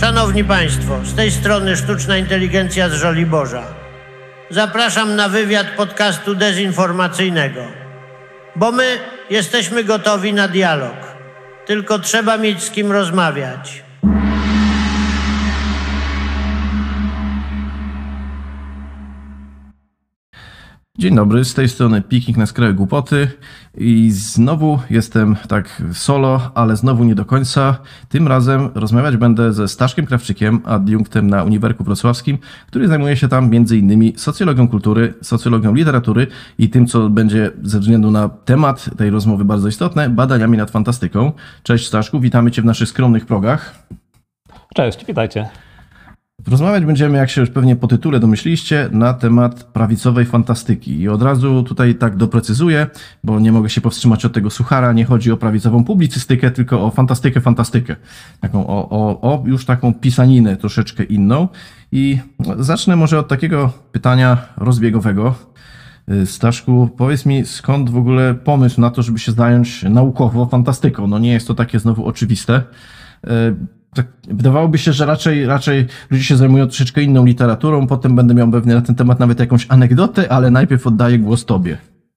Szanowni Państwo, z tej strony sztuczna inteligencja z Żoliborza. Zapraszam na wywiad podcastu dezinformacyjnego, bo my jesteśmy gotowi na dialog. Tylko trzeba mieć z kim rozmawiać. Dzień dobry, z tej strony Piknik na skraju głupoty i znowu jestem tak solo, ale znowu nie do końca. Tym razem rozmawiać będę ze Staszkiem Krawczykiem, adiunktem na Uniwerku Wrocławskim, który zajmuje się tam m.in. socjologią kultury, socjologią literatury i tym, co będzie ze względu na temat tej rozmowy bardzo istotne, badaniami nad fantastyką. Cześć Staszku, witamy Cię w naszych skromnych progach. Cześć, witajcie. Rozmawiać będziemy, jak się już pewnie po tytule domyśliście, na temat prawicowej fantastyki. I od razu tutaj tak doprecyzuję, bo nie mogę się powstrzymać od tego suchara. Nie chodzi o prawicową publicystykę, tylko o fantastykę. Taką już taką pisaninę troszeczkę inną. I zacznę może od takiego pytania rozbiegowego. Staszku, powiedz mi, skąd w ogóle pomysł na to, żeby się zająć naukowo fantastyką? No nie jest to takie znowu oczywiste. Tak, wydawałoby się, że raczej ludzie się zajmują troszeczkę inną literaturą, potem będę miał pewnie na ten temat nawet jakąś anegdotę, ale najpierw oddaję głos Tobie.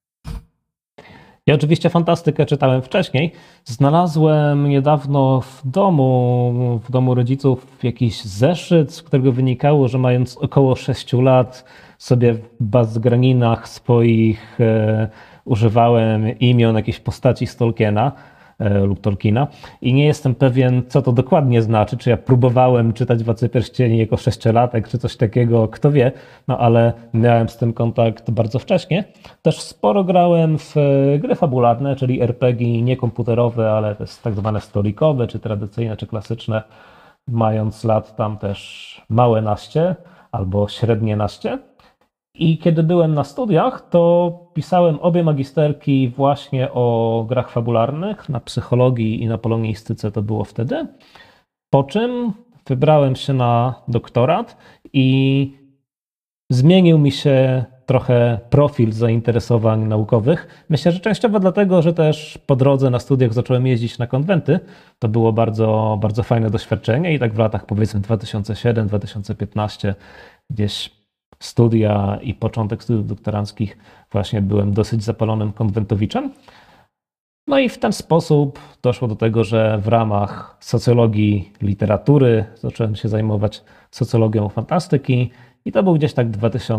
Ja oczywiście fantastykę czytałem wcześniej. Znalazłem niedawno w domu rodziców jakiś zeszyt, z którego wynikało, że mając około 6 lat sobie w bazgraninach swoich używałem imion jakiejś postaci z Tolkiena lub Tolkiena i nie jestem pewien, co to dokładnie znaczy, czy ja próbowałem czytać Władcę Pierścieni jako 6-latek, czy coś takiego, kto wie, no ale miałem z tym kontakt bardzo wcześnie. Też sporo grałem w gry fabularne, czyli RPG nie komputerowe, ale to jest tak zwane stolikowe, czy tradycyjne, czy klasyczne, mając lat tam też małe naście albo średnie naście. I kiedy byłem na studiach, to pisałem obie magisterki właśnie o grach fabularnych, na psychologii i na polonistyce to było wtedy. Po czym wybrałem się na doktorat i zmienił mi się trochę profil zainteresowań naukowych. Myślę, że częściowo dlatego, że też po drodze na studiach zacząłem jeździć na konwenty. To było bardzo, bardzo fajne doświadczenie i tak w latach powiedzmy 2007-2015 gdzieś studia i początek studiów doktoranckich właśnie byłem dosyć zapalonym konwentowiczem. No i w ten sposób doszło do tego, że w ramach socjologii literatury zacząłem się zajmować socjologią fantastyki i to był gdzieś tak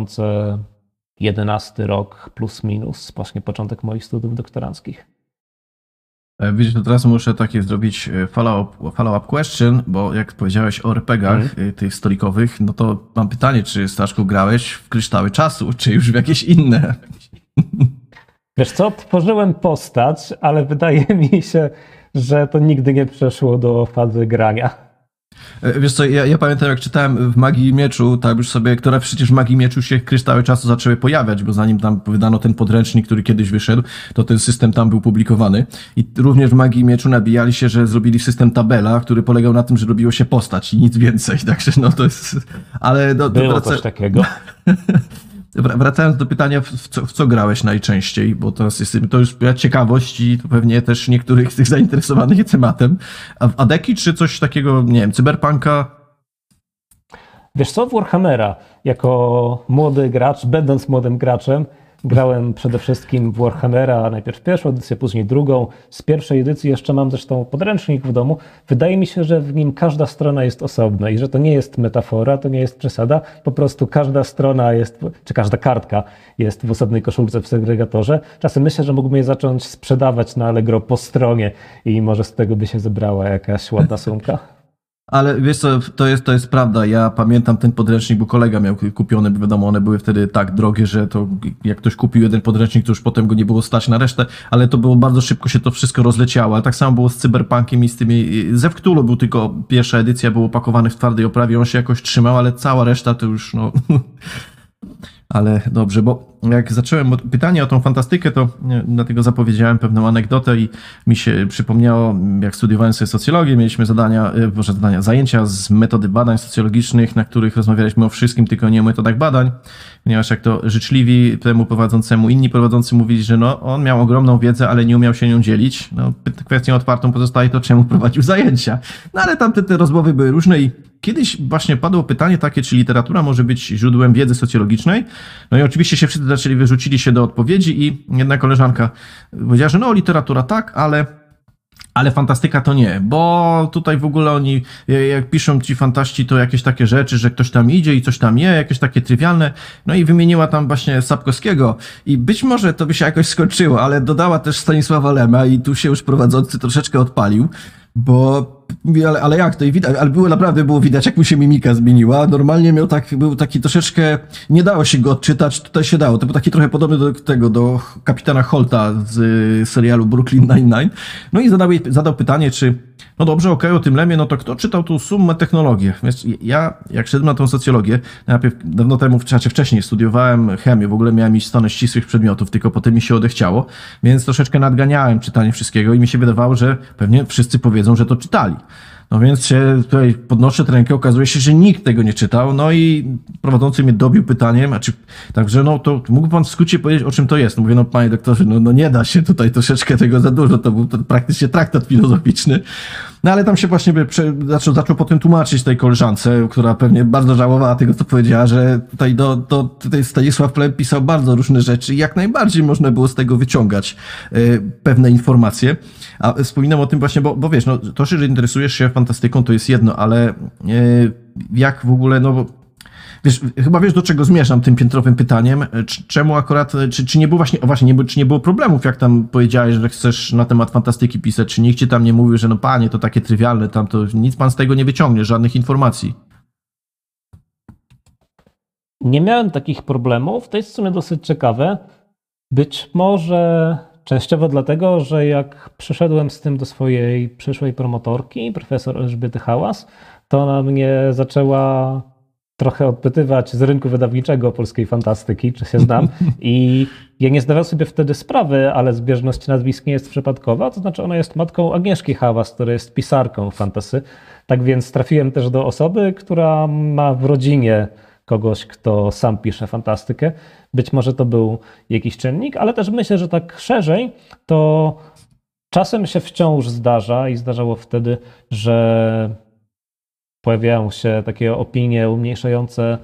2011 rok plus minus, właśnie początek moich studiów doktoranckich. Widzisz, to teraz muszę takie zrobić follow-up question, bo jak powiedziałeś o RPG-ach tych stolikowych, no to mam pytanie, czy Staszku grałeś w Kryształy Czasu, czy już w jakieś inne? Wiesz co, tworzyłem postać, ale wydaje mi się, że to nigdy nie przeszło do fazy grania. Wiesz co, ja pamiętam jak czytałem w Magii i Mieczu, tak już sobie, które przecież w Magii i Mieczu się Kryształy Czasu zaczęły pojawiać, bo zanim tam wydano ten podręcznik, który kiedyś wyszedł, to ten system tam był publikowany. I również w Magii i Mieczu nabijali się, że zrobili system tabela, który polegał na tym, że robiło się postać i nic więcej. Także no to jest... Ale było coś takiego. Wracając do pytania, w co grałeś najczęściej, bo to już ciekawość i to pewnie też niektórych z tych zainteresowanych tematem. A w Adeki czy coś takiego, nie wiem, cyberpunka? Wiesz co, w Warhammera jako młody gracz, będąc młodym graczem, grałem przede wszystkim w Warhammera, najpierw pierwszą edycję, później drugą. Z pierwszej edycji jeszcze mam zresztą podręcznik w domu. Wydaje mi się, że w nim każda strona jest osobna i że to nie jest metafora, to nie jest przesada. Po prostu każda strona jest, czy każda kartka jest w osobnej koszulce w segregatorze. Czasem myślę, że mógłbym je zacząć sprzedawać na Allegro po stronie i może z tego by się zebrała jakaś ładna sumka. Ale wiesz co, to jest prawda. Ja pamiętam ten podręcznik, bo kolega miał kupiony, bo wiadomo, one były wtedy tak drogie, że to jak ktoś kupił jeden podręcznik, to już potem go nie było stać na resztę, ale to było bardzo szybko się to wszystko rozleciało. Ale tak samo było z Cyberpunkiem i z tymi... Ze Cthulhu był tylko pierwsza edycja, był opakowany w twardej oprawie, on się jakoś trzymał, ale cała reszta to już no... Ale dobrze, bo jak zacząłem pytanie o tą fantastykę, to dlatego zapowiedziałem pewną anegdotę i mi się przypomniało, jak studiowałem sobie socjologię, mieliśmy zajęcia z metody badań socjologicznych, na których rozmawialiśmy o wszystkim, tylko nie o metodach badań, ponieważ jak to życzliwi temu prowadzącemu, inni prowadzący mówili, że no, on miał ogromną wiedzę, ale nie umiał się nią dzielić. No, kwestią otwartą pozostaje to, czemu prowadził zajęcia. No ale tamte te rozmowy były różne i kiedyś właśnie padło pytanie takie, czy literatura może być źródłem wiedzy socjologicznej. No i oczywiście się wszyscy wyrzucili się do odpowiedzi i jedna koleżanka powiedziała, że no literatura tak, ale fantastyka to nie, bo tutaj w ogóle oni, jak piszą ci fantaści, to jakieś takie rzeczy, że ktoś tam idzie i coś tam je, jakieś takie trywialne. No i wymieniła tam właśnie Sapkowskiego i być może to by się jakoś skończyło, ale dodała też Stanisława Lema i tu się już prowadzący troszeczkę odpalił, bo ale jak to i widać, ale naprawdę było widać, jak mu się mimika zmieniła. Normalnie był taki troszeczkę, nie dało się go odczytać, tutaj się dało. To był taki trochę podobny do kapitana Holta z serialu Brooklyn Nine-Nine. No i zadał pytanie, czy no dobrze, okej, o tym Lemie, no to kto czytał tu Summę technologię? Wiesz, ja, jak szedłem na tą socjologię, najpierw dawno temu, wcześniej studiowałem chemię, w ogóle miałem iść w stronę ścisłych przedmiotów, tylko potem mi się odechciało, więc troszeczkę nadganiałem czytanie wszystkiego i mi się wydawało, że pewnie wszyscy powiedzą, że to czytali. No więc się tutaj podnoszę tę rękę, okazuje się, że nikt tego nie czytał, no i prowadzący mnie dobił pytaniem, także no to mógł pan w skrócie powiedzieć, o czym to jest? No mówię, no panie doktorze, no nie da się tutaj troszeczkę tego za dużo, to był praktycznie traktat filozoficzny. No ale tam się właśnie zaczął potem tłumaczyć tej koleżance, która pewnie bardzo żałowała tego, co powiedziała, że tutaj Stanisław Lem pisał bardzo różne rzeczy i jak najbardziej można było z tego wyciągać pewne informacje. A wspominam o tym właśnie, bo wiesz, no to, że interesujesz się fantastyką, to jest jedno, ale jak w ogóle, no wiesz, chyba wiesz, do czego zmierzam tym piętrowym pytaniem. Czemu akurat, czy nie było czy nie było problemów, jak tam powiedziałeś, że chcesz na temat fantastyki pisać, czy nikt ci tam nie mówił, że no panie, to takie trywialne, tam to nic pan z tego nie wyciągnie, żadnych informacji. Nie miałem takich problemów, to jest w sumie dosyć ciekawe. Być może częściowo dlatego, że jak przyszedłem z tym do swojej przyszłej promotorki, profesor Elżbiety Hałas, to ona mnie zaczęła trochę odpytywać z rynku wydawniczego polskiej fantastyki, czy się znam. I ja nie zdawałem sobie wtedy sprawy, ale zbieżność nazwisk nie jest przypadkowa. To znaczy ona jest matką Agnieszki Hałas, która jest pisarką fantasy. Tak więc trafiłem też do osoby, która ma w rodzinie kogoś, kto sam pisze fantastykę. Być może to był jakiś czynnik, ale też myślę, że tak szerzej, to czasem się wciąż zdarza i zdarzało wtedy, że pojawiają się takie opinie umniejszające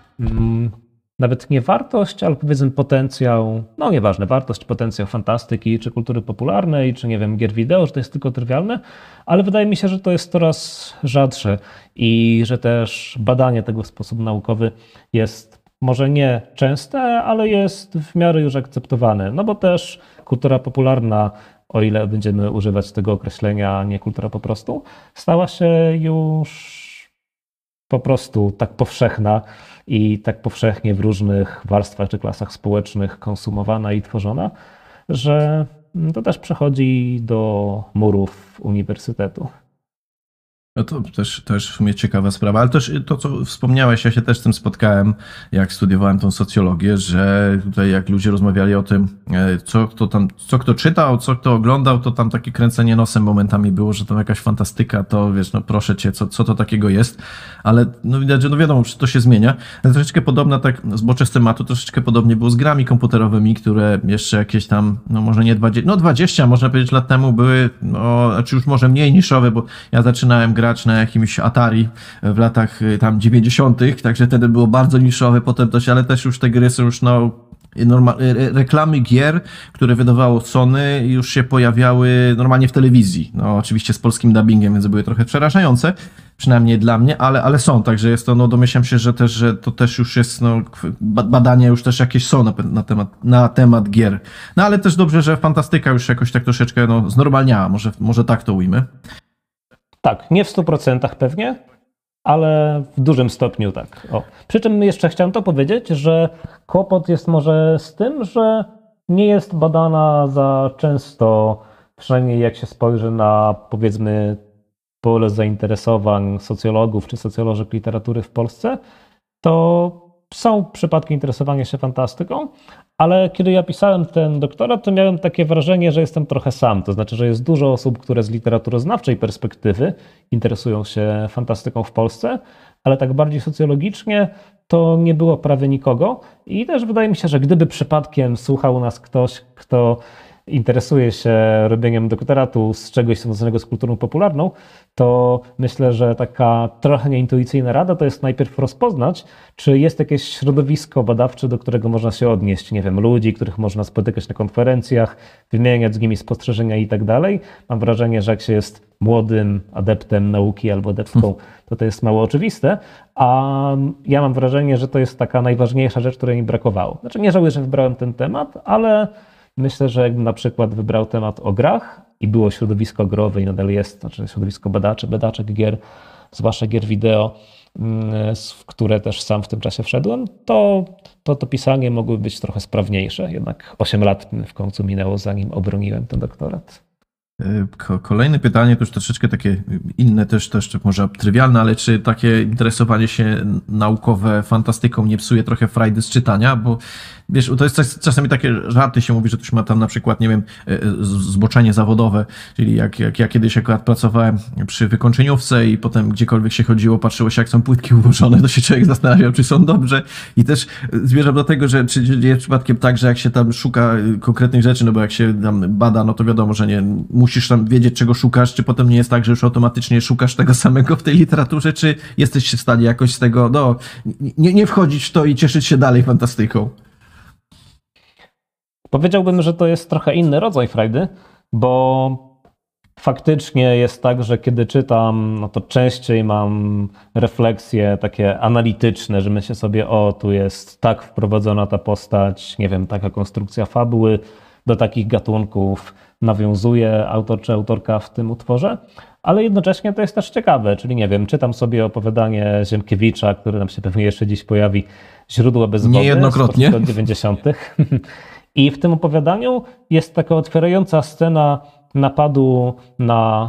nawet nie wartość, ale powiedzmy potencjał, no nieważne, wartość, potencjał fantastyki, czy kultury popularnej, czy nie wiem, gier wideo, że to jest tylko trywialne, ale wydaje mi się, że to jest coraz rzadsze i że też badanie tego w sposób naukowy jest może nie częste, ale jest w miarę już akceptowane, no bo też kultura popularna, o ile będziemy używać tego określenia, nie kultura po prostu, stała się już po prostu tak powszechna i tak powszechnie w różnych warstwach czy klasach społecznych konsumowana i tworzona, że to też przechodzi do murów uniwersytetu. No to też w sumie ciekawa sprawa, ale też to, co wspomniałeś, ja się też z tym spotkałem, jak studiowałem tą socjologię, że tutaj jak ludzie rozmawiali o tym, co kto czytał, co kto oglądał, to tam takie kręcenie nosem momentami było, że tam jakaś fantastyka, to wiesz, no proszę cię, co to takiego jest, ale no widać, że no wiadomo, że to się zmienia, ale troszeczkę podobna, tak zboczę z tematu, troszeczkę podobnie było z grami komputerowymi, które jeszcze jakieś tam, no może nie 20, można powiedzieć lat temu były, no, czy już może mniej niszowe, bo ja zaczynałem grać na jakimś Atari w latach tam 90., także wtedy było bardzo niszowe, potem też, ale też już te gry są już reklamy gier, które wydawało Sony, już się pojawiały normalnie w telewizji. No oczywiście z polskim dubbingiem, więc były trochę przerażające, przynajmniej dla mnie, ale są, także jest to, no domyślam się, że to też już jest, no badania już też jakieś są na temat gier. No ale też dobrze, że fantastyka już jakoś tak troszeczkę no znormalniała, może tak to ujmę. Tak, nie w 100% pewnie, ale w dużym stopniu tak. O. Przy czym jeszcze chciałem to powiedzieć, że kłopot jest może z tym, że nie jest badana za często, przynajmniej jak się spojrzy na powiedzmy pole zainteresowań socjologów czy socjolożek literatury w Polsce, to są przypadki interesowania się fantastyką, ale kiedy ja pisałem ten doktorat, to miałem takie wrażenie, że jestem trochę sam. To znaczy, że jest dużo osób, które z literaturoznawczej perspektywy interesują się fantastyką w Polsce, ale tak bardziej socjologicznie to nie było prawie nikogo. I też wydaje mi się, że gdyby przypadkiem słuchał nas ktoś, kto interesuje się robieniem doktoratu z czegoś związanego z kulturą popularną, to myślę, że taka trochę nieintuicyjna rada to jest najpierw rozpoznać, czy jest jakieś środowisko badawcze, do którego można się odnieść. Nie wiem, ludzi, których można spotykać na konferencjach, wymieniać z nimi spostrzeżenia i tak dalej. Mam wrażenie, że jak się jest młodym adeptem nauki albo adeptką, to jest mało oczywiste, a ja mam wrażenie, że to jest taka najważniejsza rzecz, której mi brakowało. Znaczy nie żałuję, że wybrałem ten temat, ale myślę, że jakbym na przykład wybrał temat o grach i było środowisko growe i nadal jest, znaczy środowisko badaczek gier, zwłaszcza gier wideo, w które też sam w tym czasie wszedłem, to pisanie mogłoby być trochę sprawniejsze. Jednak 8 lat w końcu minęło, zanim obroniłem ten doktorat. Kolejne pytanie, to już troszeczkę takie inne, też może trywialne, ale czy takie interesowanie się naukowe fantastyką nie psuje trochę frajdy z czytania? Bo wiesz, to jest czasami takie żarty się mówi, że ktoś ma tam na przykład, nie wiem, zboczenie zawodowe, czyli jak ja kiedyś akurat pracowałem przy wykończeniówce i potem gdziekolwiek się chodziło, patrzyło się jak są płytki ułożone, to się człowiek zastanawiał, czy są dobrze i też zmierzam do tego, że czy jest przypadkiem tak, że jak się tam szuka konkretnych rzeczy, no bo jak się tam bada, no to wiadomo, że nie musisz tam wiedzieć, czego szukasz, czy potem nie jest tak, że już automatycznie szukasz tego samego w tej literaturze, czy jesteś w stanie jakoś z tego, no, nie wchodzić w to i cieszyć się dalej fantastyką? Powiedziałbym, że to jest trochę inny rodzaj frajdy, bo faktycznie jest tak, że kiedy czytam, no to częściej mam refleksje takie analityczne, że myślę sobie, tu jest tak wprowadzona ta postać, nie wiem, taka konstrukcja fabuły, do takich gatunków nawiązuje autor czy autorka w tym utworze, ale jednocześnie to jest też ciekawe, czyli nie wiem, czytam sobie opowiadanie Ziemkiewicza, które nam się pewnie jeszcze dziś pojawi, Źródło bez wody, niejednokrotnie, z lat 90. I w tym opowiadaniu jest taka otwierająca scena napadu na,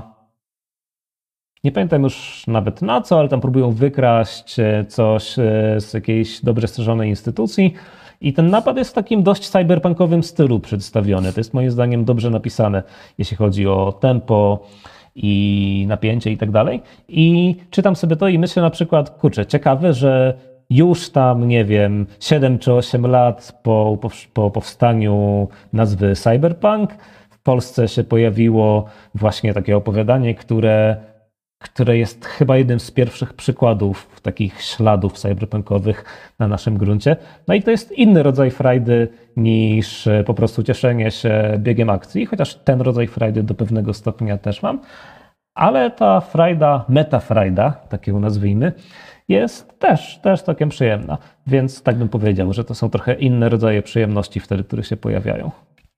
nie pamiętam już nawet na co, ale tam próbują wykraść coś z jakiejś dobrze strzeżonej instytucji. I ten napad jest w takim dość cyberpunkowym stylu przedstawiony. To jest moim zdaniem dobrze napisane, jeśli chodzi o tempo i napięcie i tak dalej. I czytam sobie to i myślę na przykład, kurczę, ciekawe, że już tam, nie wiem, 7 czy 8 lat po powstaniu nazwy cyberpunk w Polsce się pojawiło właśnie takie opowiadanie, które jest chyba jednym z pierwszych przykładów takich śladów cyberpunkowych na naszym gruncie. No i to jest inny rodzaj frajdy niż po prostu cieszenie się biegiem akcji, chociaż ten rodzaj frajdy do pewnego stopnia też mam, ale ta frajda, metafrajda, tak ją nazwijmy, jest też całkiem przyjemna, więc tak bym powiedział, że to są trochę inne rodzaje przyjemności wtedy, które się pojawiają.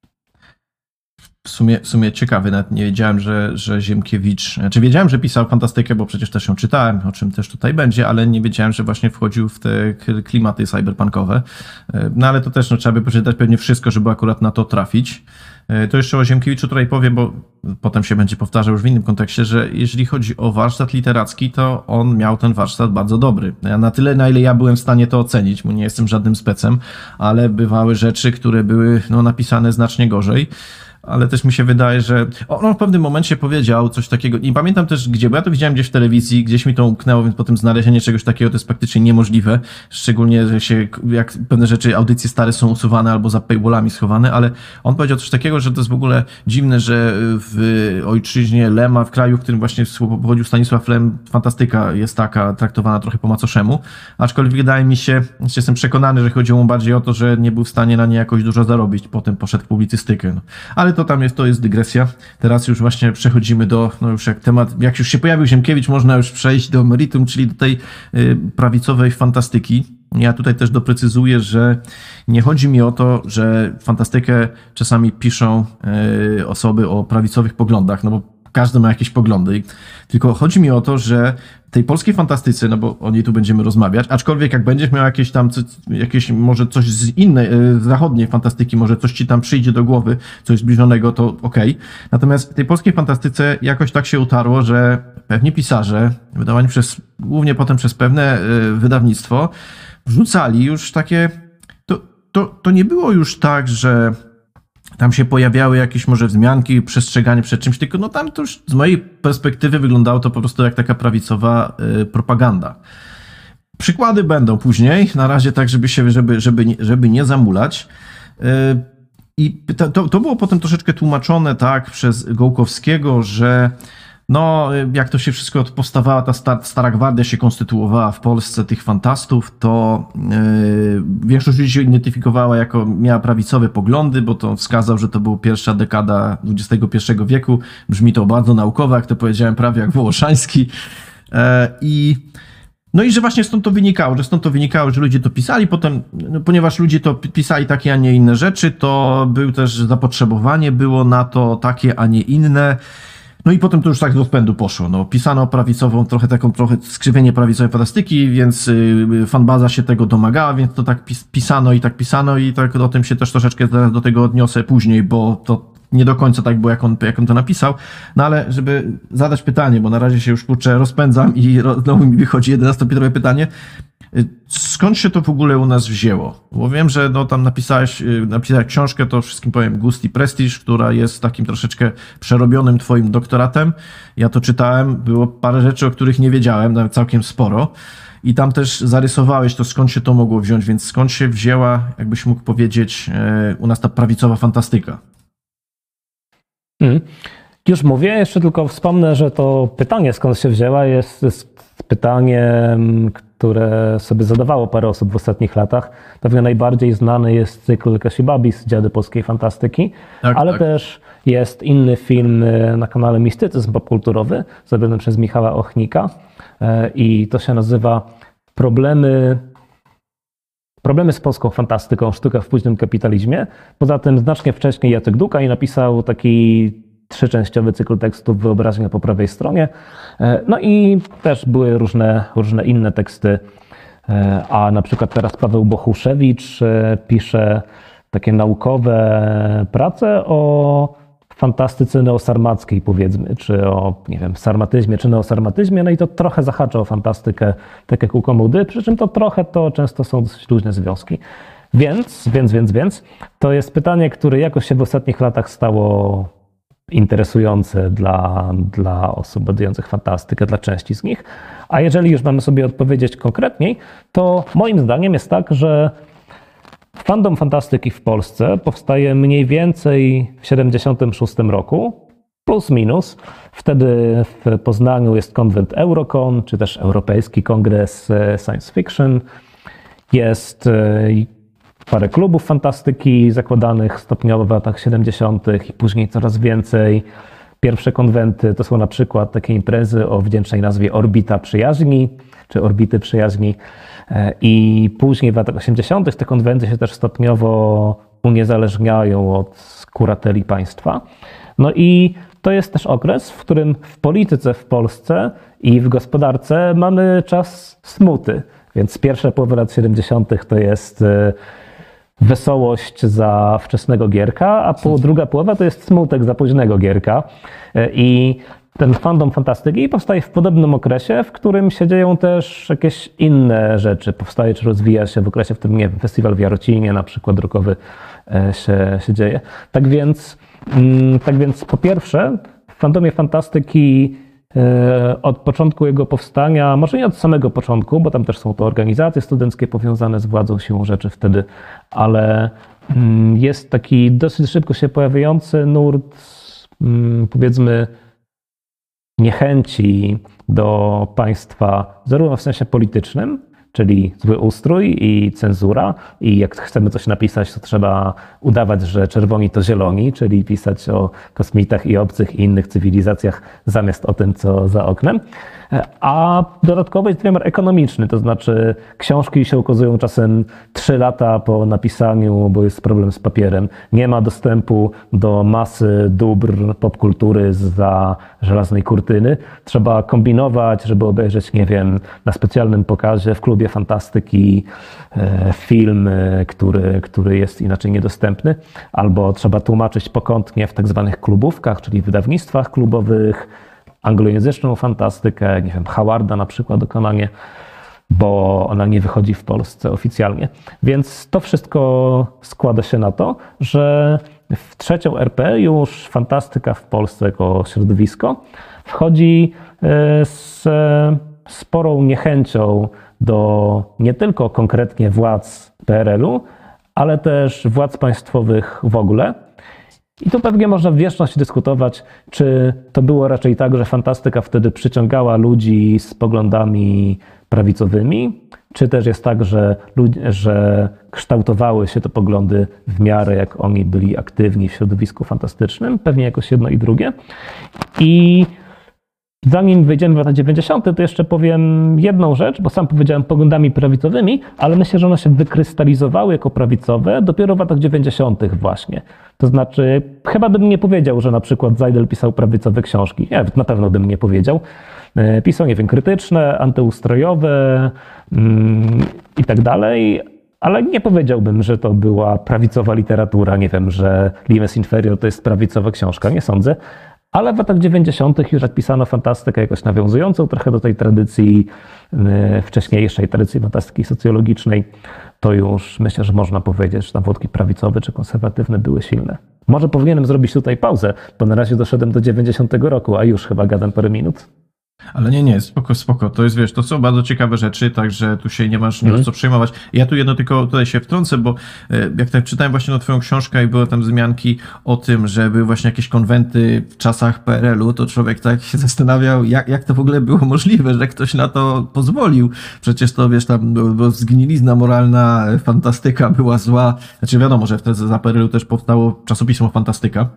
W sumie ciekawy, nawet nie wiedziałem, że Ziemkiewicz, znaczy wiedziałem, że pisał fantastykę, bo przecież też ją czytałem, o czym też tutaj będzie, ale nie wiedziałem, że właśnie wchodził w te klimaty cyberpunkowe. No ale to też trzeba by poczytać pewnie wszystko, żeby akurat na to trafić. To jeszcze o Ziemkiewiczu tutaj powiem, bo potem się będzie powtarzał już w innym kontekście, że jeżeli chodzi o warsztat literacki, to on miał ten warsztat bardzo dobry. Na tyle, na ile ja byłem w stanie to ocenić, bo nie jestem żadnym specem, ale bywały rzeczy, które były napisane znacznie gorzej. Ale też mi się wydaje, że on w pewnym momencie powiedział coś takiego, nie pamiętam też gdzie, bo ja to widziałem gdzieś w telewizji, gdzieś mi to umknęło, więc potem znalezienie czegoś takiego to jest praktycznie niemożliwe, szczególnie, że jak pewne rzeczy, audycje stare są usuwane albo za paywallami schowane, ale on powiedział coś takiego, że to jest w ogóle dziwne, że w ojczyźnie Lema, w kraju, w którym właśnie pochodził Stanisław Lem, fantastyka jest taka traktowana trochę po macoszemu, aczkolwiek wydaje mi się, jestem przekonany, że chodziło mu bardziej o to, że nie był w stanie na nie jakoś dużo zarobić, potem poszedł w publicystykę. No. Ale to jest dygresja. Teraz już właśnie przechodzimy do, już jak już się pojawił Ziemkiewicz, można już przejść do meritum, czyli do tej prawicowej fantastyki. Ja tutaj też doprecyzuję, że nie chodzi mi o to, że fantastykę czasami piszą osoby o prawicowych poglądach, no bo każdy ma jakieś poglądy, tylko chodzi mi o to, że tej polskiej fantastyce, no bo o niej tu będziemy rozmawiać, aczkolwiek jak będziesz miał jakieś może coś z innej, zachodniej fantastyki, może coś ci tam przyjdzie do głowy, coś zbliżonego, to okej. Natomiast tej polskiej fantastyce jakoś tak się utarło, że pewni pisarze, wydawani głównie potem przez pewne wydawnictwo, wrzucali już takie, to nie było już tak, że tam się pojawiały jakieś może wzmianki, przestrzeganie przed czymś, tylko tam to już z mojej perspektywy wyglądało to po prostu jak taka prawicowa propaganda. Przykłady będą później, na razie tak, żeby nie zamulać. I to było potem troszeczkę tłumaczone tak przez Gołkowskiego, że no, jak to się wszystko powstawała, ta stara gwardia się konstytuowała w Polsce tych fantastów, to większość ludzi się identyfikowała jako, miała prawicowe poglądy, bo to wskazał, że to była pierwsza dekada XXI wieku. Brzmi to bardzo naukowo, jak to powiedziałem, prawie jak Wołoszański. No i że właśnie stąd to wynikało, że ludzie to pisali, potem, no, ponieważ ludzie to pisali takie, a nie inne rzeczy, to był też zapotrzebowanie było na to takie, a nie inne. No i potem to już tak z rozpędu poszło. No, pisano prawicową, trochę skrzywienie prawicowej fantastyki, więc fanbaza się tego domagała, więc to tak pisano i tak o tym się też troszeczkę zaraz do tego odniosę później, bo to nie do końca tak było, jak on to napisał. No ale żeby zadać pytanie, bo na razie się już rozpędzam i znowu mi wychodzi 11-pytanowe pytanie. Skąd się to w ogóle u nas wzięło? Bo wiem, że no, tam napisałeś książkę, to wszystkim powiem, Gust i Prestiż, która jest takim troszeczkę przerobionym twoim doktoratem. Ja to czytałem, było parę rzeczy, o których nie wiedziałem, nawet całkiem sporo. I tam też zarysowałeś to, skąd się to mogło wziąć, więc skąd się wzięła, jakbyś mógł powiedzieć, u nas ta prawicowa fantastyka? Już mówię, jeszcze tylko wspomnę, że to pytanie, skąd się wzięła, jest pytaniem, które sobie zadawało parę osób w ostatnich latach. Pewnie najbardziej znany jest cykl Kasibabis, Dziady polskiej fantastyki, ale też jest inny film na kanale Mistycyzm Popkulturowy, zrobiony przez Michała Ochnika i to się nazywa Problemy z polską fantastyką, sztuka w późnym kapitalizmie. Poza tym znacznie wcześniej Jacek Dukaj napisał taki 3-częściowy cykl tekstów Wyobraźnia po prawej stronie. No i też były różne inne teksty, a na przykład teraz Paweł Bohuszewicz pisze takie naukowe prace o fantastyce neosarmackiej, powiedzmy, czy o, nie wiem, sarmatyzmie, czy neosarmatyzmie, no i to trochę zahacza o fantastykę, tak jak u Komody, przy czym to często są dosyć luźne związki. Więc to jest pytanie, które jakoś się w ostatnich latach stało interesujące dla osób badających fantastykę, dla części z nich. A jeżeli już mamy sobie odpowiedzieć konkretniej, to moim zdaniem jest tak, że fandom fantastyki w Polsce powstaje mniej więcej w 1976 roku, plus minus. Wtedy w Poznaniu jest konwent Eurocon, czy też Europejski Kongres Science Fiction. Jest parę klubów fantastyki zakładanych stopniowo w latach 70. i później coraz więcej. Pierwsze konwenty to są na przykład takie imprezy o wdzięcznej nazwie Orbita Przyjaźni, czy Orbity Przyjaźni. I później w latach 80. te konwenty się też stopniowo uniezależniają od kurateli państwa. No i to jest też okres, w którym w polityce w Polsce i w gospodarce mamy czas smuty. Więc pierwsza połowa lat 70. to jest wesołość za wczesnego Gierka, a druga połowa to jest smutek za późnego Gierka. I ten fandom fantastyki powstaje w podobnym okresie, w którym się dzieją też jakieś inne rzeczy. Powstaje czy rozwija się w okresie, w którym, nie wiem, festiwal w Jarocinie na przykład rokowy się dzieje. Tak więc po pierwsze w fandomie fantastyki od początku jego powstania, może nie od samego początku, bo tam też są to organizacje studenckie powiązane z władzą siłą rzeczy wtedy, ale jest taki dosyć szybko się pojawiający nurt, powiedzmy, niechęci do państwa, zarówno w sensie politycznym, czyli zły ustrój i cenzura, i jak chcemy coś napisać, to trzeba udawać, że czerwoni to zieloni, czyli pisać o kosmitach i obcych i innych cywilizacjach zamiast o tym, co za oknem. A dodatkowo jest wymiar ekonomiczny, to znaczy książki się ukazują czasem 3 lata po napisaniu, bo jest problem z papierem. Nie ma dostępu do masy dóbr popkultury zza żelaznej kurtyny. Trzeba kombinować, żeby obejrzeć, nie wiem, na specjalnym pokazie w klubie fantastyki film, który jest inaczej niedostępny, albo trzeba tłumaczyć pokątnie w tak zwanych klubówkach, czyli wydawnictwach klubowych, anglojęzyczną fantastykę, nie wiem, Howarda na przykład dokonanie, bo ona nie wychodzi w Polsce oficjalnie. Więc to wszystko składa się na to, że w trzecią RP już fantastyka w Polsce jako środowisko wchodzi z sporą niechęcią do nie tylko konkretnie władz PRL-u, ale też władz państwowych w ogóle. I tu pewnie można w wieczność dyskutować, czy to było raczej tak, że fantastyka wtedy przyciągała ludzi z poglądami prawicowymi, czy też jest tak, że kształtowały się te poglądy w miarę jak oni byli aktywni w środowisku fantastycznym, pewnie jakoś jedno i drugie. I zanim wejdziemy w lata 90., to jeszcze powiem jedną rzecz, bo sam powiedziałem poglądami prawicowymi, ale myślę, że one się wykrystalizowały jako prawicowe dopiero w latach 90. właśnie. To znaczy, chyba bym nie powiedział, że na przykład Seidel pisał prawicowe książki. Ja na pewno bym nie powiedział. Pisał, nie wiem, krytyczne, antyustrojowe i tak dalej, ale nie powiedziałbym, że to była prawicowa literatura. Nie wiem, że Limes Inferior to jest prawicowa książka. Nie sądzę. Ale w latach 90. już jak pisano fantastykę jakoś nawiązującą trochę do tej tradycji wcześniejszej, tradycji fantastyki socjologicznej, to już myślę, że można powiedzieć, że tam wątki prawicowe czy konserwatywne były silne. Może powinienem zrobić tutaj pauzę, bo na razie doszedłem do 90 roku, a już chyba gadam parę minut. Ale nie, spoko. To jest, wiesz, to są bardzo ciekawe rzeczy, także tu się nie masz co przejmować. Ja tu jedno tylko tutaj się wtrącę, bo jak tak czytałem właśnie na twoją książkę i były tam wzmianki o tym, że były właśnie jakieś konwenty w czasach PRL-u, to człowiek tak się zastanawiał, jak to w ogóle było możliwe, że ktoś na to pozwolił. Przecież to, wiesz, tam bo zgnilizna moralna, fantastyka była zła. Znaczy wiadomo, że wtedy za PRL-u też powstało czasopismo Fantastyka.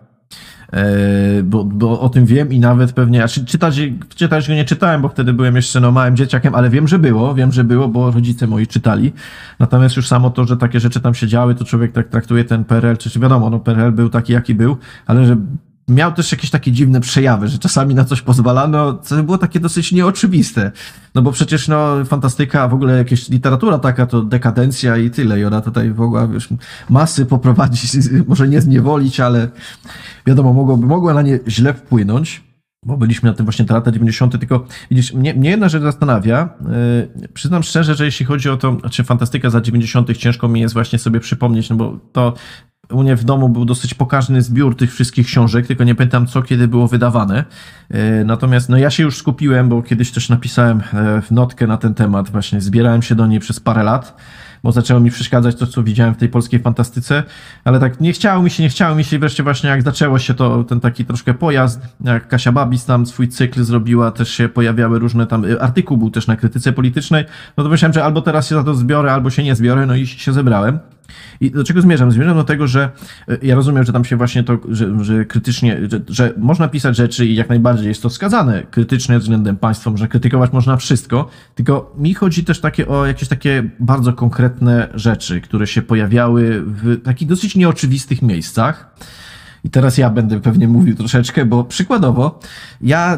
Bo o tym wiem i nawet pewnie, a czytać go nie czytałem, bo wtedy byłem jeszcze małym dzieciakiem, ale wiem, że było, bo rodzice moi czytali. Natomiast już samo to, że takie rzeczy tam się działy, to człowiek tak traktuje ten PRL, czy wiadomo, PRL był taki, jaki był, ale że miał też jakieś takie dziwne przejawy, że czasami na coś pozwalano, co było takie dosyć nieoczywiste. No bo przecież fantastyka, w ogóle jakaś literatura taka to dekadencja i tyle. I ona tutaj mogła, wiesz, masy poprowadzić, może nie zniewolić, ale wiadomo, mogła na nie źle wpłynąć. Bo byliśmy na tym właśnie te lata 90. Tylko widzisz, mnie jedna rzecz zastanawia. Przyznam szczerze, że jeśli chodzi o to, czy fantastyka za 90. ciężko mi jest właśnie sobie przypomnieć, no bo to u mnie w domu był dosyć pokaźny zbiór tych wszystkich książek, tylko nie pamiętam co kiedy było wydawane. Natomiast ja się już skupiłem, bo kiedyś też napisałem notkę na ten temat, właśnie zbierałem się do niej przez parę lat, bo zaczęło mi przeszkadzać to, co widziałem w tej polskiej fantastyce, ale tak nie chciało mi się i wreszcie właśnie jak zaczęło się to, ten taki troszkę pojazd, jak Kasia Babis tam swój cykl zrobiła, też się pojawiały różne tam, artykuł był też na krytyce politycznej, no to myślałem, że albo teraz się za to zbiorę, albo się nie zbiorę, no i się zebrałem. I do czego zmierzam? Zmierzam do tego, że ja rozumiem, że tam się właśnie to, że krytycznie, że można pisać rzeczy i jak najbardziej jest to wskazane krytycznie względem państwa, można krytykować można wszystko, tylko mi chodzi też o jakieś takie bardzo konkretne rzeczy, które się pojawiały w takich dosyć nieoczywistych miejscach. I teraz ja będę pewnie mówił troszeczkę, bo przykładowo, ja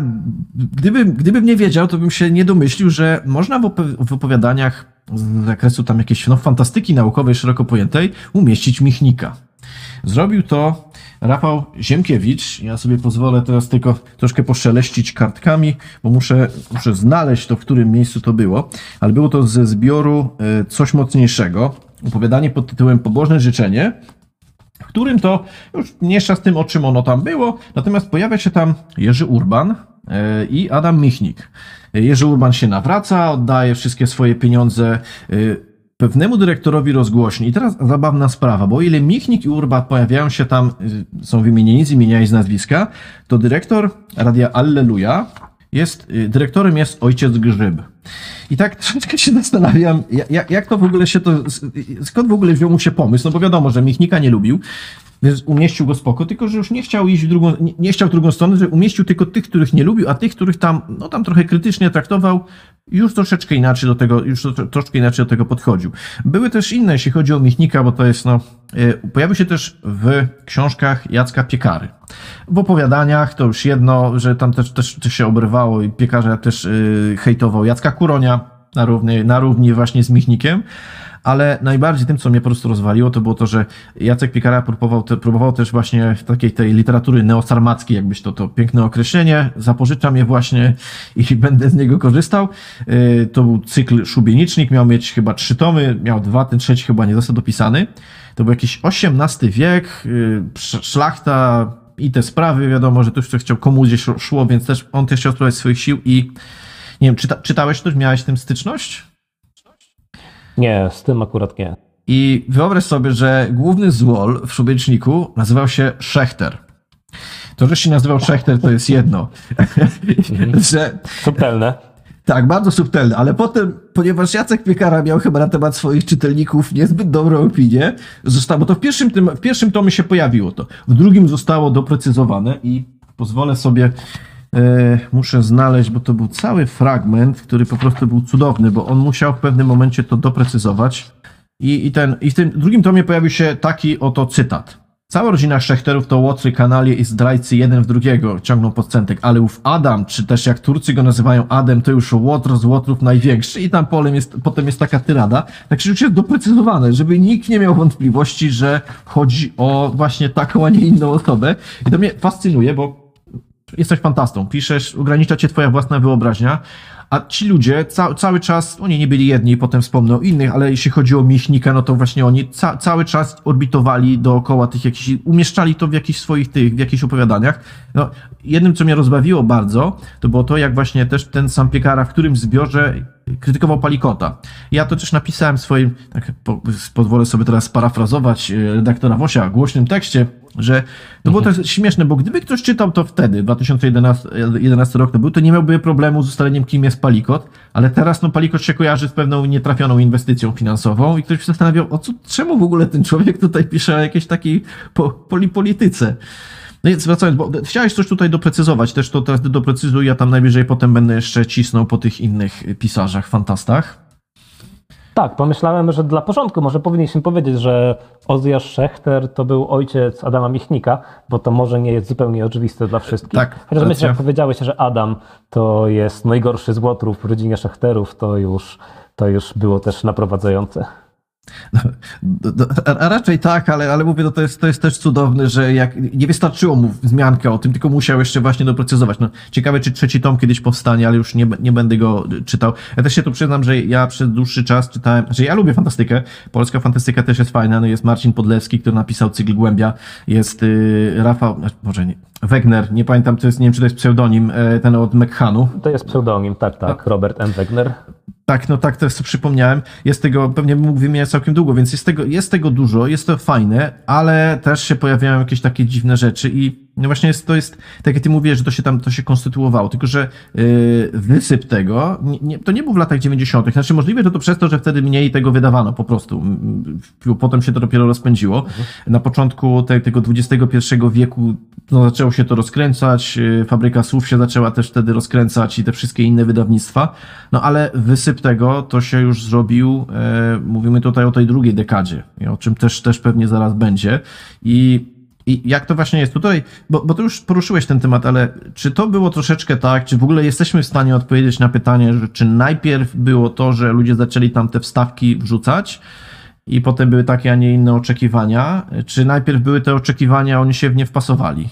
gdybym nie wiedział, to bym się nie domyślił, że można w opowiadaniach z zakresu tam jakiejś fantastyki naukowej szeroko pojętej umieścić Michnika. Zrobił to Rafał Ziemkiewicz. Ja sobie pozwolę teraz tylko troszkę poszeleścić kartkami, bo muszę znaleźć to, w którym miejscu to było, ale było to ze zbioru Coś mocniejszego. Opowiadanie pod tytułem Pobożne życzenie, w którym to już mniejsza z tym, o czym ono tam było, natomiast pojawia się tam Jerzy Urban i Adam Michnik. Jerzy Urban się nawraca, oddaje wszystkie swoje pieniądze pewnemu dyrektorowi rozgłośni. I teraz zabawna sprawa, bo o ile Michnik i Urban pojawiają się tam, są wymienieni z imienia i z nazwiska, to dyrektor Radia Alleluja dyrektorem jest ojciec Grzyb. I tak troszeczkę się zastanawiam, jak to w ogóle skąd w ogóle wziął mu się pomysł, no bo wiadomo, że Michnika nie lubił, więc umieścił go spoko, tylko że już nie chciał iść nie chciał w drugą stronę, że umieścił tylko tych, których nie lubił, a tych, których tam trochę krytycznie traktował, już troszeczkę inaczej do tego podchodził. Były też inne, jeśli chodzi o Michnika, bo to jest, pojawił się też w książkach Jacka Piekary. W opowiadaniach to już jedno, że tam też się obrywało i Piekarza też hejtował Jacka Kuronia na równi właśnie z Michnikiem. Ale najbardziej tym, co mnie po prostu rozwaliło, to było to, że Jacek Piekara próbował też właśnie w takiej tej literatury neosarmackiej, jakbyś to piękne określenie, zapożyczam je właśnie i będę z niego korzystał. To był cykl Szubienicznik, miał mieć chyba 3 tomy, miał 2, ten trzeci chyba nie został dopisany. To był jakiś XVIII wiek, szlachta i te sprawy, wiadomo, że to już chciał komuś gdzieś szło, więc też on też chciał spróbować swoich sił i nie wiem, czytałeś coś, miałeś z tym styczność? Nie, z tym akurat nie. I wyobraź sobie, że główny złol w Szubeczniku nazywał się Szechter. To, że się nazywał Szechter, to jest jedno. Że, Subtelne. tak, bardzo subtelne, ale potem, ponieważ Jacek Piekara miał chyba na temat swoich czytelników niezbyt dobrą opinię, bo to w pierwszym tomie się pojawiło to. W drugim zostało doprecyzowane i pozwolę sobie, muszę znaleźć, bo to był cały fragment, który po prostu był cudowny, bo on musiał w pewnym momencie to doprecyzować. I w tym drugim tomie pojawił się taki oto cytat. Cała rodzina Szechterów to łotry, kanalie i zdrajcy jeden w drugiego, ciągną podcentek, ale ów Adam, czy też jak Turcy go nazywają Adem, to już łotr z łotrów największy i tam potem jest taka tyrada. Także już jest doprecyzowane, żeby nikt nie miał wątpliwości, że chodzi o właśnie taką, a nie inną osobę. I to mnie fascynuje, bo jesteś fantastą, piszesz, ogranicza cię twoja własna wyobraźnia, a ci ludzie cały czas, oni nie byli jedni, potem wspomnę o innych, ale jeśli chodzi o Michnika, no to właśnie oni cały czas orbitowali dookoła tych jakichś, umieszczali to w jakichś swoich w jakichś opowiadaniach. No, jednym, co mnie rozbawiło bardzo, to było to, jak właśnie też ten sam Piekara w którymś zbiorze krytykował Palikota. Ja to też napisałem w swoim, tak pozwolę sobie teraz sparafrazować redaktora Wosia, głośnym tekście, że to było też śmieszne, bo gdyby ktoś czytał to wtedy, 2011 rok to był, to nie miałby problemu z ustaleniem, kim jest Palikot, ale teraz no Palikot się kojarzy z pewną nietrafioną inwestycją finansową i ktoś się zastanawiał, czemu w ogóle ten człowiek tutaj pisze o jakiejś takiej polityce. No i wracając, bo chciałeś coś tutaj doprecyzować, też to teraz doprecyzuj, ja tam najwyżej potem będę jeszcze cisnął po tych innych pisarzach, fantastach. Tak, pomyślałem, że dla porządku może powinniśmy powiedzieć, że Oziasz Szechter to był ojciec Adama Michnika, bo to może nie jest zupełnie oczywiste dla wszystkich. Tak, chociaż myślę, jak powiedziałeś, że Adam to jest najgorszy z łotrów w rodzinie Szechterów, to już było też naprowadzające. A raczej tak, ale mówię, no to jest też cudowne, że jak nie wystarczyło mu wzmianka o tym, tylko musiał jeszcze właśnie doprecyzować. No, ciekawe, czy trzeci tom kiedyś powstanie, ale już nie będę go czytał. Ja też się tu przyznam, że ja przez dłuższy czas czytałem, że ja lubię fantastykę, polska fantastyka też jest fajna, no jest Marcin Podlewski, który napisał Cykl Głębia, jest Rafał, może nie, Wegner, nie pamiętam, to jest, nie wiem, czy to jest pseudonim, ten od Mekhanu. To jest pseudonim, tak, Robert M. Wegner. Tak, no tak, to sobie przypomniałem. Jest tego, pewnie bym mógł wymieniać całkiem długo, więc jest tego dużo, jest to fajne, ale też się pojawiają jakieś takie dziwne rzeczy i no właśnie to jest, tak jak ty mówisz, że to się konstytuowało, tylko że wysyp tego, to nie był w latach 90. Znaczy możliwe, że to przez to, że wtedy mniej tego wydawano po prostu. Potem się to dopiero rozpędziło. Na początku tego XXI wieku no, zaczęło się to rozkręcać, Fabryka Słów się zaczęła też wtedy rozkręcać i te wszystkie inne wydawnictwa, no ale wysyp tego to się już zrobił, mówimy tutaj o tej drugiej dekadzie, o czym też pewnie zaraz będzie i jak to właśnie jest tutaj, bo ty już poruszyłeś ten temat, ale czy to było troszeczkę tak, czy w ogóle jesteśmy w stanie odpowiedzieć na pytanie, że czy najpierw było to, że ludzie zaczęli tam te wstawki wrzucać i potem były takie, a nie inne oczekiwania, czy najpierw były te oczekiwania, a oni się w nie wpasowali?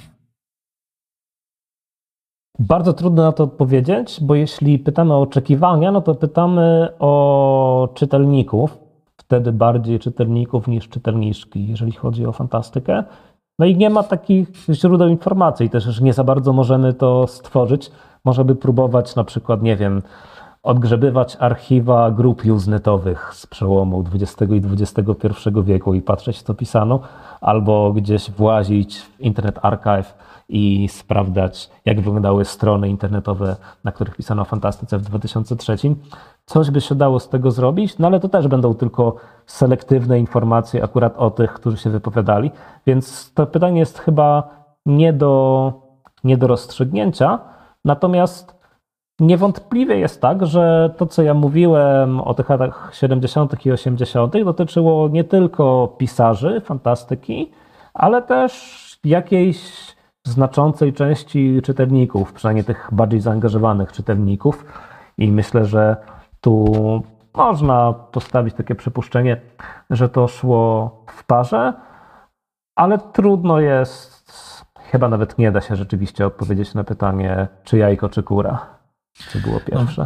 Bardzo trudno na to odpowiedzieć, bo jeśli pytamy o oczekiwania, no to pytamy o czytelników, wtedy bardziej czytelników niż czytelniczki, jeżeli chodzi o fantastykę. No i nie ma takich źródeł informacji, też nie za bardzo możemy to stworzyć. Możemy próbować na przykład, nie wiem, odgrzebywać archiwa grup usenetowych z przełomu XX i XXI wieku i patrzeć, co pisano, albo gdzieś włazić w Internet Archive i sprawdzać, jak wyglądały strony internetowe, na których pisano o fantastyce w 2003. Coś by się dało z tego zrobić, no ale to też będą tylko selektywne informacje akurat o tych, którzy się wypowiadali, więc to pytanie jest chyba nie do rozstrzygnięcia, natomiast niewątpliwie jest tak, że to, co ja mówiłem o tych latach 70. i 80., dotyczyło nie tylko pisarzy fantastyki, ale też jakiejś znaczącej części czytelników, przynajmniej tych bardziej zaangażowanych czytelników. I myślę, że tu można postawić takie przypuszczenie, że to szło w parze, ale trudno jest, chyba nawet nie da się rzeczywiście odpowiedzieć na pytanie, czy jajko, czy kura. Co było pierwsze?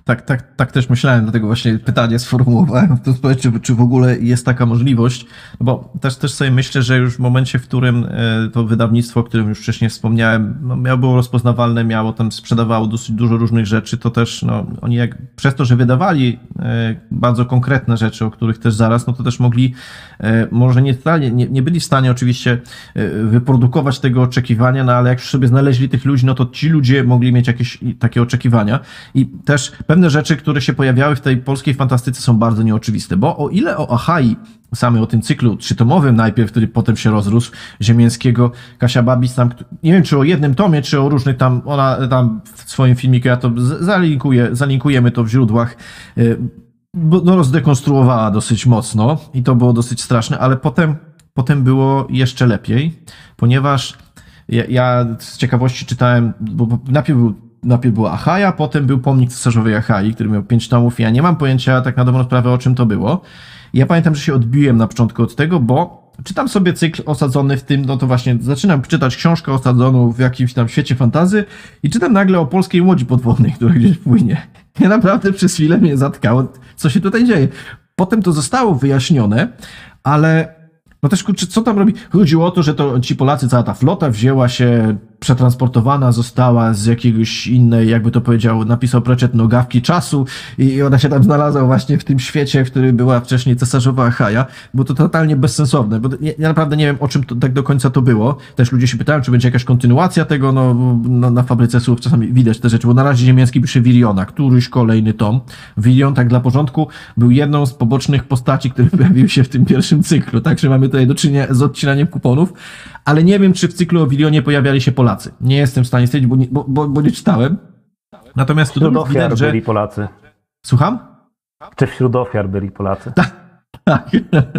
Tak też myślałem, dlatego właśnie pytanie sformułowałem w ten sposób, czy w ogóle jest taka możliwość, bo też sobie myślę, że już w momencie, w którym to wydawnictwo, o którym już wcześniej wspomniałem, no, było rozpoznawalne, sprzedawało dosyć dużo różnych rzeczy, to też no, oni przez to, że wydawali bardzo konkretne rzeczy, o których też zaraz, no to też mogli, może nie byli w stanie oczywiście wyprodukować tego oczekiwania, no ale jak już sobie znaleźli tych ludzi, no to ci ludzie mogli mieć jakieś takie oczekiwania i też pewne rzeczy, które się pojawiały w tej polskiej fantastyce są bardzo nieoczywiste, bo o ile o Achai, o tym cyklu trzytomowym najpierw, który potem się rozrósł, Ziemiańskiego, Kasia Babic tam, nie wiem czy o jednym tomie, czy o różnych tam, ona tam w swoim filmiku, ja to zalinkujemy to w źródłach, no zdekonstruowała dosyć mocno i to było dosyć straszne, ale potem było jeszcze lepiej, ponieważ ja z ciekawości czytałem, bo najpierw była Achaja, potem był Pomnik Cesarzowej Achai, który miał 5 tomów i ja nie mam pojęcia tak na dobrą sprawę, o czym to było. I ja pamiętam, że się odbiłem na początku od tego, bo czytam sobie cykl osadzony w tym, no to właśnie zaczynam czytać książkę osadzoną w jakimś tam świecie fantasy i czytam nagle o polskiej łodzi podwodnej, która gdzieś płynie. Ja naprawdę przez chwilę mnie zatkało, co się tutaj dzieje. Potem to zostało wyjaśnione, ale no też, kurczę, co tam robi? Chodziło o to, że to ci Polacy, cała ta flota wzięła się, przetransportowana została z jakiegoś innej, jakby to powiedział, napisał Pratchett, nogawki czasu i ona się tam znalazła właśnie w tym świecie, w którym była wcześniej cesarzowa Achaja. Było to totalnie bezsensowne, bo ja naprawdę nie wiem, o czym tak do końca to było. Też ludzie się pytają, czy będzie jakaś kontynuacja tego, no na Fabryce Słów czasami widać te rzeczy, bo na razie Ziemiański pisze Viriona, któryś kolejny tom. Virion, tak dla porządku, był jedną z pobocznych postaci, które pojawiły się w tym pierwszym cyklu, także mamy tutaj do czynienia z odcinaniem kuponów, ale nie wiem, czy w cyklu o Virionie pojawiali się Polacy. Nie jestem w stanie stwierdzić, bo nie czytałem. Natomiast wśród ofiar byli Polacy. Słucham? Czy wśród ofiar byli Polacy? Tak.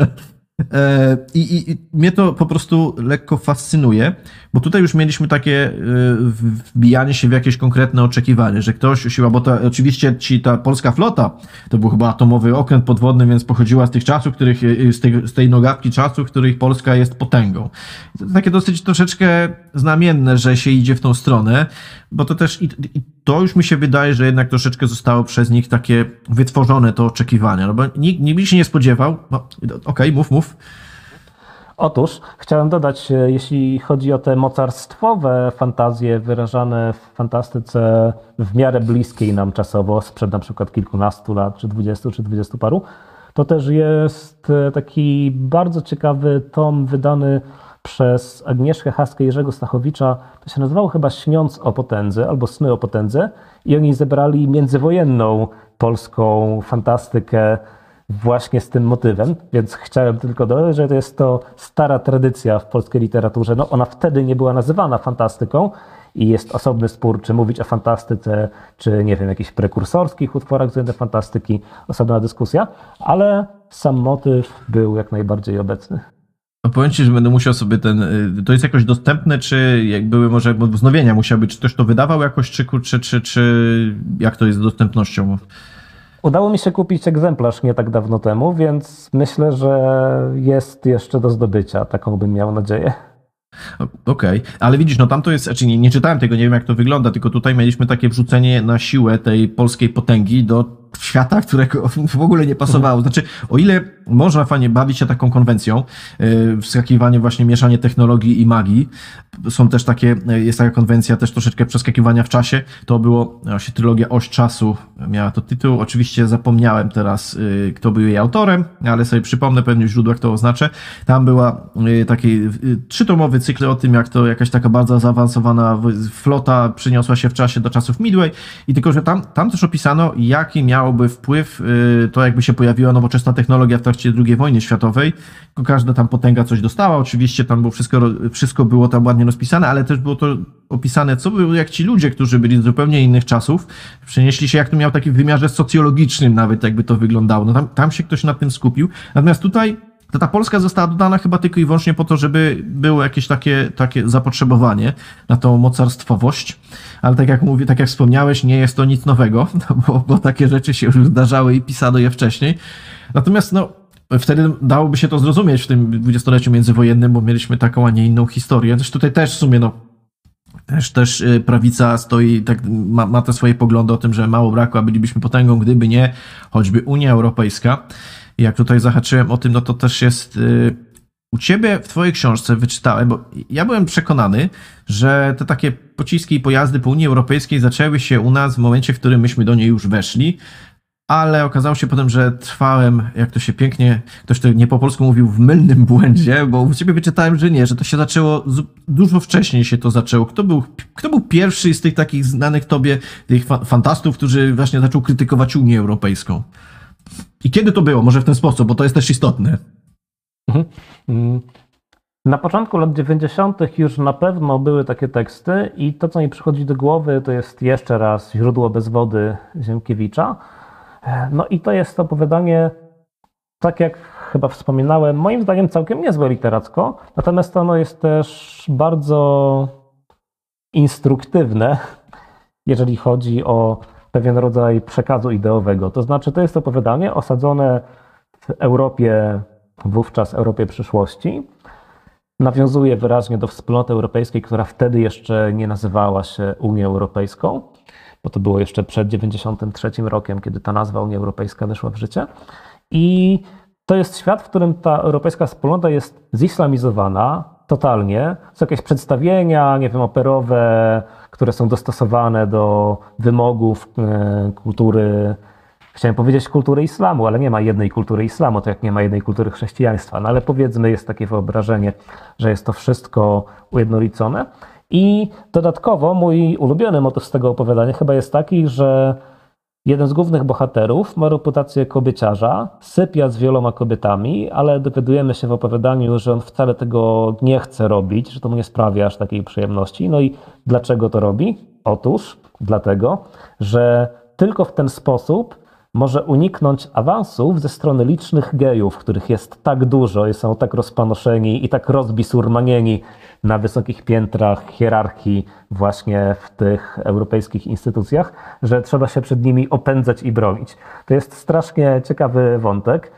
I mnie to po prostu lekko fascynuje, bo tutaj już mieliśmy takie wbijanie się w jakieś konkretne oczekiwanie, że ktoś siła, bo oczywiście ta polska flota to był chyba atomowy okręt podwodny, więc pochodziła z tych czasów, z tej nogawki czasu, w których Polska jest potęgą. To takie dosyć troszeczkę znamienne, że się idzie w tą stronę, bo to też i to już mi się wydaje, że jednak troszeczkę zostało przez nich takie wytworzone to oczekiwania, no bo nikt by się nie spodziewał, no okej, mów. Otóż chciałem dodać, jeśli chodzi o te mocarstwowe fantazje wyrażane w fantastyce w miarę bliskiej nam czasowo, sprzed na przykład kilkunastu lat, czy 20, czy 20 paru, to też jest taki bardzo ciekawy tom wydany przez Agnieszkę Haskę i Jerzego Stachowicza. To się nazywało chyba Śniąc o potędze albo Sny o potędze i oni zebrali międzywojenną polską fantastykę właśnie z tym motywem, więc chciałem tylko dodać, że to jest to stara tradycja w polskiej literaturze. No, ona wtedy nie była nazywana fantastyką i jest osobny spór, czy mówić o fantastyce, czy nie wiem, jakichś prekursorskich utworach względem fantastyki, osobna dyskusja, ale sam motyw był jak najbardziej obecny. No powiem Ci, że będę musiał sobie to jest jakoś dostępne, czy jak były może wznowienia musiały być, czy ktoś to wydawał jakoś, czy jak to jest z dostępnością? Udało mi się kupić egzemplarz nie tak dawno temu, więc myślę, że jest jeszcze do zdobycia. Taką bym miał nadzieję. Okej, ale widzisz, no tam to jest, znaczy nie czytałem tego, nie wiem jak to wygląda, tylko tutaj mieliśmy takie wrzucenie na siłę tej polskiej potęgi do świata, którego w ogóle nie pasowało. Znaczy, o ile można fajnie bawić się taką konwencją, wskakiwanie właśnie, mieszanie technologii i magii, są też jest taka konwencja też troszeczkę przeskakiwania w czasie, to było właśnie trylogia Oś Czasu, miała to tytuł, oczywiście zapomniałem teraz, kto był jej autorem, ale sobie przypomnę, pewnie w źródłach to oznaczę. Tam była taki 3-tomowy cykl o tym, jak to jakaś taka bardzo zaawansowana flota przyniosła się w czasie do czasów Midway i tylko, że tam też opisano, jaki miałoby wpływ to, jakby się pojawiła nowoczesna technologia w trakcie II wojny światowej. Każda tam potęga coś dostała, oczywiście tam było wszystko było tam ładnie rozpisane, ale też było to opisane, co było, jak ci ludzie, którzy byli z zupełnie innych czasów, przenieśli się, jak to miał taki w wymiarze socjologicznym nawet, jakby to wyglądało. No tam się ktoś nad tym skupił. Natomiast tutaj ta Polska została dodana chyba tylko i wyłącznie po to, żeby było jakieś takie zapotrzebowanie na tą mocarstwowość, ale tak jak mówię, tak jak wspomniałeś, nie jest to nic nowego, no bo takie rzeczy się już zdarzały i pisano je wcześniej. Natomiast no, wtedy dałoby się to zrozumieć w tym dwudziestoleciu międzywojennym, bo mieliśmy taką, a nie inną historię. Też tutaj też w sumie Też prawica stoi, tak, ma te swoje poglądy o tym, że mało brakło, a bylibyśmy potęgą, gdyby nie choćby Unia Europejska. I jak tutaj zahaczyłem o tym, no to też jest u ciebie w twojej książce wyczytałem, bo ja byłem przekonany, że te takie pociski i pojazdy po Unii Europejskiej zaczęły się u nas w momencie, w którym myśmy do niej już weszli, ale okazało się potem, że trwałem, jak to się pięknie, ktoś to nie po polsku mówił, w mylnym błędzie, bo u ciebie wyczytałem, że nie, że to się zaczęło, dużo wcześniej się to zaczęło. Kto był pierwszy z tych takich znanych tobie, tych fantastów, którzy właśnie zaczął krytykować Unię Europejską? I kiedy to było? Może w ten sposób, bo to jest też istotne. Na początku lat 90. już na pewno były takie teksty i to, co mi przychodzi do głowy, to jest jeszcze raz Źródło bez wody Ziemkiewicza. No i to jest opowiadanie, tak jak chyba wspominałem, moim zdaniem całkiem niezłe literacko, natomiast ono jest też bardzo instruktywne, jeżeli chodzi o pewien rodzaj przekazu ideowego. To znaczy, to jest opowiadanie osadzone w Europie, wówczas Europie przyszłości. Nawiązuje wyraźnie do wspólnoty europejskiej, która wtedy jeszcze nie nazywała się Unią Europejską, bo to było jeszcze przed 93 rokiem, kiedy ta nazwa Unia Europejska weszła w życie. I to jest świat, w którym ta europejska wspólnota jest zislamizowana totalnie. Są jakieś przedstawienia, nie wiem, operowe, które są dostosowane do wymogów kultury, chciałem powiedzieć kultury islamu, ale nie ma jednej kultury islamu, tak jak nie ma jednej kultury chrześcijaństwa. No ale powiedzmy, jest takie wyobrażenie, że jest to wszystko ujednolicone. I dodatkowo mój ulubiony motyw z tego opowiadania chyba jest taki, że jeden z głównych bohaterów ma reputację kobieciarza, sypia z wieloma kobietami, ale dowiadujemy się w opowiadaniu, że on wcale tego nie chce robić, że to mu nie sprawia aż takiej przyjemności. No i dlaczego to robi? Otóż dlatego, że tylko w ten sposób może uniknąć awansów ze strony licznych gejów, których jest tak dużo i są tak rozpanoszeni i tak rozbisurmanieni na wysokich piętrach hierarchii właśnie w tych europejskich instytucjach, że trzeba się przed nimi opędzać i bronić. To jest strasznie ciekawy wątek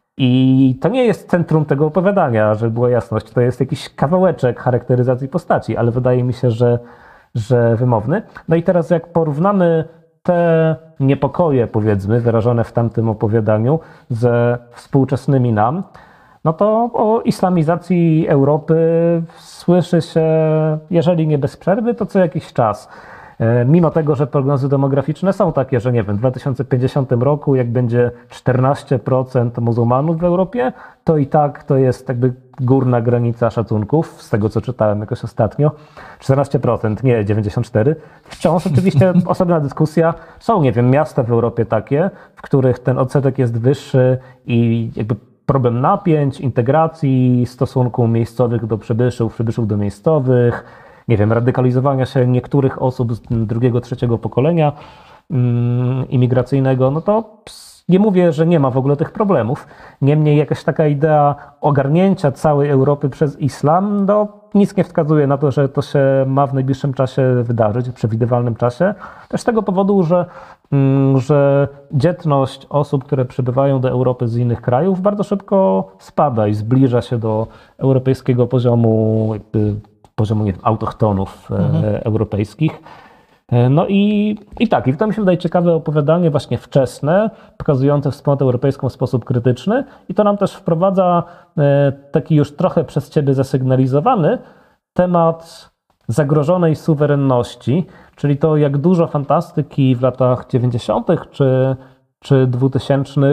i to nie jest centrum tego opowiadania, żeby była jasność, to jest jakiś kawałeczek charakteryzacji postaci, ale wydaje mi się, że wymowny. No i teraz jak porównamy te niepokoje, powiedzmy, wyrażone w tamtym opowiadaniu ze współczesnymi nam, no to o islamizacji Europy słyszy się, jeżeli nie bez przerwy, to co jakiś czas. Mimo tego, że prognozy demograficzne są takie, że nie wiem, w 2050 roku, jak będzie 14% muzułmanów w Europie, to i tak to jest jakby górna granica szacunków, z tego co czytałem jakoś ostatnio. 14%, nie 94%. Wciąż oczywiście osobna dyskusja. Są, nie wiem, miasta w Europie takie, w których ten odsetek jest wyższy i jakby problem napięć, integracji, stosunku miejscowych do przybyszów do miejscowych, nie wiem, radykalizowania się niektórych osób z drugiego, trzeciego pokolenia imigracyjnego, no to nie mówię, że nie ma w ogóle tych problemów. Niemniej jakaś taka idea ogarnięcia całej Europy przez islam, no nic nie wskazuje na to, że to się ma w najbliższym czasie wydarzyć, w przewidywalnym czasie. Też z tego powodu, że dzietność osób, które przybywają do Europy z innych krajów bardzo szybko spada i zbliża się do europejskiego poziomu, nie wiem, autochtonów europejskich. No i to mi się wydaje ciekawe opowiadanie, właśnie wczesne, pokazujące wspólnotę europejską w sposób krytyczny i to nam też wprowadza taki już trochę przez ciebie zasygnalizowany temat zagrożonej suwerenności, czyli to, jak dużo fantastyki w latach 90. czy 2000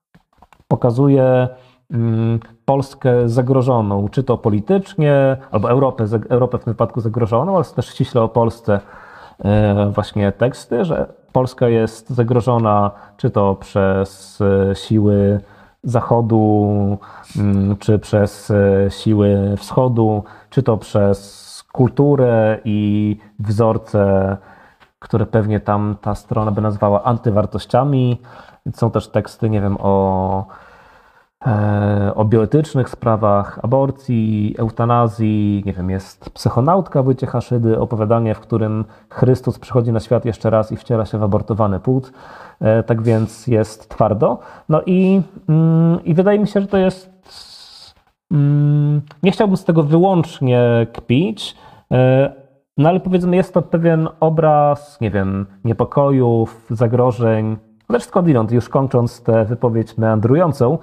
Polskę zagrożoną, czy to politycznie, albo Europę w tym wypadku zagrożoną, ale też ściśle o Polsce właśnie teksty, że Polska jest zagrożona czy to przez siły Zachodu, czy przez siły Wschodu, czy to przez kulturę i wzorce, które pewnie tam ta strona by nazwała antywartościami. Są też teksty, nie wiem, o bioetycznych sprawach, aborcji, eutanazji, nie wiem, jest Psychonautka Wojciecha Szydy, opowiadanie, w którym Chrystus przychodzi na świat jeszcze raz i wciela się w abortowany płód, tak więc jest twardo. No i wydaje mi się, że to jest, nie chciałbym z tego wyłącznie kpić, No ale powiedzmy, jest to pewien obraz, nie wiem, niepokojów, zagrożeń, lecz skądinąd, już kończąc tę wypowiedź meandrującą,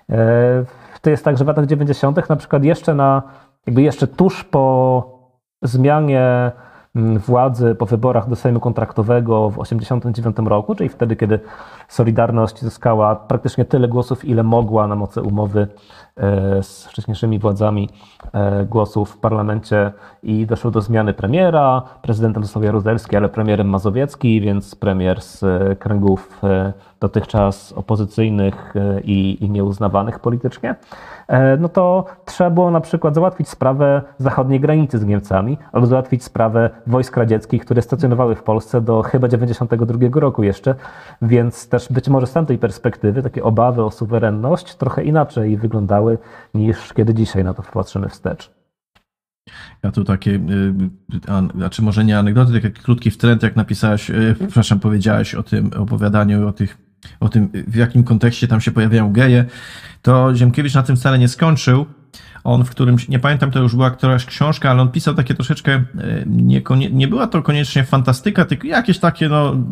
to jest tak, że w latach 90. na przykład jeszcze tuż po zmianie władzy, po wyborach do Sejmu Kontraktowego w 1989 roku, czyli wtedy, kiedy Solidarność zyskała praktycznie tyle głosów, ile mogła na mocy umowy z wcześniejszymi władzami głosów w parlamencie i doszło do zmiany premiera. Prezydentem został Jaruzelski, ale premierem Mazowiecki, więc premier z kręgów dotychczas opozycyjnych i nieuznawanych politycznie. No to trzeba było na przykład załatwić sprawę zachodniej granicy z Niemcami albo załatwić sprawę wojsk radzieckich, które stacjonowały w Polsce do chyba 92 roku jeszcze, więc też być może z tamtej perspektywy takie obawy o suwerenność trochę inaczej wyglądały niż kiedy dzisiaj na to patrzymy wstecz. Ja tu takie, znaczy może nie anegdoty, taki krótki wtręt, jak napisałeś, powiedziałeś o tym opowiadaniu, o tym, w jakim kontekście tam się pojawiają geje, to Ziemkiewicz na tym wcale nie skończył. On w którymś, nie pamiętam, to już była któraś książka, ale on pisał takie troszeczkę, nie była to koniecznie fantastyka, tylko jakieś takie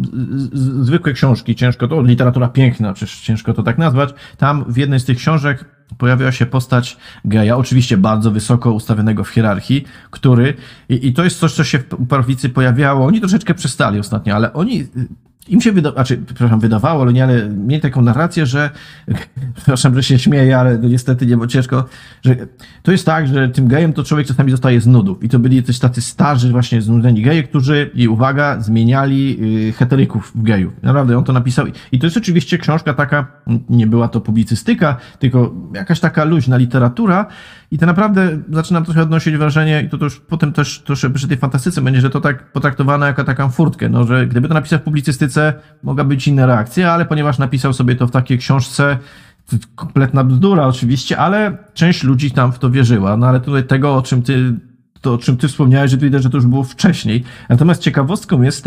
zwykłe książki, ciężko to, literatura piękna, przecież ciężko to tak nazwać. Tam w jednej z tych książek pojawiła się postać geja, oczywiście bardzo wysoko ustawionego w hierarchii, który, i to jest coś, co się w prawicy pojawiało, oni troszeczkę przestali ostatnio, ale im się wydawało, ale mieli taką narrację, że, przepraszam, że się śmieję, ale niestety nie, bo ciężko, że to jest tak, że tym gejem to człowiek czasami zostaje z nudów. I to byli też tacy starzy, właśnie znudzeni geje, którzy, i uwaga, zmieniali heteryków w gejów. Naprawdę, on to napisał. I to jest oczywiście książka taka, nie była to publicystyka, tylko jakaś taka luźna literatura. I to naprawdę zaczynam trochę odnosić wrażenie, i to już potem też troszkę przy tej fantastyce będzie, że to tak potraktowane jako taką furtkę, no, że gdyby to napisał w publicystyce, mogła być inna reakcja, ale ponieważ napisał sobie to w takiej książce, kompletna bzdura oczywiście, ale część ludzi tam w to wierzyła. No ale tutaj tego, o czym ty wspomniałeś, że tu widać, że to już było wcześniej. Natomiast ciekawostką jest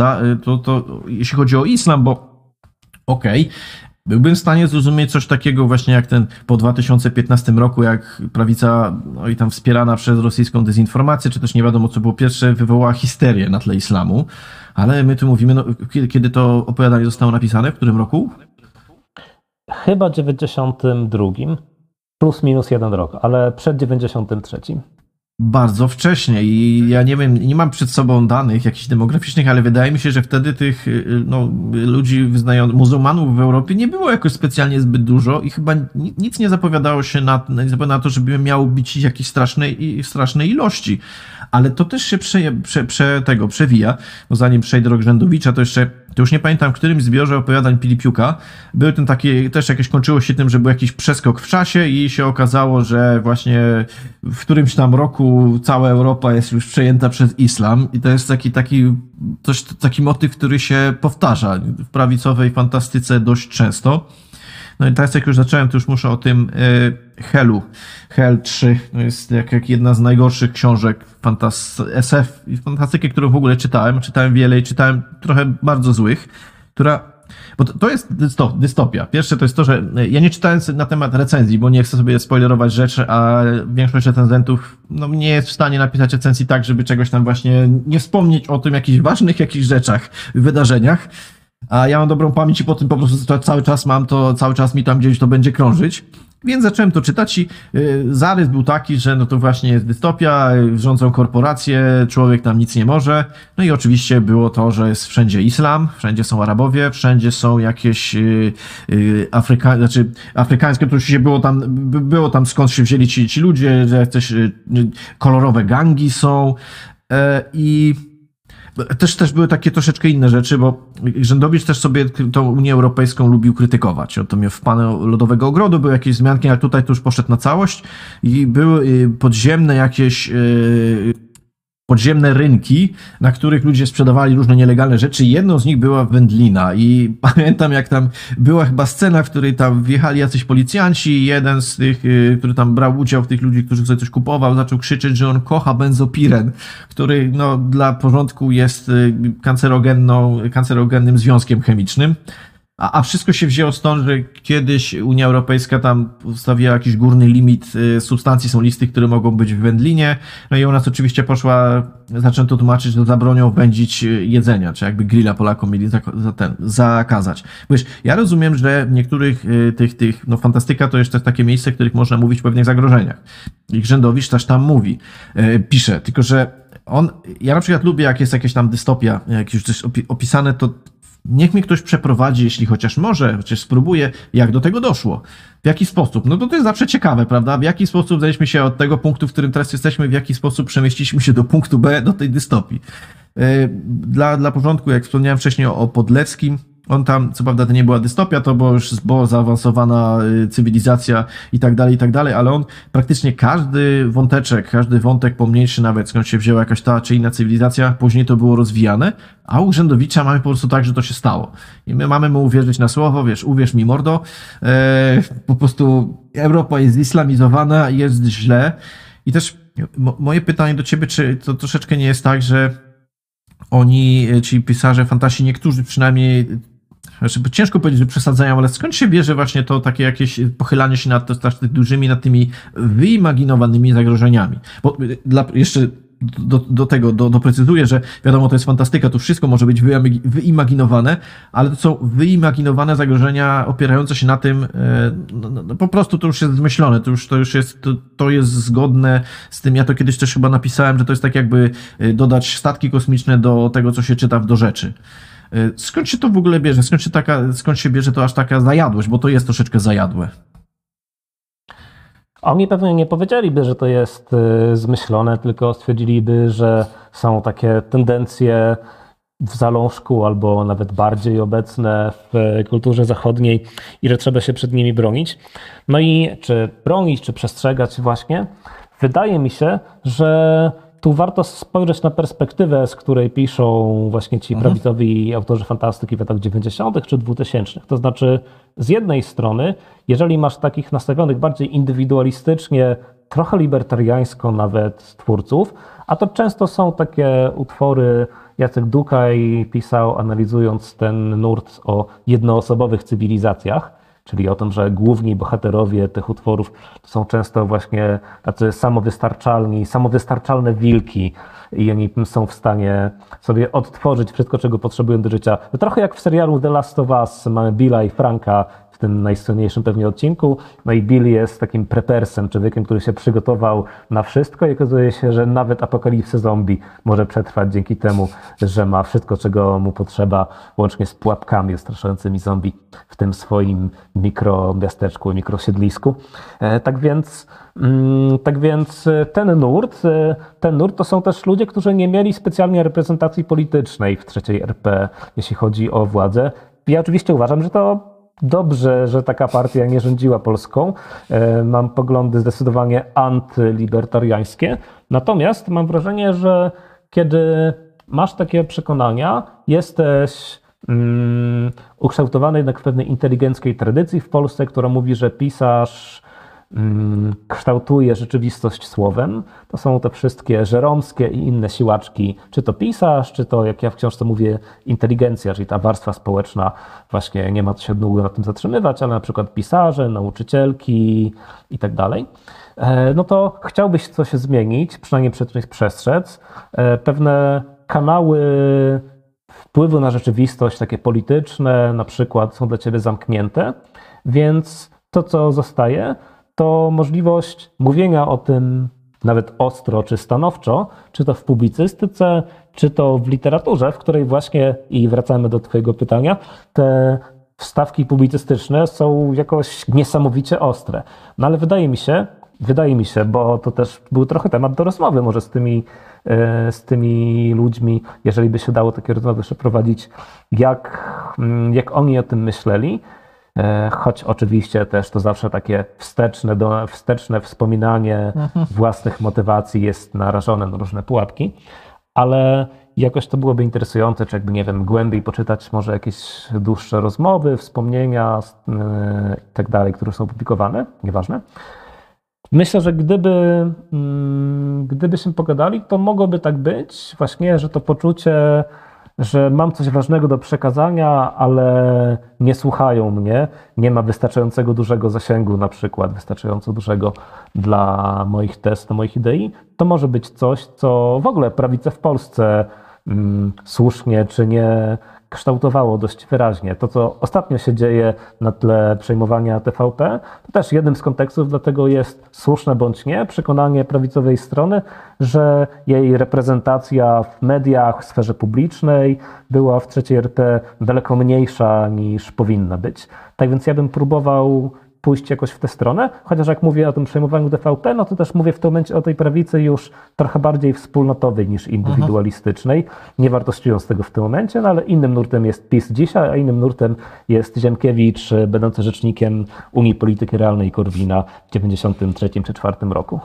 jeśli chodzi o islam, bo byłbym w stanie zrozumieć coś takiego właśnie jak po 2015 roku, jak prawica, no i tam wspierana przez rosyjską dezinformację, czy też nie wiadomo co było pierwsze, wywołała histerię na tle islamu. Ale my tu mówimy, kiedy to opowiadanie zostało napisane, w którym roku? Chyba 92, plus minus 1 rok, ale przed 93. Bardzo wcześnie i ja nie wiem, nie mam przed sobą danych jakichś demograficznych, ale wydaje mi się, że wtedy tych ludzi muzułmanów w Europie nie było jakoś specjalnie zbyt dużo i chyba nic nie zapowiadało się na to, żeby miało być jakiejś strasznej ilości. Ale to też się przewija, bo zanim przejdę do Grzędowicza, to już nie pamiętam, w którym zbiorze opowiadań Pilipiuka były też jakieś kończyło się tym, że był jakiś przeskok w czasie i się okazało, że właśnie w którymś tam roku cała Europa jest już przejęta przez islam i to jest taki motyw, który się powtarza w prawicowej fantastyce dość często. No i teraz jak już zacząłem, to już muszę o tym Helu. Hel 3 to jest jak jedna z najgorszych książek SF i fantastyki, którą w ogóle czytałem. Czytałem wiele i czytałem trochę bardzo złych, bo to jest dystopia. Pierwsze to jest to, że ja nie czytałem na temat recenzji, bo nie chcę sobie spoilerować rzeczy, a większość recenzentów nie jest w stanie napisać recenzji tak, żeby czegoś tam właśnie nie wspomnieć o tym jakichś ważnych rzeczach, wydarzeniach. A ja mam dobrą pamięć i po tym po prostu cały czas mi tam gdzieś to będzie krążyć. Więc zacząłem to czytać i zarys był taki, że no to właśnie jest dystopia, rządzą korporacje, człowiek tam nic nie może. No i oczywiście było to, że jest wszędzie islam, wszędzie są Arabowie, wszędzie są jakieś afrykańskie, to oczywiście było tam skąd się wzięli ci ludzie, że też kolorowe gangi są i też były takie troszeczkę inne rzeczy, bo Grzędowicz też sobie tą Unię Europejską lubił krytykować. To miał w panu Lodowego Ogrodu, były jakieś wzmianki, ale tutaj to już poszedł na całość i były podziemne rynki, na których ludzie sprzedawali różne nielegalne rzeczy. Jedną z nich była wędlina i pamiętam, jak tam była chyba scena, w której tam wjechali jacyś policjanci i jeden z tych, który tam brał udział w tych ludzi, którzy sobie coś kupował, zaczął krzyczeć, że on kocha benzopiren, który dla porządku jest kancerogennym związkiem chemicznym. A wszystko się wzięło stąd, że kiedyś Unia Europejska tam ustawiła jakiś górny limit substancji solistych, które mogą być w wędlinie. No i u nas oczywiście zaczęto tłumaczyć, że zabronią wędzić jedzenia, czy jakby grilla Polakom mieli zakazać. Wiesz, ja rozumiem, że w niektórych no fantastyka to jeszcze jest takie miejsce, w których można mówić o pewnych zagrożeniach. I Grzędowicz też tam mówi, pisze, tylko że ja na przykład lubię, jak jest jakaś tam dystopia, jak już coś opisane, to niech mnie ktoś przeprowadzi, jeśli chociaż może, chociaż spróbuje, jak do tego doszło. W jaki sposób? No to jest zawsze ciekawe, prawda? W jaki sposób zeszliśmy się od tego punktu, w którym teraz jesteśmy, w jaki sposób przemieściliśmy się do punktu B, do tej dystopii. Dla porządku, jak wspomniałem wcześniej o Podlewskim, on tam, co prawda to nie była dystopia, to była już zaawansowana cywilizacja i tak dalej, ale on praktycznie każdy wątek pomniejszy nawet, skąd się wzięła jakaś ta czy inna cywilizacja, później to było rozwijane, a u Grzędowicza mamy po prostu tak, że to się stało. I my mamy mu uwierzyć na słowo, wiesz, uwierz mi mordo, po prostu Europa jest zislamizowana, jest źle. I też moje pytanie do ciebie, czy to troszeczkę nie jest tak, że oni, ci pisarze, fantasi, niektórzy przynajmniej, ciężko powiedzieć, że przesadzają, ale skąd się bierze właśnie to takie jakieś pochylanie się nad nad tymi wyimaginowanymi zagrożeniami? Bo jeszcze doprecyzuję, że wiadomo, to jest fantastyka, to wszystko może być wyimaginowane, ale to są wyimaginowane zagrożenia opierające się na tym, no po prostu to już jest zmyślone, to jest zgodne z tym, ja to kiedyś też chyba napisałem, że to jest tak jakby dodać statki kosmiczne do tego, co się czyta w Do rzeczy. Skąd się to w ogóle bierze? Skąd się bierze to aż taka zajadłość? Bo to jest troszeczkę zajadłe. Oni pewnie nie powiedzieliby, że to jest zmyślone, tylko stwierdziliby, że są takie tendencje w zalążku albo nawet bardziej obecne w kulturze zachodniej i że trzeba się przed nimi bronić. No i czy bronić, czy przestrzegać właśnie, wydaje mi się, że tu warto spojrzeć na perspektywę, z której piszą właśnie ci prawicowi autorzy fantastyki w latach 90. czy 2000. To znaczy, z jednej strony, jeżeli masz takich nastawionych bardziej indywidualistycznie, trochę libertariańsko nawet twórców, a to często są takie utwory, Jacek Dukaj pisał, analizując ten nurt o jednoosobowych cywilizacjach, czyli o tym, że główni bohaterowie tych utworów to są często właśnie tacy samowystarczalne wilki i oni są w stanie sobie odtworzyć wszystko, czego potrzebują do życia. To trochę jak w serialu The Last of Us, mamy Billa i Franka w tym najsłynniejszym pewnie odcinku, no i Bill jest takim prepersem, człowiekiem, który się przygotował na wszystko i okazuje się, że nawet apokalipsę zombie może przetrwać dzięki temu, że ma wszystko, czego mu potrzeba, łącznie z pułapkami straszającymi zombie w tym swoim mikromiasteczku, mikrosiedlisku. Tak więc ten nurt to są też ludzie, którzy nie mieli specjalnie reprezentacji politycznej w III RP, jeśli chodzi o władzę. Ja oczywiście uważam, że to dobrze, że taka partia nie rządziła Polską. Mam poglądy zdecydowanie antylibertariańskie. Natomiast mam wrażenie, że kiedy masz takie przekonania, jesteś ukształtowany jednak w pewnej inteligenckiej tradycji w Polsce, która mówi, że pisarz kształtuje rzeczywistość słowem. To są te wszystkie żeromskie i inne siłaczki, czy to pisarz, czy to, jak ja w książce mówię, inteligencja, czyli ta warstwa społeczna, właśnie nie ma co się długo na tym zatrzymywać, ale na przykład pisarze, nauczycielki i tak dalej. No to chciałbyś coś zmienić, przynajmniej przed czymś przestrzec. Pewne kanały wpływu na rzeczywistość, takie polityczne na przykład, są dla ciebie zamknięte, więc to, co zostaje, to możliwość mówienia o tym nawet ostro czy stanowczo, czy to w publicystyce, czy to w literaturze, w której właśnie, i wracamy do twojego pytania, te wstawki publicystyczne są jakoś niesamowicie ostre. No ale wydaje mi się, bo to też był trochę temat do rozmowy może z tymi ludźmi, jeżeli by się dało takie rozmowy przeprowadzić, jak oni o tym myśleli. Choć oczywiście też to zawsze takie wsteczne wspominanie własnych motywacji jest narażone na różne pułapki, ale jakoś to byłoby interesujące, czy jakby, nie wiem, głębiej poczytać może jakieś dłuższe rozmowy, wspomnienia i tak dalej, które są publikowane, nieważne. Myślę, że gdybyśmy pogadali, to mogłoby tak być właśnie, że to poczucie że mam coś ważnego do przekazania, ale nie słuchają mnie, nie ma wystarczającego dużego zasięgu, na przykład wystarczająco dużego dla moich tez, dla moich idei, to może być coś, co w ogóle prawicę w Polsce słusznie czy nie kształtowało dość wyraźnie. To, co ostatnio się dzieje na tle przejmowania TVP, to też jednym z kontekstów, dlatego jest słuszne bądź nie przekonanie prawicowej strony, że jej reprezentacja w mediach, w sferze publicznej była w III RP daleko mniejsza niż powinna być. Tak więc ja bym próbował pójść jakoś w tę stronę, chociaż jak mówię o tym przejmowaniu TVP, no to też mówię w tym momencie o tej prawicy już trochę bardziej wspólnotowej niż indywidualistycznej, nie wartościując tego w tym momencie, no ale innym nurtem jest PiS dzisiaj, a innym nurtem jest Ziemkiewicz, będący rzecznikiem Unii Polityki Realnej Korwina w 1993 czy 1994 roku.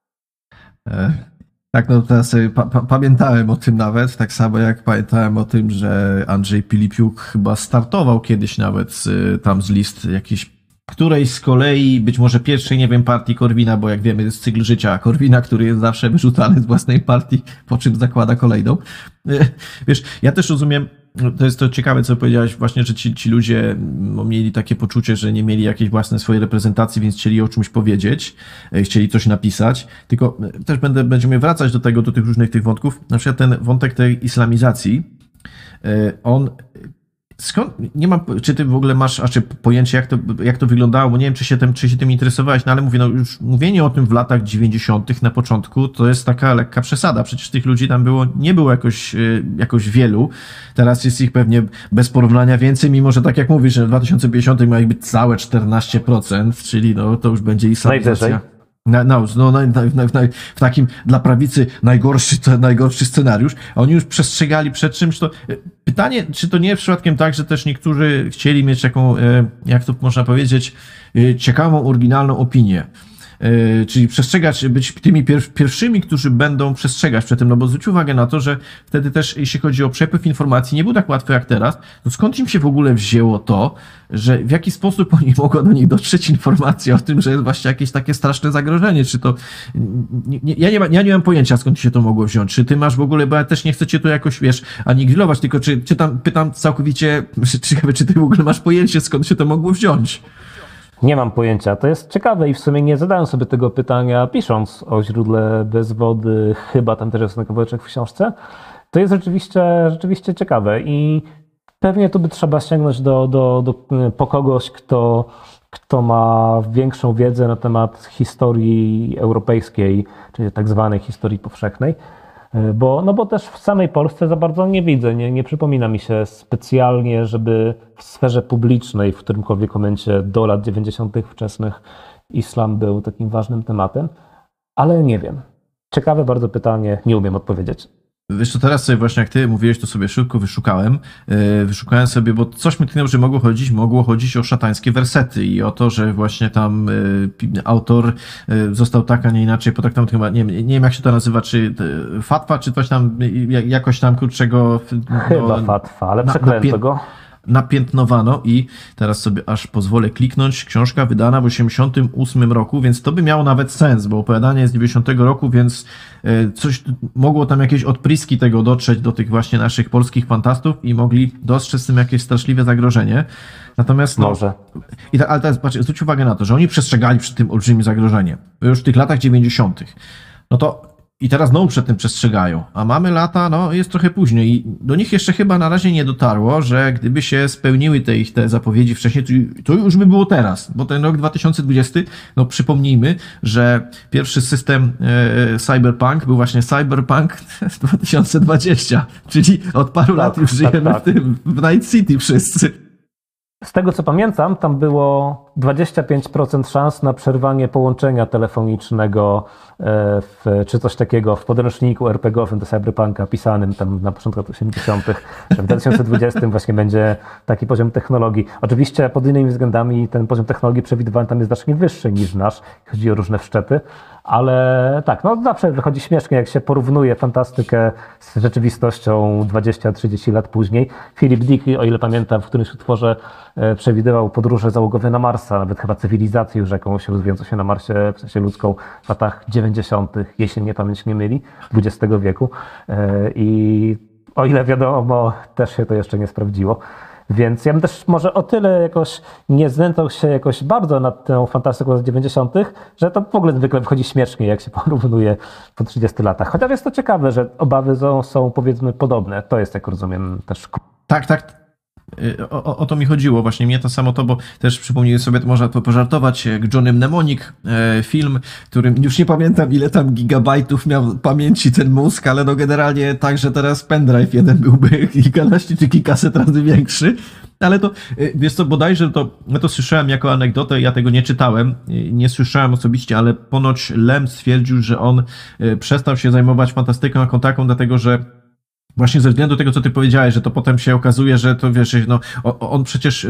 Tak, no teraz sobie pamiętałem o tym nawet, tak samo jak pamiętałem o tym, że Andrzej Pilipiuk chyba startował kiedyś nawet tam z list jakiejś którejś z kolei, być może pierwszej, nie wiem, partii Korwina, bo jak wiemy, jest cykl życia Korwina, który jest zawsze wyrzucany z własnej partii, po czym zakłada kolejną. Wiesz, ja też rozumiem, to jest to ciekawe, co powiedziałeś właśnie, że ci ludzie mieli takie poczucie, że nie mieli jakiejś własnej swojej reprezentacji, więc chcieli o czymś powiedzieć, chcieli coś napisać, tylko też będziemy wracać do tego, do tych różnych tych wątków, na przykład ten wątek tej islamizacji, on skąd, nie mam, czy ty w ogóle masz pojęcie, jak to wyglądało, bo nie wiem, czy się tym interesowałeś, no ale mówię, no już mówienie o tym w latach 90. na początku, to jest taka lekka przesada, przecież tych ludzi tam nie było jakoś wielu, teraz jest ich pewnie bez porównania więcej, mimo że tak jak mówisz, że w 2050 ma ich być całe 14%, czyli no to już będzie islamizacja. W takim dla prawicy najgorszy scenariusz, a oni już przestrzegali przed czymś, to pytanie, czy to nie jest przypadkiem tak, że też niektórzy chcieli mieć taką, jak to można powiedzieć, ciekawą, oryginalną opinię. Czyli przestrzegać, być tymi pierwszymi, którzy będą przestrzegać przed tym, no bo zwróć uwagę na to, że wtedy też, jeśli chodzi o przepływ informacji, nie było tak łatwo jak teraz, to skąd im się w ogóle wzięło to, że w jaki sposób oni mogła do nich dotrzeć informacja o tym, że jest właśnie jakieś takie straszne zagrożenie, czy to... Ja nie mam pojęcia, skąd się to mogło wziąć. Czy ty masz w ogóle, bo ja też nie chcę cię tu jakoś, wiesz, anihilować, tylko czy tam pytam całkowicie, ciekawe, czy ty w ogóle masz pojęcie, skąd się to mogło wziąć? Nie mam pojęcia. To jest ciekawe i w sumie nie zadałem sobie tego pytania pisząc o źródle bez wody, chyba tam też jest ten kawałeczek w książce. To jest rzeczywiście ciekawe i pewnie tu by trzeba sięgnąć po kogoś, kto ma większą wiedzę na temat historii europejskiej, czyli tak zwanej historii powszechnej. Bo też w samej Polsce za bardzo nie widzę, nie przypomina mi się specjalnie, żeby w sferze publicznej w którymkolwiek momencie do lat 90. wczesnych islam był takim ważnym tematem, ale nie wiem. Ciekawe bardzo pytanie, nie umiem odpowiedzieć. Wiesz co, teraz sobie właśnie jak ty mówiłeś, to sobie szybko wyszukałem sobie, bo coś mi tknęło, że mogło chodzić o szatańskie wersety i o to, że właśnie tam autor został tak, a nie inaczej potraktowany, chyba, nie wiem jak się to nazywa, czy fatwa, czy coś tam, jakoś tam kurczego... Chyba fatwa, ale przeklęto go. Napiętnowano i teraz sobie aż pozwolę kliknąć. Książka wydana w 1988 roku, więc to by miało nawet sens, bo opowiadanie jest z 90 roku, więc coś mogło tam jakieś odpryski tego dotrzeć do tych właśnie naszych polskich fantastów i mogli dostrzec z tym jakieś straszliwe zagrożenie. Natomiast może. Ale teraz patrz, zwróć uwagę na to, że oni przestrzegali przed tym olbrzymim zagrożeniem. Już w tych latach 90. No to i teraz znowu przed tym przestrzegają, a mamy lata, no jest trochę później i do nich jeszcze chyba na razie nie dotarło, że gdyby się spełniły te zapowiedzi wcześniej, to już by było teraz, bo ten rok 2020, no przypomnijmy, że pierwszy system Cyberpunk był właśnie Cyberpunk 2020, czyli od paru lat już żyjemy w Night City wszyscy. Z tego co pamiętam, tam było 25% szans na przerwanie połączenia telefonicznego czy coś takiego w podręczniku RPG-owym do Cyberpunka pisanym tam na początku lat 80., że w 2020 właśnie będzie taki poziom technologii. Oczywiście pod innymi względami ten poziom technologii przewidywany tam jest znacznie wyższy niż nasz, chodzi o różne wszczepy, ale tak, no zawsze wychodzi śmiesznie, jak się porównuje fantastykę z rzeczywistością 20-30 lat później. Philip Dick, o ile pamiętam, w którymś utworze przewidywał podróże załogowe na Marsa, nawet chyba cywilizację już jakąś rozwijającą się na Marsie, w sensie ludzką, w latach 90., jeśli mnie pamięć nie myli, XX wieku. I O ile wiadomo, też się to jeszcze nie sprawdziło. Więc ja bym też może o tyle jakoś nie znęcał się jakoś bardzo nad tą fantastyką z 90., że to w ogóle zwykle wychodzi śmiesznie, jak się porównuje po 30 latach. Chociaż jest to ciekawe, że obawy są powiedzmy podobne. To jest, jak rozumiem, też... Tak. O to mi chodziło, właśnie mnie to samo to, bo też przypomniałem sobie, to można pożartować, jak Johnny Mnemonic, film, którym już nie pamiętam ile tam gigabajtów miał pamięci ten mózg, ale no generalnie tak, że teraz pendrive jeden byłby kilkanaście czy kilkaset razy większy. Ale to, wiesz co, bodajże to słyszałem jako anegdotę, ja tego nie czytałem, nie słyszałem osobiście, ale ponoć Lem stwierdził, że on przestał się zajmować fantastyką jako taką, dlatego że właśnie ze względu tego, co ty powiedziałeś, że to potem się okazuje, że to wiesz, no, on przecież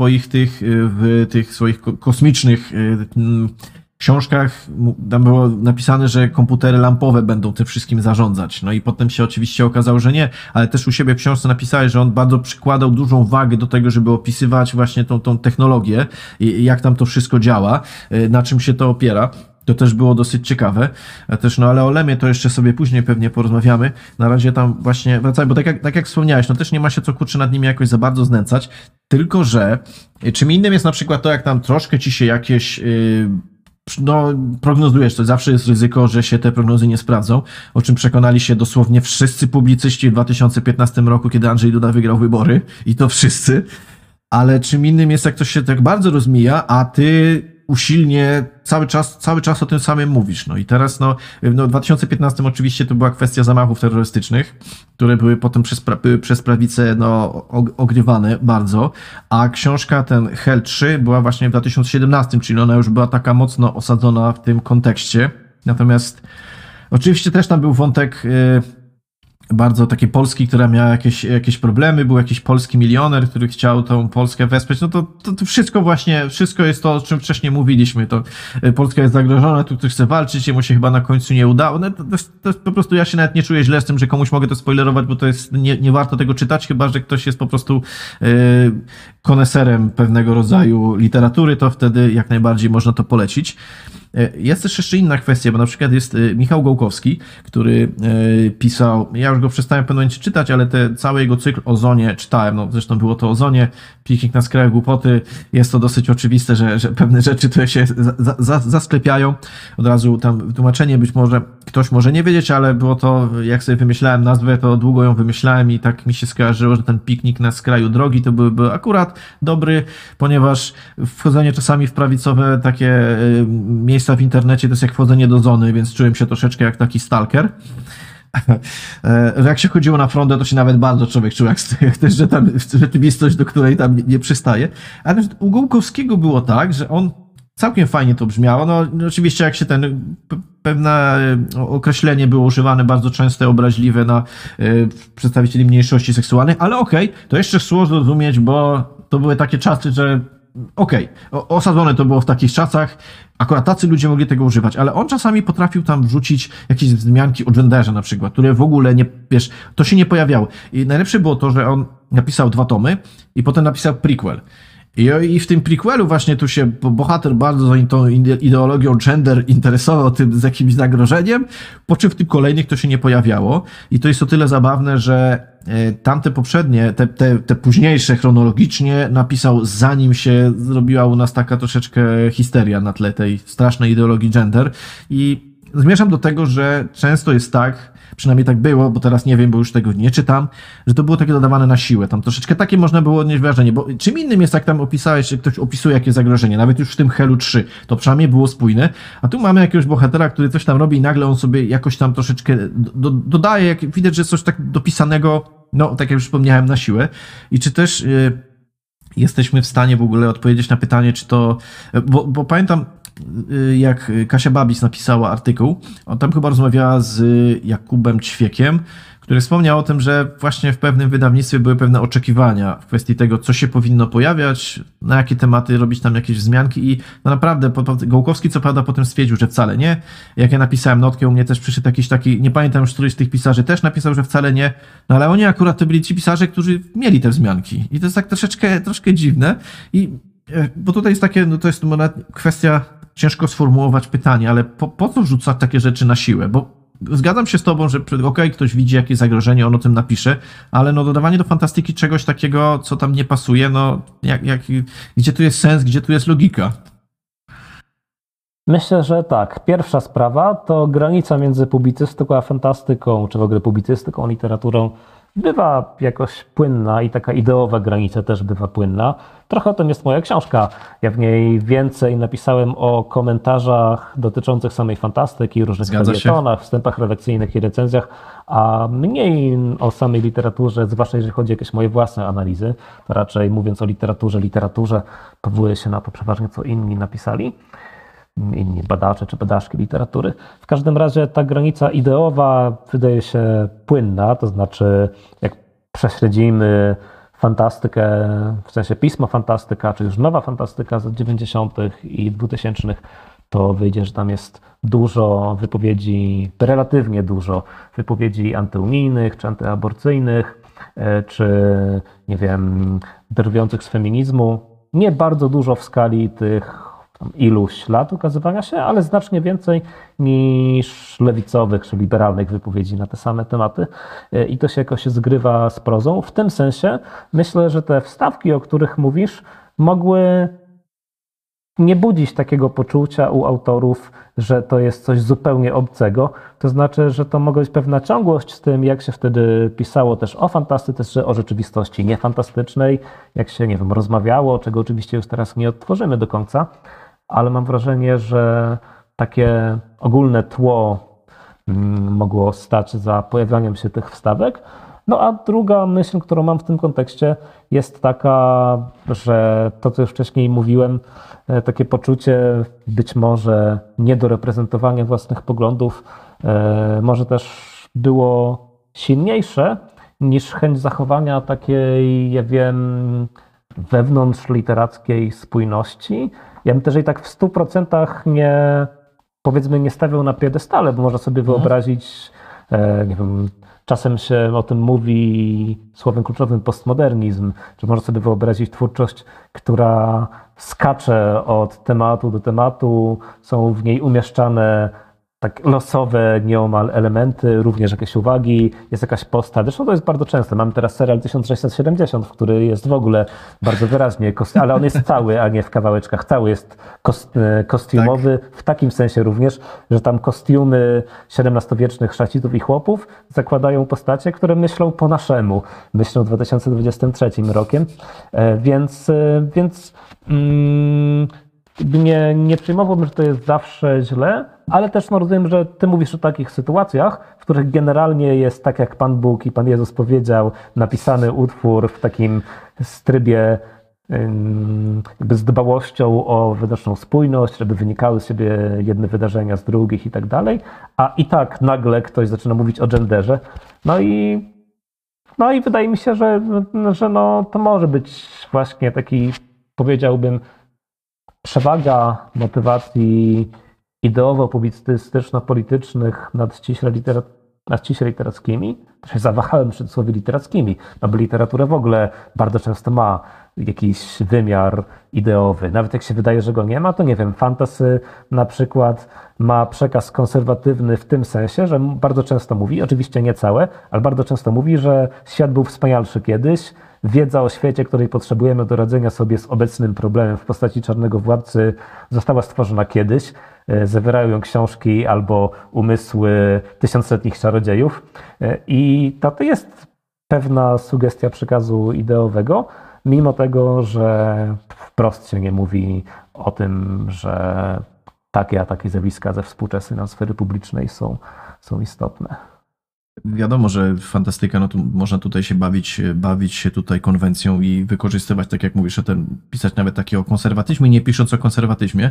w tych swoich kosmicznych książkach tam było napisane, że komputery lampowe będą tym wszystkim zarządzać. No i potem się oczywiście okazało, że nie, ale też u siebie w książce napisałeś, że on bardzo przykładał dużą wagę do tego, żeby opisywać właśnie tą technologię i jak tam to wszystko działa, na czym się to opiera. To też było dosyć ciekawe. Też, no ale o Lemie to jeszcze sobie później pewnie porozmawiamy. Na razie tam właśnie wracaj, bo tak jak wspomniałeś, no też nie ma się co kurczę nad nimi jakoś za bardzo znęcać, tylko że czym innym jest na przykład to, jak tam troszkę ci się jakieś no, prognozujesz, to zawsze jest ryzyko, że się te prognozy nie sprawdzą, o czym przekonali się dosłownie wszyscy publicyści w 2015 roku, kiedy Andrzej Duda wygrał wybory i to wszyscy, ale czym innym jest, jak to się tak bardzo rozmija, a ty usilnie cały czas o tym samym mówisz. No i teraz, w 2015 oczywiście to była kwestia zamachów terrorystycznych, które były potem przez prawicę ogrywane bardzo, a książka ten Hell 3 była właśnie w 2017, czyli ona już była taka mocno osadzona w tym kontekście. Natomiast oczywiście też tam był wątek bardzo taki polski, która miała jakieś problemy, był jakiś polski milioner, który chciał tą Polskę wesprzeć, no to wszystko jest to, o czym wcześniej mówiliśmy, to Polska jest zagrożona, tu ktoś chce walczyć, jemu się chyba na końcu nie udało, no to po prostu ja się nawet nie czuję źle z tym, że komuś mogę to spoilerować, bo to jest, nie warto tego czytać, chyba że ktoś jest po prostu koneserem pewnego rodzaju literatury, to wtedy jak najbardziej można to polecić. Jest też jeszcze inna kwestia, bo na przykład jest Michał Gołkowski, który pisał, ja już go przestałem w pewnym momencie czytać, ale cały jego cykl o Zonie czytałem, no zresztą było to o Zonie, Piknik na skraju głupoty, jest to dosyć oczywiste, że pewne rzeczy to się zasklepiają. Od razu tam tłumaczenie być może ktoś może nie wiedzieć, ale było to, jak sobie wymyślałem nazwę, to długo ją wymyślałem i tak mi się skojarzyło, że ten piknik na skraju drogi to byłby akurat dobry, ponieważ wchodzenie czasami w prawicowe takie miejsca w internecie to jest jak wchodzenie do Zony, więc czułem się troszeczkę jak taki stalker. Jak się chodziło na frondę, to się nawet bardzo człowiek czuł, jak też, że tam rzeczywistość, do której tam nie przystaje. Ale u Gołkowskiego było tak, że on całkiem fajnie to brzmiało. No oczywiście jak się pewne określenie było używane bardzo często obraźliwe na przedstawicieli mniejszości seksualnej, ale okej, to jeszcze szło zrozumieć, bo to były takie czasy, że osadzone to było w takich czasach, akurat tacy ludzie mogli tego używać, ale on czasami potrafił tam wrzucić jakieś wzmianki o genderze na przykład, które w ogóle nie, wiesz, to się nie pojawiało. I najlepsze było to, że on napisał 2 tomy i potem napisał prequel. I w tym prequelu właśnie tu się bohater bardzo tą ideologią gender interesował tym z jakimś zagrożeniem, po czym w tym kolejnych to się nie pojawiało. I to jest o tyle zabawne, że tamte poprzednie, te późniejsze chronologicznie napisał, zanim się zrobiła u nas taka troszeczkę histeria na tle tej strasznej ideologii gender. I zmierzam do tego, że często jest tak, przynajmniej tak było, bo teraz nie wiem, bo już tego nie czytam, że to było takie dodawane na siłę. Tam troszeczkę takie można było odnieść wrażenie, bo czym innym jest, jak tam opisałeś, że ktoś opisuje jakie zagrożenie, nawet już w tym Hellu 3, to przynajmniej było spójne, a tu mamy jakiegoś bohatera, który coś tam robi i nagle on sobie jakoś tam troszeczkę dodaje, jak widać, że jest coś tak dopisanego, no tak jak już wspomniałem, na siłę. I czy też jesteśmy w stanie w ogóle odpowiedzieć na pytanie, czy to, bo pamiętam, jak Kasia Babis napisała artykuł, on tam chyba rozmawiała z Jakubem Ćwiekiem, który wspomniał o tym, że właśnie w pewnym wydawnictwie były pewne oczekiwania w kwestii tego, co się powinno pojawiać, na jakie tematy robić tam jakieś wzmianki i no naprawdę Gołkowski co prawda potem stwierdził, że wcale nie. Jak ja napisałem notkę, u mnie też przyszedł jakiś taki, nie pamiętam już, któryś z tych pisarzy też napisał, że wcale nie, no ale oni akurat to byli ci pisarze, którzy mieli te wzmianki i to jest tak troszkę dziwne i bo tutaj jest takie, no to jest kwestia, ciężko sformułować pytanie, ale po co wrzucać takie rzeczy na siłę, bo zgadzam się z tobą, że okej, ktoś widzi jakieś zagrożenie, on o tym napisze, ale no dodawanie do fantastyki czegoś takiego, co tam nie pasuje, no gdzie tu jest sens, gdzie tu jest logika? Myślę, że tak. Pierwsza sprawa to granica między publicystyką a fantastyką, czy w ogóle publicystyką a literaturą bywa jakoś płynna i taka ideowa granica też bywa płynna. Trochę o tym jest moja książka. Ja w niej więcej napisałem o komentarzach dotyczących samej fantastyki, różnych felietonach, wstępach redakcyjnych i recenzjach, a mniej o samej literaturze, zwłaszcza jeżeli chodzi o jakieś moje własne analizy. To raczej mówiąc o literaturze, powołuję się na to przeważnie, co inni napisali. Inni badacze czy badaczki literatury. W każdym razie ta granica ideowa wydaje się płynna, to znaczy jak prześledzimy fantastykę, w sensie pismo fantastyka, czy już nowa fantastyka z lat 90. i 2000, to wyjdzie, że tam jest dużo wypowiedzi, relatywnie dużo wypowiedzi antyunijnych, czy antyaborcyjnych, czy nie wiem, drwiących z feminizmu. Nie bardzo dużo w skali tych iluś lat ukazywania się, ale znacznie więcej niż lewicowych czy liberalnych wypowiedzi na te same tematy i to się jakoś zgrywa z prozą. W tym sensie myślę, że te wstawki, o których mówisz, mogły nie budzić takiego poczucia u autorów, że to jest coś zupełnie obcego. To znaczy, że to mogła być pewna ciągłość z tym, jak się wtedy pisało też o fantastyce, czy o rzeczywistości niefantastycznej, jak się, nie wiem, rozmawiało, czego oczywiście już teraz nie odtworzymy do końca, ale mam wrażenie, że takie ogólne tło mogło stać za pojawianiem się tych wstawek. No a druga myśl, którą mam w tym kontekście, jest taka, że to, co już wcześniej mówiłem, takie poczucie być może niedoreprezentowania własnych poglądów może też było silniejsze niż chęć zachowania takiej, ja wiem, wewnątrz literackiej spójności. Ja bym też i tak w 100% nie stawiał na piedestale, bo można sobie wyobrazić, nie wiem, czasem się o tym mówi słowem kluczowym postmodernizm, że można sobie wyobrazić twórczość, która skacze od tematu do tematu, są w niej umieszczane tak losowe nieomal elementy, również jakieś uwagi, jest jakaś postać. Zresztą to jest bardzo często. Mamy teraz serial 1670, który jest w ogóle bardzo wyraźnie, ale on jest cały, a nie w kawałeczkach. Cały jest kostiumowy, tak. W takim sensie również, że tam kostiumy XVII-wiecznych szlachciców i chłopów zakładają postacie, które myślą po naszemu. Myślą 2023 rokiem. Więc nie przyjmowałbym, że to jest zawsze źle, ale też rozumiem, że ty mówisz o takich sytuacjach, w których generalnie jest tak, jak Pan Bóg i Pan Jezus powiedział, napisany utwór w takim trybie jakby z dbałością o wewnętrzną spójność, żeby wynikały z siebie jedne wydarzenia z drugich i tak dalej, a i tak nagle ktoś zaczyna mówić o genderze. No i wydaje mi się, że to może być właśnie taki, powiedziałbym, przewaga motywacji ideowo-publicystyczno-politycznych nad ściśle literackimi. To się zawahałem przed słowie literackimi, no bo literatura w ogóle bardzo często ma jakiś wymiar ideowy. Nawet jak się wydaje, że go nie ma, to nie wiem, fantasy na przykład ma przekaz konserwatywny w tym sensie, że bardzo często mówi, oczywiście nie całe, ale bardzo często mówi, że świat był wspanialszy kiedyś, wiedza o świecie, której potrzebujemy do radzenia sobie z obecnym problemem w postaci czarnego władcy, została stworzona kiedyś. Zawierają ją książki albo umysły tysiącletnich czarodziejów. I to jest pewna sugestia przekazu ideowego, mimo tego, że wprost się nie mówi o tym, że takie a takie zjawiska ze współczesnej nam sfery publicznej są istotne. Wiadomo, że fantastyka, no tu można tutaj się bawić się tutaj konwencją i wykorzystywać, tak jak mówisz, pisać nawet takie o konserwatyzmie, nie pisząc o konserwatyzmie.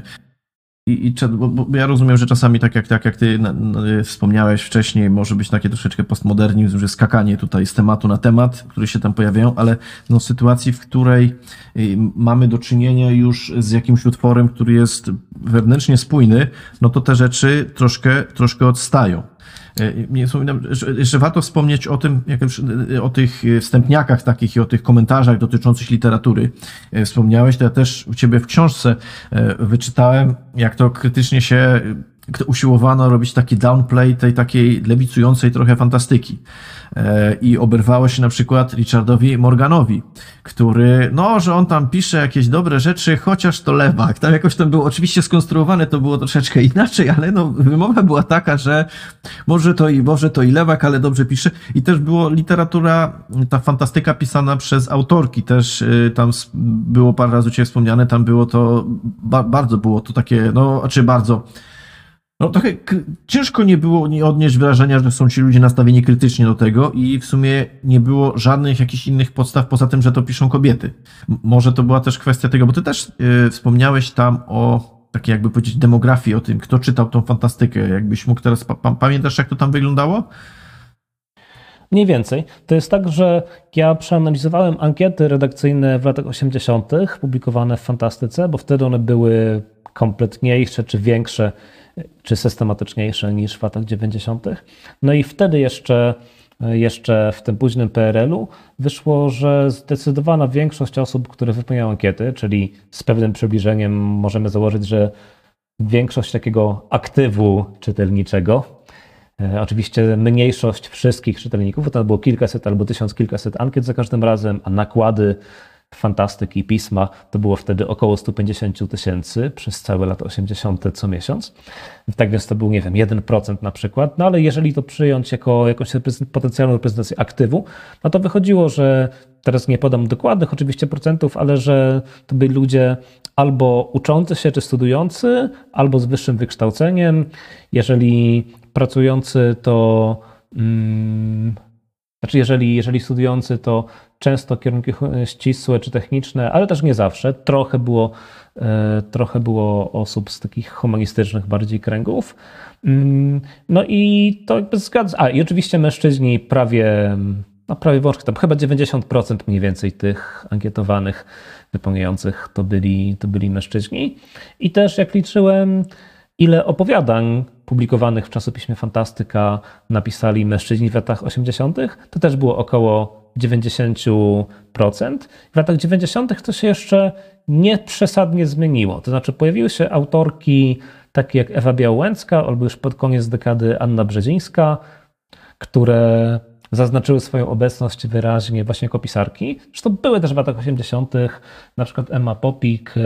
Bo ja rozumiem, że czasami tak jak ty wspomniałeś wcześniej, może być takie troszeczkę postmodernizm, że skakanie tutaj z tematu na temat, które się tam pojawiają, ale no sytuacji, w której mamy do czynienia już z jakimś utworem, który jest wewnętrznie spójny, no to te rzeczy troszkę odstają. Nie wspominam, że warto wspomnieć o tym, o tych wstępniakach takich i o tych komentarzach dotyczących literatury. Wspomniałeś, to ja też u ciebie w książce wyczytałem, jak to krytycznie się usiłowano robić taki downplay tej takiej lewicującej trochę fantastyki. I oberwało się na przykład Richardowi Morganowi, który, no, że on tam pisze jakieś dobre rzeczy, chociaż to lewak. Tam jakoś tam było, oczywiście skonstruowane to było troszeczkę inaczej, ale no, wymowa była taka, że może to i lewak, ale dobrze pisze. I też było literatura, ta fantastyka pisana przez autorki, też tam było parę razy u Ciebie wspomniane, tam było to, bardzo było to takie, no, czy bardzo... No trochę ciężko nie było nie odnieść wrażenia, że są ci ludzie nastawieni krytycznie do tego i w sumie nie było żadnych jakichś innych podstaw poza tym, że to piszą kobiety. Może to była też kwestia tego, bo ty też wspomniałeś tam o takiej jakby powiedzieć demografii, o tym, kto czytał tą fantastykę. Jakbyś mógł teraz, pamiętasz jak to tam wyglądało? Mniej więcej. To jest tak, że ja przeanalizowałem ankiety redakcyjne w latach 80. publikowane w Fantastyce, bo wtedy one były kompletniejsze czy większe, czy systematyczniejsze niż w latach 90. No i wtedy jeszcze w tym późnym PRL-u wyszło, że zdecydowana większość osób, które wypełniają ankiety, czyli z pewnym przybliżeniem możemy założyć, że większość takiego aktywu czytelniczego, oczywiście mniejszość wszystkich czytelników, bo to było kilkaset albo kilkaset ankiet za każdym razem, a nakłady fantastyki i pisma to było wtedy około 150 000 przez całe lata 80. co miesiąc. Tak więc to był, nie wiem, 1% na przykład, no ale jeżeli to przyjąć jako jakąś potencjalną reprezentację aktywu, no to wychodziło, że teraz nie podam dokładnych oczywiście procentów, ale że to byli ludzie albo uczący się czy studiujący, albo z wyższym wykształceniem. Jeżeli pracujący, to znaczy jeżeli studiujący, to często kierunki ścisłe czy techniczne, ale też nie zawsze. Trochę było osób z takich humanistycznych bardziej kręgów. No i to jakby zgadza. A i oczywiście mężczyźni prawie wyłącznie, tam chyba 90% mniej więcej tych ankietowanych, wypełniających to byli mężczyźni. I też jak liczyłem, ile opowiadań publikowanych w czasopiśmie Fantastyka napisali mężczyźni w latach 80., to też było około 90%. W latach 90. to się jeszcze nie przesadnie zmieniło. To znaczy pojawiły się autorki takie jak Ewa Białęcka albo już pod koniec dekady Anna Brzezińska, które zaznaczyły swoją obecność wyraźnie właśnie jako pisarki. Zresztą były też w latach 80. na przykład Emma Popik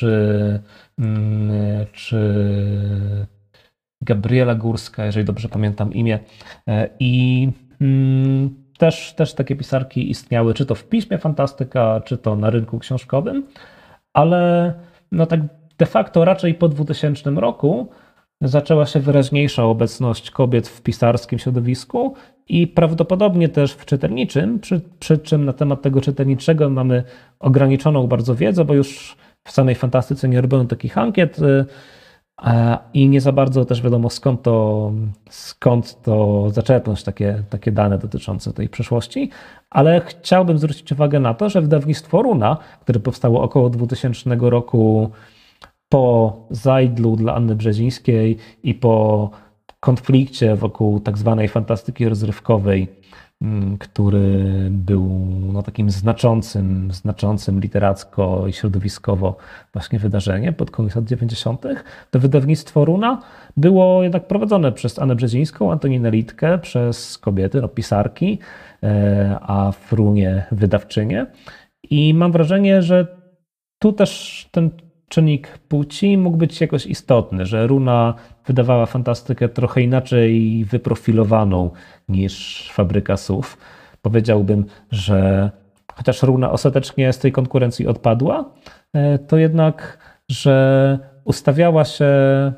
czy Gabriela Górska, jeżeli dobrze pamiętam imię. I też takie pisarki istniały, czy to w piśmie Fantastyka, czy to na rynku książkowym, ale no tak de facto raczej po 2000 roku zaczęła się wyraźniejsza obecność kobiet w pisarskim środowisku i prawdopodobnie też w czytelniczym, przy czym na temat tego czytelniczego mamy ograniczoną bardzo wiedzę, bo już w samej Fantastyce nie robiono takich ankiet i nie za bardzo też wiadomo skąd to zaczerpnąć takie dane dotyczące tej przeszłości, ale chciałbym zwrócić uwagę na to, że wydawnictwo Runa, które powstało około 2000 roku po Zajdlu dla Anny Brzezińskiej i po konflikcie wokół tak zwanej fantastyki rozrywkowej, który był no, takim znaczącym literacko i środowiskowo właśnie wydarzeniem pod koniec lat 90. To wydawnictwo Runa było jednak prowadzone przez Annę Brzezińską, Antoninę Litkę, przez kobiety, no, pisarki, a w Runie wydawczynie. I mam wrażenie, że tu też ten czynnik płci mógł być jakoś istotny, że Runa wydawała fantastykę trochę inaczej wyprofilowaną niż Fabryka Słów. Powiedziałbym, że chociaż Runa ostatecznie z tej konkurencji odpadła, to jednak, że ustawiała się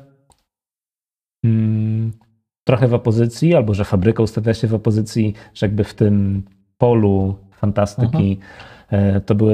trochę w opozycji, albo że Fabryka ustawiała się w opozycji, że jakby w tym polu fantastyki to były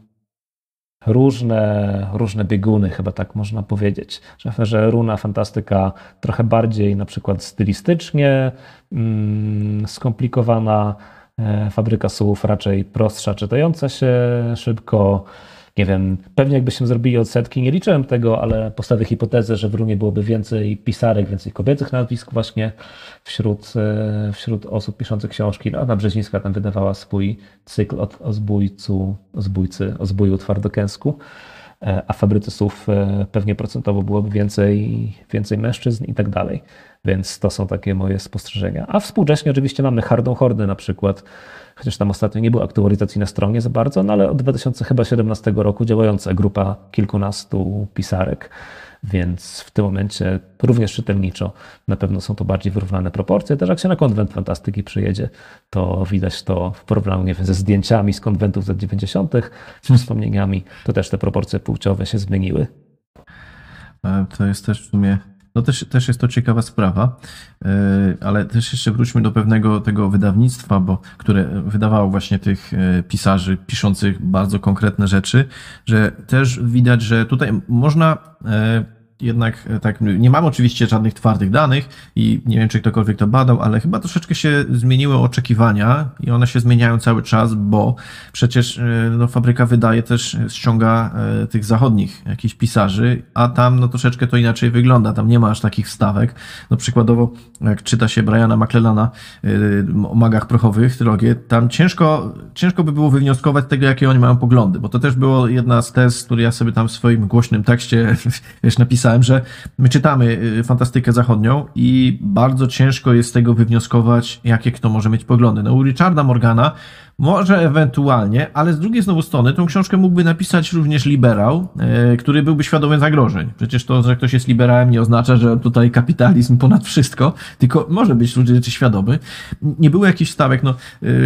różne bieguny, chyba tak można powiedzieć, że Runa fantastyka trochę bardziej na przykład stylistycznie skomplikowana, Fabryka Słów raczej prostsza, czytająca się szybko. Nie wiem, pewnie jakbyśmy zrobili odsetki, nie liczyłem tego, ale postawię hipotezę, że w Runie byłoby więcej pisarek, więcej kobiecych nazwisk właśnie wśród osób piszących książki. No, Anna Brzezińska tam wydawała swój cykl o zbóju twardokęsku. a w fabryce słów pewnie procentowo byłoby więcej mężczyzn i tak dalej. Więc to są takie moje spostrzeżenia. A współcześnie oczywiście mamy Hardą Hordę na przykład, chociaż tam ostatnio nie było aktualizacji na stronie za bardzo, no ale od 2017 roku działająca grupa kilkunastu pisarek, więc w tym momencie również czytelniczo na pewno są to bardziej wyrównane proporcje. Też jak się na konwent fantastyki przyjedzie, to widać to w porównaniu, nie wiem, ze zdjęciami z konwentów z lat 90., z wspomnieniami, to też te proporcje płciowe się zmieniły. To jest też w sumie, no też jest to ciekawa sprawa, ale też jeszcze wróćmy do pewnego tego wydawnictwa, które wydawało właśnie tych pisarzy piszących bardzo konkretne rzeczy, że też widać, że tutaj można jednak tak, nie mam oczywiście żadnych twardych danych i nie wiem, czy ktokolwiek to badał, ale chyba troszeczkę się zmieniły oczekiwania i one się zmieniają cały czas, bo przecież no, fabryka wydaje też, ściąga tych zachodnich jakichś pisarzy, a tam no troszeczkę to inaczej wygląda, tam nie ma aż takich wstawek. No przykładowo, jak czyta się Briana McClellana o magach prochowych, trylogię, tam ciężko by było wywnioskować z tego, jakie oni mają poglądy, bo to też było jedna z tez, które ja sobie tam w swoim głośnym tekście napisałem, że my czytamy fantastykę zachodnią i bardzo ciężko jest z tego wywnioskować, jakie kto może mieć poglądy. No u Richarda Morgana może ewentualnie, ale z drugiej znowu strony tą książkę mógłby napisać również liberał, który byłby świadomy zagrożeń. Przecież to, że ktoś jest liberałem, nie oznacza, że tutaj kapitalizm ponad wszystko, tylko może być ludzie rzeczy świadomy. Nie było jakichś stawek, no...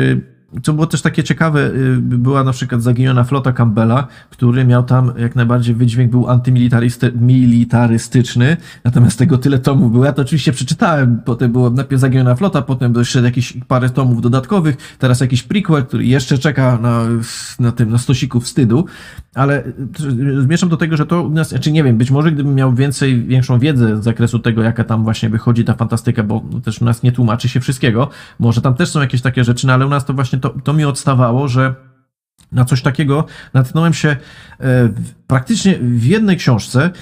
Co było też takie ciekawe, była na przykład Zaginiona flota Campbella, który miał tam jak najbardziej wydźwięk, był antymilitarystyczny, natomiast tego tyle tomów było. Ja to oczywiście przeczytałem, potem było najpierw Zaginiona flota, potem jeszcze jakieś parę tomów dodatkowych, teraz jakiś prequel, który jeszcze czeka na stosiku wstydu, ale zmierzam do tego, że to u nas, znaczy nie wiem, być może gdybym miał większą wiedzę z zakresu tego, jaka tam właśnie wychodzi ta fantastyka, bo też u nas nie tłumaczy się wszystkiego, może tam też są jakieś takie rzeczy, no ale u nas to właśnie to mi odstawało, że na coś takiego natknąłem się praktycznie w jednej książce.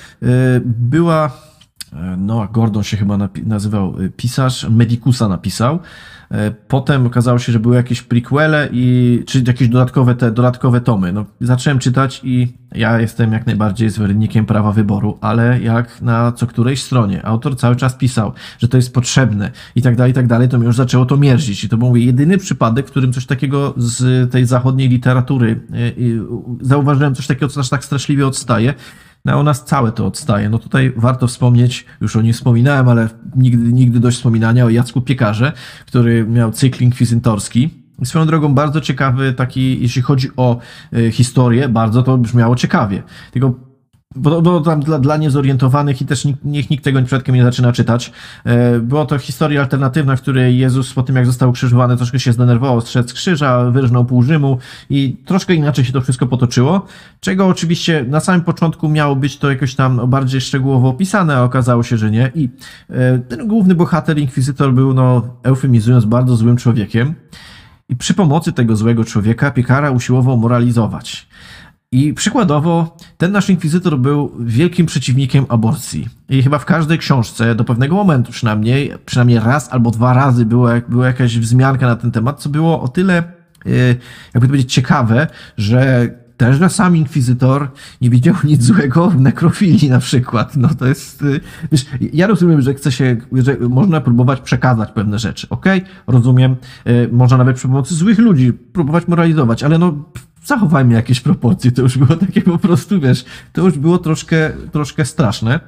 Była, Noah Gordon się chyba nazywał, pisarz, Medicusa napisał. Potem okazało się, że były jakieś prequele czy jakieś dodatkowe tomy. No, zacząłem czytać i ja jestem jak najbardziej zwolennikiem prawa wyboru, ale jak na co którejś stronie autor cały czas pisał, że to jest potrzebne i tak dalej, to mnie już zaczęło to mierzić. I to był jedyny przypadek, w którym coś takiego z tej zachodniej literatury zauważyłem, coś takiego, co aż tak straszliwie odstaje. No, u nas całe to odstaje. No tutaj warto wspomnieć, już o nim wspominałem, ale nigdy dość wspominania, o Jacku Piekarze, który miał cykl inkwizytorski. Swoją drogą bardzo ciekawy taki, jeśli chodzi o historię, bardzo to brzmiało ciekawie. Tylko bo tam dla niezorientowanych i też niech nikt tego przypadkiem nie zaczyna czytać. Była to historia alternatywna, w której Jezus po tym, jak został ukrzyżowany, troszkę się zdenerwował, zszedł z krzyża, wyrżnął pół Rzymu i troszkę inaczej się to wszystko potoczyło, czego oczywiście na samym początku miało być to jakoś tam bardziej szczegółowo opisane, a okazało się, że nie. I ten główny bohater, inkwizytor, był, no eufemizując, bardzo złym człowiekiem i przy pomocy tego złego człowieka Piekara usiłował moralizować. I przykładowo ten nasz inkwizytor był wielkim przeciwnikiem aborcji. I chyba w każdej książce do pewnego momentu przynajmniej raz albo dwa razy była jakaś wzmianka na ten temat, co było o tyle, jakby to powiedzieć, ciekawe, że też sam inkwizytor nie widział nic złego w nekrofilii na przykład. No to jest, wiesz, ja rozumiem, że że można próbować przekazać pewne rzeczy. Okej, rozumiem, można nawet przy pomocy złych ludzi próbować moralizować, ale no zachowajmy jakieś proporcje, to już było takie po prostu, wiesz, to już było troszkę straszne.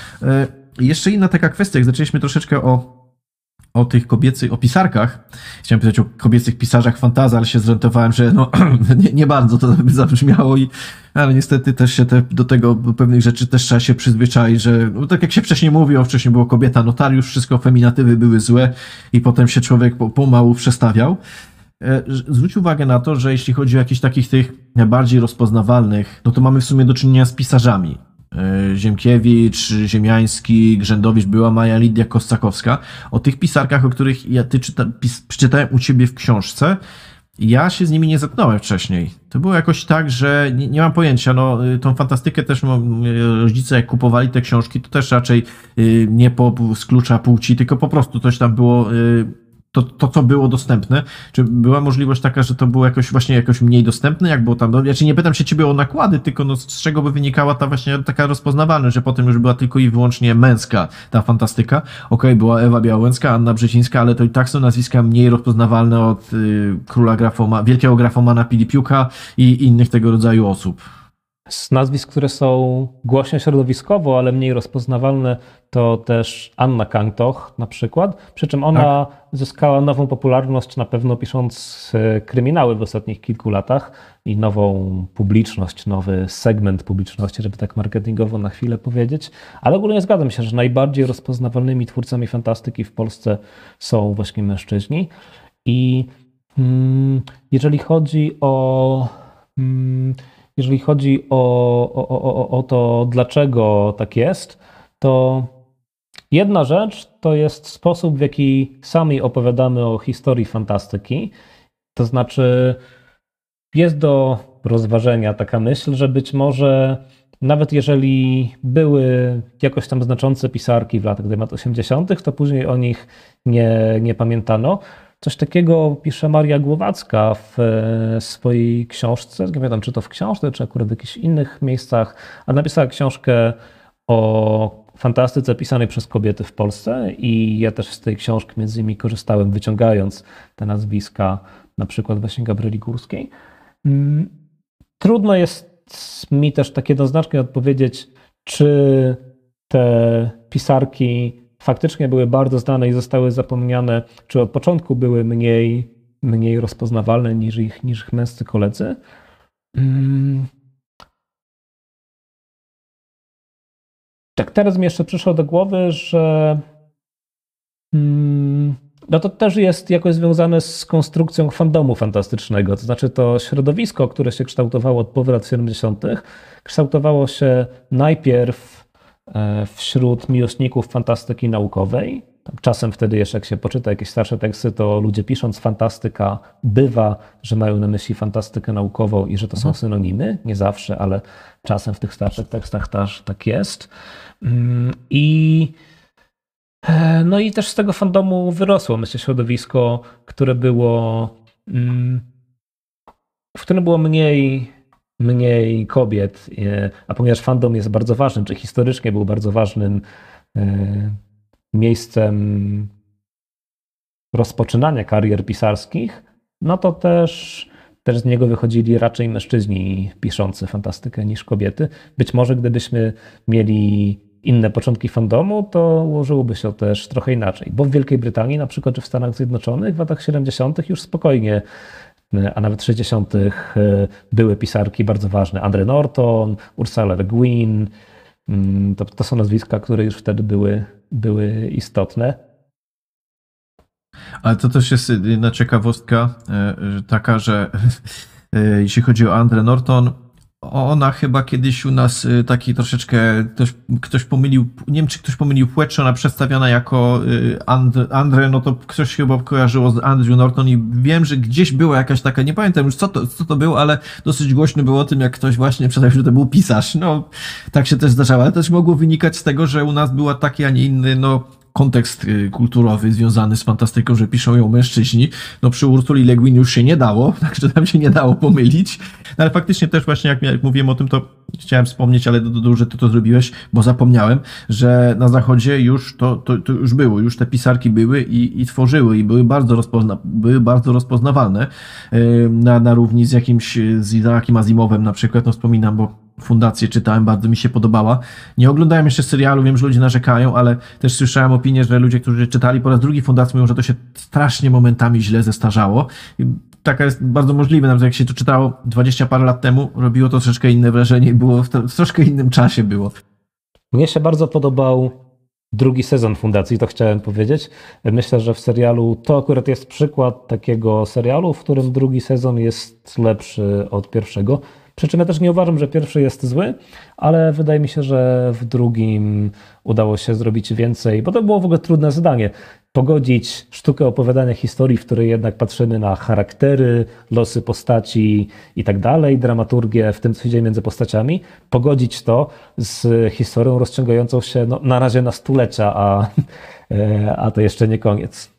I jeszcze inna taka kwestia, jak zaczęliśmy troszeczkę o tych kobiecych, o pisarkach, chciałem powiedzieć o kobiecych pisarzach fantasy, ale się zorientowałem, że no nie bardzo to by zabrzmiało, ale niestety też się do pewnych rzeczy też trzeba się przyzwyczaić, że no, tak jak się wcześniej mówiło, wcześniej było kobieta notariusz, wszystko feminatywy były złe i potem się człowiek pomału przestawiał. Zwróć uwagę na to, że jeśli chodzi o jakichś takich tych najbardziej rozpoznawalnych, no to mamy w sumie do czynienia z pisarzami. Ziemkiewicz, Ziemiański, Grzędowicz, była Maja Lidia Kostsakowska. O tych pisarkach, o których przeczytałem u ciebie w książce, ja się z nimi nie zetknąłem wcześniej. To było jakoś tak, że nie mam pojęcia, no tą fantastykę też rodzice jak kupowali te książki, to też raczej nie z klucza płci, tylko po prostu coś tam było to, co było dostępne, czy była możliwość taka, że to było jakoś mniej dostępne, jak było tam, ja nie pytam się ciebie o nakłady, tylko no, z czego by wynikała ta właśnie taka rozpoznawalność, że potem już była tylko i wyłącznie męska ta fantastyka. Okej, była Ewa Białęcka, Anna Brzezińska, ale to i tak są nazwiska mniej rozpoznawalne od króla wielkiego grafomana Pilipiuka i innych tego rodzaju osób. Z nazwisk, które są głośne środowiskowo, ale mniej rozpoznawalne, to też Anna Kańtoch na przykład. Przy czym ona zyskała nową popularność na pewno pisząc kryminały w ostatnich kilku latach i nową publiczność, nowy segment publiczności, żeby tak marketingowo na chwilę powiedzieć. Ale ogólnie zgadzam się, że najbardziej rozpoznawalnymi twórcami fantastyki w Polsce są właśnie mężczyźni. I jeżeli chodzi o to, dlaczego tak jest, to jedna rzecz to jest sposób, w jaki sami opowiadamy o historii fantastyki. To znaczy, jest do rozważenia taka myśl, że być może nawet jeżeli były jakoś tam znaczące pisarki w latach 80., to później o nich nie pamiętano. Coś takiego pisze Maria Głowacka w swojej książce, nie pamiętam czy to w książce, czy akurat w jakichś innych miejscach, a napisała książkę o fantastyce pisanej przez kobiety w Polsce i ja też z tej książki między innymi korzystałem, wyciągając te nazwiska, na przykład właśnie Gabrieli Górskiej. Trudno jest mi też tak jednoznacznie odpowiedzieć, czy te pisarki faktycznie były bardzo znane i zostały zapomniane, czy od początku były mniej rozpoznawalne niż ich męscy koledzy. Tak, teraz mi jeszcze przyszło do głowy, że no to też jest jakoś związane z konstrukcją fandomu fantastycznego. To znaczy to środowisko, które się kształtowało od połowy lat 70., kształtowało się najpierw wśród miłośników fantastyki naukowej. Czasem wtedy jeszcze jak się poczyta jakieś starsze teksty, to ludzie pisząc fantastyka bywa, że mają na myśli fantastykę naukową i że to są synonimy. Nie zawsze, ale czasem w tych starszych tekstach też tak jest. No i też z tego fandomu wyrosło, myślę, środowisko, które było, w którym było mniej kobiet, a ponieważ fandom jest bardzo ważnym, czy historycznie był bardzo ważnym miejscem rozpoczynania karier pisarskich, no to też z niego wychodzili raczej mężczyźni piszący fantastykę niż kobiety. Być może gdybyśmy mieli inne początki fandomu, to ułożyłoby się też trochę inaczej. Bo w Wielkiej Brytanii, na przykład, czy w Stanach Zjednoczonych w latach 70. już spokojnie, a nawet 60. były pisarki bardzo ważne. Andre Norton, Ursula Le Guin. To są nazwiska, które już wtedy były istotne. Ale to też jest jedna ciekawostka taka, że jeśli chodzi o Andre Norton, ona chyba kiedyś u nas taki troszeczkę, ktoś pomylił, nie wiem czy ktoś pomylił płeć, czy ona przedstawiona jako Andre, no to ktoś chyba kojarzyło z Andrew Norton i wiem, że gdzieś była jakaś taka, nie pamiętam już co to było, ale dosyć głośno było o tym, jak ktoś właśnie przedstawił, że to był pisarz. No, tak się też zdarzało, ale też mogło wynikać z tego, że u nas była taki, a nie inny, no, kontekst kulturowy związany z fantastyką, że piszą ją mężczyźni. No przy Ursuli Le Guin już się nie dało, także tam się nie dało pomylić. No, ale faktycznie też właśnie jak mówiłem o tym, to chciałem wspomnieć, ale dobrze ty to zrobiłeś, bo zapomniałem, że na zachodzie już to już było, już te pisarki były i tworzyły i były bardzo rozpoznawalne na równi z jakimś, z Isaakiem Asimowem na przykład, no wspominam, bo Fundację czytałem, bardzo mi się podobała. Nie oglądałem jeszcze serialu, wiem, że ludzie narzekają, ale też słyszałem opinię, że ludzie, którzy czytali po raz drugi Fundację, mówią, że to się strasznie momentami źle zestarzało. I taka jest bardzo możliwe, nawet jak się to czytało 20 parę lat temu, robiło to troszeczkę inne wrażenie i było w troszkę innym czasie było. Mnie się bardzo podobał drugi sezon Fundacji, to chciałem powiedzieć. Myślę, że w serialu to akurat jest przykład takiego serialu, w którym drugi sezon jest lepszy od pierwszego. Przy czym ja też nie uważam, że pierwszy jest zły, ale wydaje mi się, że w drugim udało się zrobić więcej, bo to było w ogóle trudne zadanie. Pogodzić sztukę opowiadania historii, w której jednak patrzymy na charaktery, losy postaci i tak dalej, dramaturgię w tym, co się dzieje między postaciami, pogodzić to z historią rozciągającą się no, na razie na stulecia, a to jeszcze nie koniec.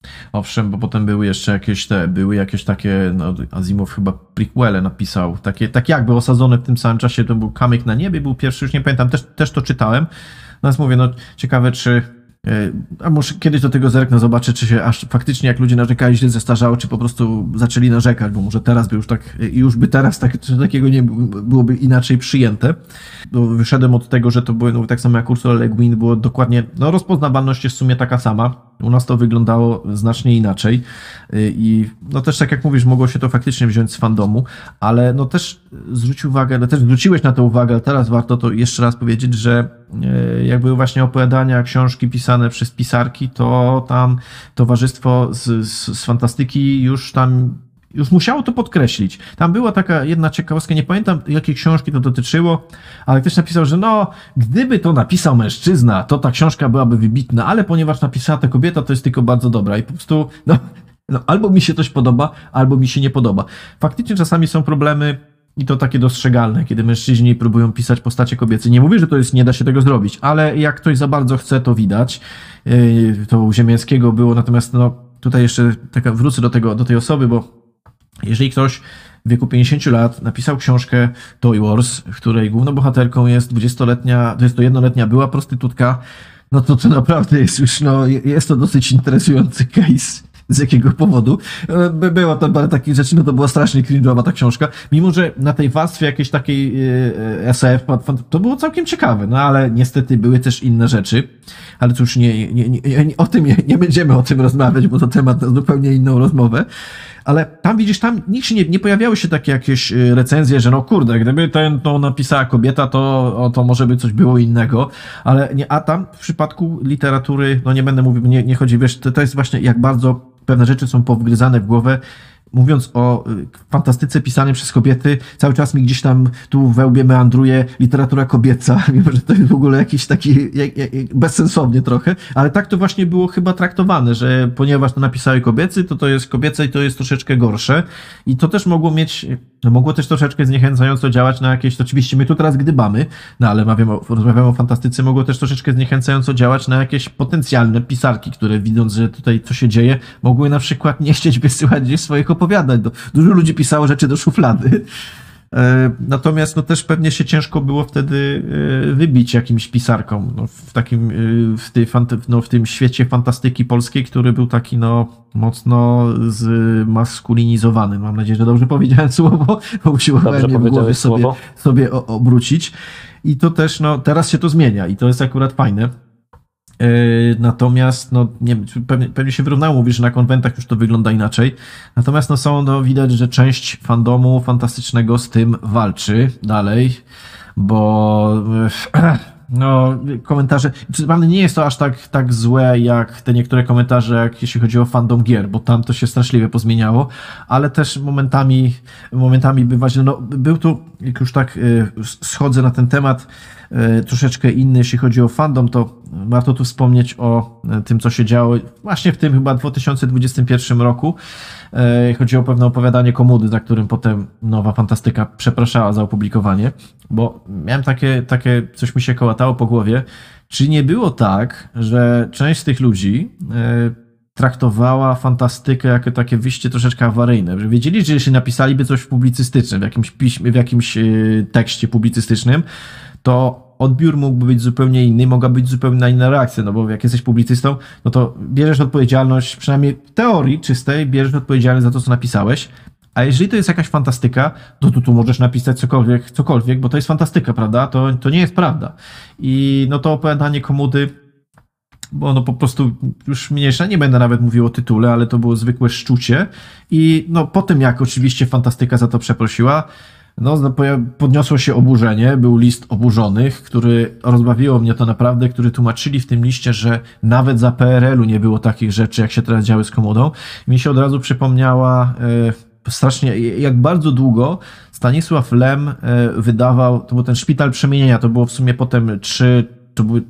Owszem, bo potem były jakieś takie, no Asimov chyba prequele napisał, tak jakby osadzone w tym samym czasie, to był Kamyk na niebie, był pierwszy, już nie pamiętam, też to czytałem. Natomiast mówię, no ciekawe czy, a może kiedyś do tego zerknę, zobaczę czy się aż faktycznie jak ludzie narzekali źle zestarzało, czy po prostu zaczęli narzekać, bo może teraz by już by teraz takiego nie byłoby inaczej przyjęte. Bo wyszedłem od tego, że to było no, tak samo jak Ursula Le Guin, było dokładnie, no rozpoznawalność jest w sumie taka sama. U nas to wyglądało znacznie inaczej i no też tak jak mówisz, mogło się to faktycznie wziąć z fandomu, ale no też zwróć uwagę, no też zwróciłeś na to uwagę, ale teraz warto to jeszcze raz powiedzieć, że jak były właśnie opowiadania, książki pisane przez pisarki, to tam towarzystwo z fantastyki już musiało to podkreślić. Tam była taka jedna ciekawostka, nie pamiętam jakiej książki to dotyczyło, ale ktoś napisał, że no, gdyby to napisał mężczyzna, to ta książka byłaby wybitna, ale ponieważ napisała ta kobieta, to jest tylko bardzo dobra i po prostu, no albo mi się coś podoba, albo mi się nie podoba. Faktycznie czasami są problemy i to takie dostrzegalne, kiedy mężczyźni próbują pisać postacie kobiece. Nie mówię, że nie da się tego zrobić, ale jak ktoś za bardzo chce, to widać. To u Ziemiańskiego było, natomiast no tutaj jeszcze wrócę do tej osoby, bo jeżeli ktoś w wieku 50 lat napisał książkę Toy Wars, w której główną bohaterką jest 21-letnia była prostytutka, no to naprawdę jest już, no jest to dosyć interesujący case. Z jakiego powodu. Było tam parę takich rzeczy, no to była strasznie cringe'owa ta książka, mimo że na tej warstwie jakiejś takiej SF to było całkiem ciekawe, no ale niestety były też inne rzeczy, ale cóż, nie będziemy o tym rozmawiać, bo to temat na zupełnie inną rozmowę. Ale tam widzisz, tam nie pojawiały się takie jakieś recenzje, że no kurde, gdyby to napisała kobieta, to może by coś było innego, ale nie, a tam w przypadku literatury, no nie będę mówił, nie chodzi, wiesz, to jest właśnie jak bardzo pewne rzeczy są powgryzane w głowę. Mówiąc o fantastyce pisanej przez kobiety, cały czas mi gdzieś tam tu we łbie meandruje literatura kobieca, mimo że to jest w ogóle jakiś taki bezsensownie trochę, ale tak to właśnie było chyba traktowane, że ponieważ to napisały kobiecy, to jest kobiece i to jest troszeczkę gorsze i to też mogło też troszeczkę zniechęcająco działać na jakieś, oczywiście my tu teraz gdybamy, no ale rozmawiamy o fantastyce, mogło też troszeczkę zniechęcająco działać na jakieś potencjalne pisarki, które widząc, że tutaj co się dzieje, mogły na przykład nie chcieć wysyłać gdzieś swoich opowiadań. Dużo ludzi pisało rzeczy do szuflady. Natomiast no też pewnie się ciężko było wtedy wybić jakimś pisarkom w tym świecie fantastyki polskiej, który był taki no mocno zmaskulinizowany. Mam nadzieję, że dobrze powiedziałem słowo, bo usiłowałem w głowie sobie obrócić. I to też no teraz się to zmienia i to jest akurat fajne. Natomiast, no nie pewnie się wyrównało, mówisz, że na konwentach już to wygląda inaczej. Natomiast no widać, że część fandomu fantastycznego z tym walczy dalej, bo no komentarze, przyznam, nie jest to aż tak złe jak te niektóre komentarze, jak jeśli chodzi o fandom gier, bo tam to się straszliwie pozmieniało, ale też momentami bywa, że no był tu, jak już tak schodzę na ten temat, troszeczkę inny, jeśli chodzi o fandom, to warto tu wspomnieć o tym, co się działo właśnie w tym chyba 2021 roku. Chodzi o pewne opowiadanie Komudy, za którym potem Nowa Fantastyka przepraszała za opublikowanie, bo miałem takie coś mi się kołatało po głowie. Czy nie było tak, że część z tych ludzi traktowała fantastykę jako takie wyjście troszeczkę awaryjne, że wiedzieli, że jeśli napisaliby coś publicystyczne, w jakimś piśmie, w jakimś tekście publicystycznym, to odbiór mógłby być zupełnie inny, mogła być zupełnie inna reakcja, no bo jak jesteś publicystą, no to bierzesz odpowiedzialność, przynajmniej w teorii czystej, bierzesz odpowiedzialność za to, co napisałeś, a jeżeli to jest jakaś fantastyka, to tu możesz napisać cokolwiek, bo to jest fantastyka, prawda? To nie jest prawda. I no to opowiadanie Komudy, bo ono po prostu już mniejsza, nie będę nawet mówił o tytule, ale to było zwykłe szczucie i no po tym, jak oczywiście fantastyka za to przeprosiła, no, podniosło się oburzenie, był list oburzonych, który rozbawiło mnie to naprawdę, który tłumaczyli w tym liście, że nawet za PRL-u nie było takich rzeczy, jak się teraz działy z Komudą. Mi się od razu przypomniała strasznie, jak bardzo długo Stanisław Lem wydawał, to był ten Szpital Przemienienia, to było w sumie potem to były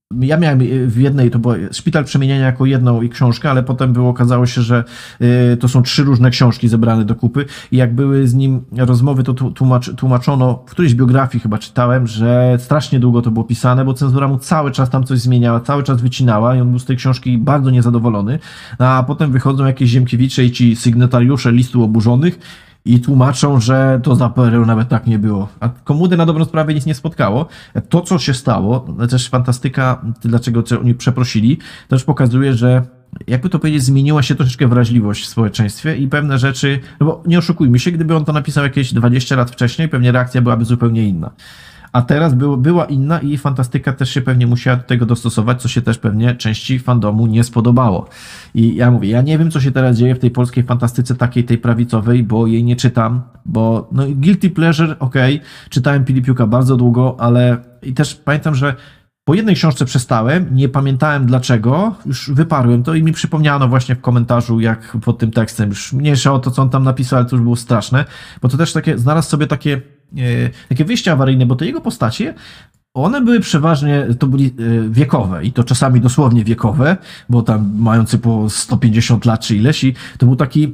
ja miałem w jednej, to było Szpital Przemieniania jako jedną i książkę, ale potem okazało się, że to są 3 różne książki zebrane do kupy i jak były z nim rozmowy, to tłumaczono, w którejś biografii chyba czytałem, że strasznie długo to było pisane, bo cenzura mu cały czas tam coś zmieniała, cały czas wycinała i on był z tej książki bardzo niezadowolony, a potem wychodzą jakieś Ziemkiewicze i ci sygnatariusze Listu Oburzonych i tłumaczą, że to za PRL nawet tak nie było. A Komudę na dobrą sprawę nic nie spotkało. To, co się stało, też fantastyka, dlaczego oni przeprosili, też pokazuje, że jakby to powiedzieć, zmieniła się troszeczkę wrażliwość w społeczeństwie i pewne rzeczy, no bo nie oszukujmy się, gdyby on to napisał jakieś 20 lat wcześniej, pewnie reakcja byłaby zupełnie inna. A teraz była inna i fantastyka też się pewnie musiała do tego dostosować, co się też pewnie części fandomu nie spodobało. I ja mówię, ja nie wiem, co się teraz dzieje w tej polskiej fantastyce takiej, tej prawicowej, bo jej nie czytam, bo no guilty pleasure, okej, czytałem Pilipiuka bardzo długo, ale i też pamiętam, że po jednej książce przestałem, nie pamiętałem dlaczego, już wyparłem to i mi przypomniano właśnie w komentarzu, jak pod tym tekstem, już mniejsza o to, co on tam napisał, ale to już było straszne, bo to też znalazł sobie takie wyjście awaryjne, bo te jego postacie, one były przeważnie, to byli wiekowe i to czasami dosłownie wiekowe, bo tam mający po 150 lat czy ileś i to był taki,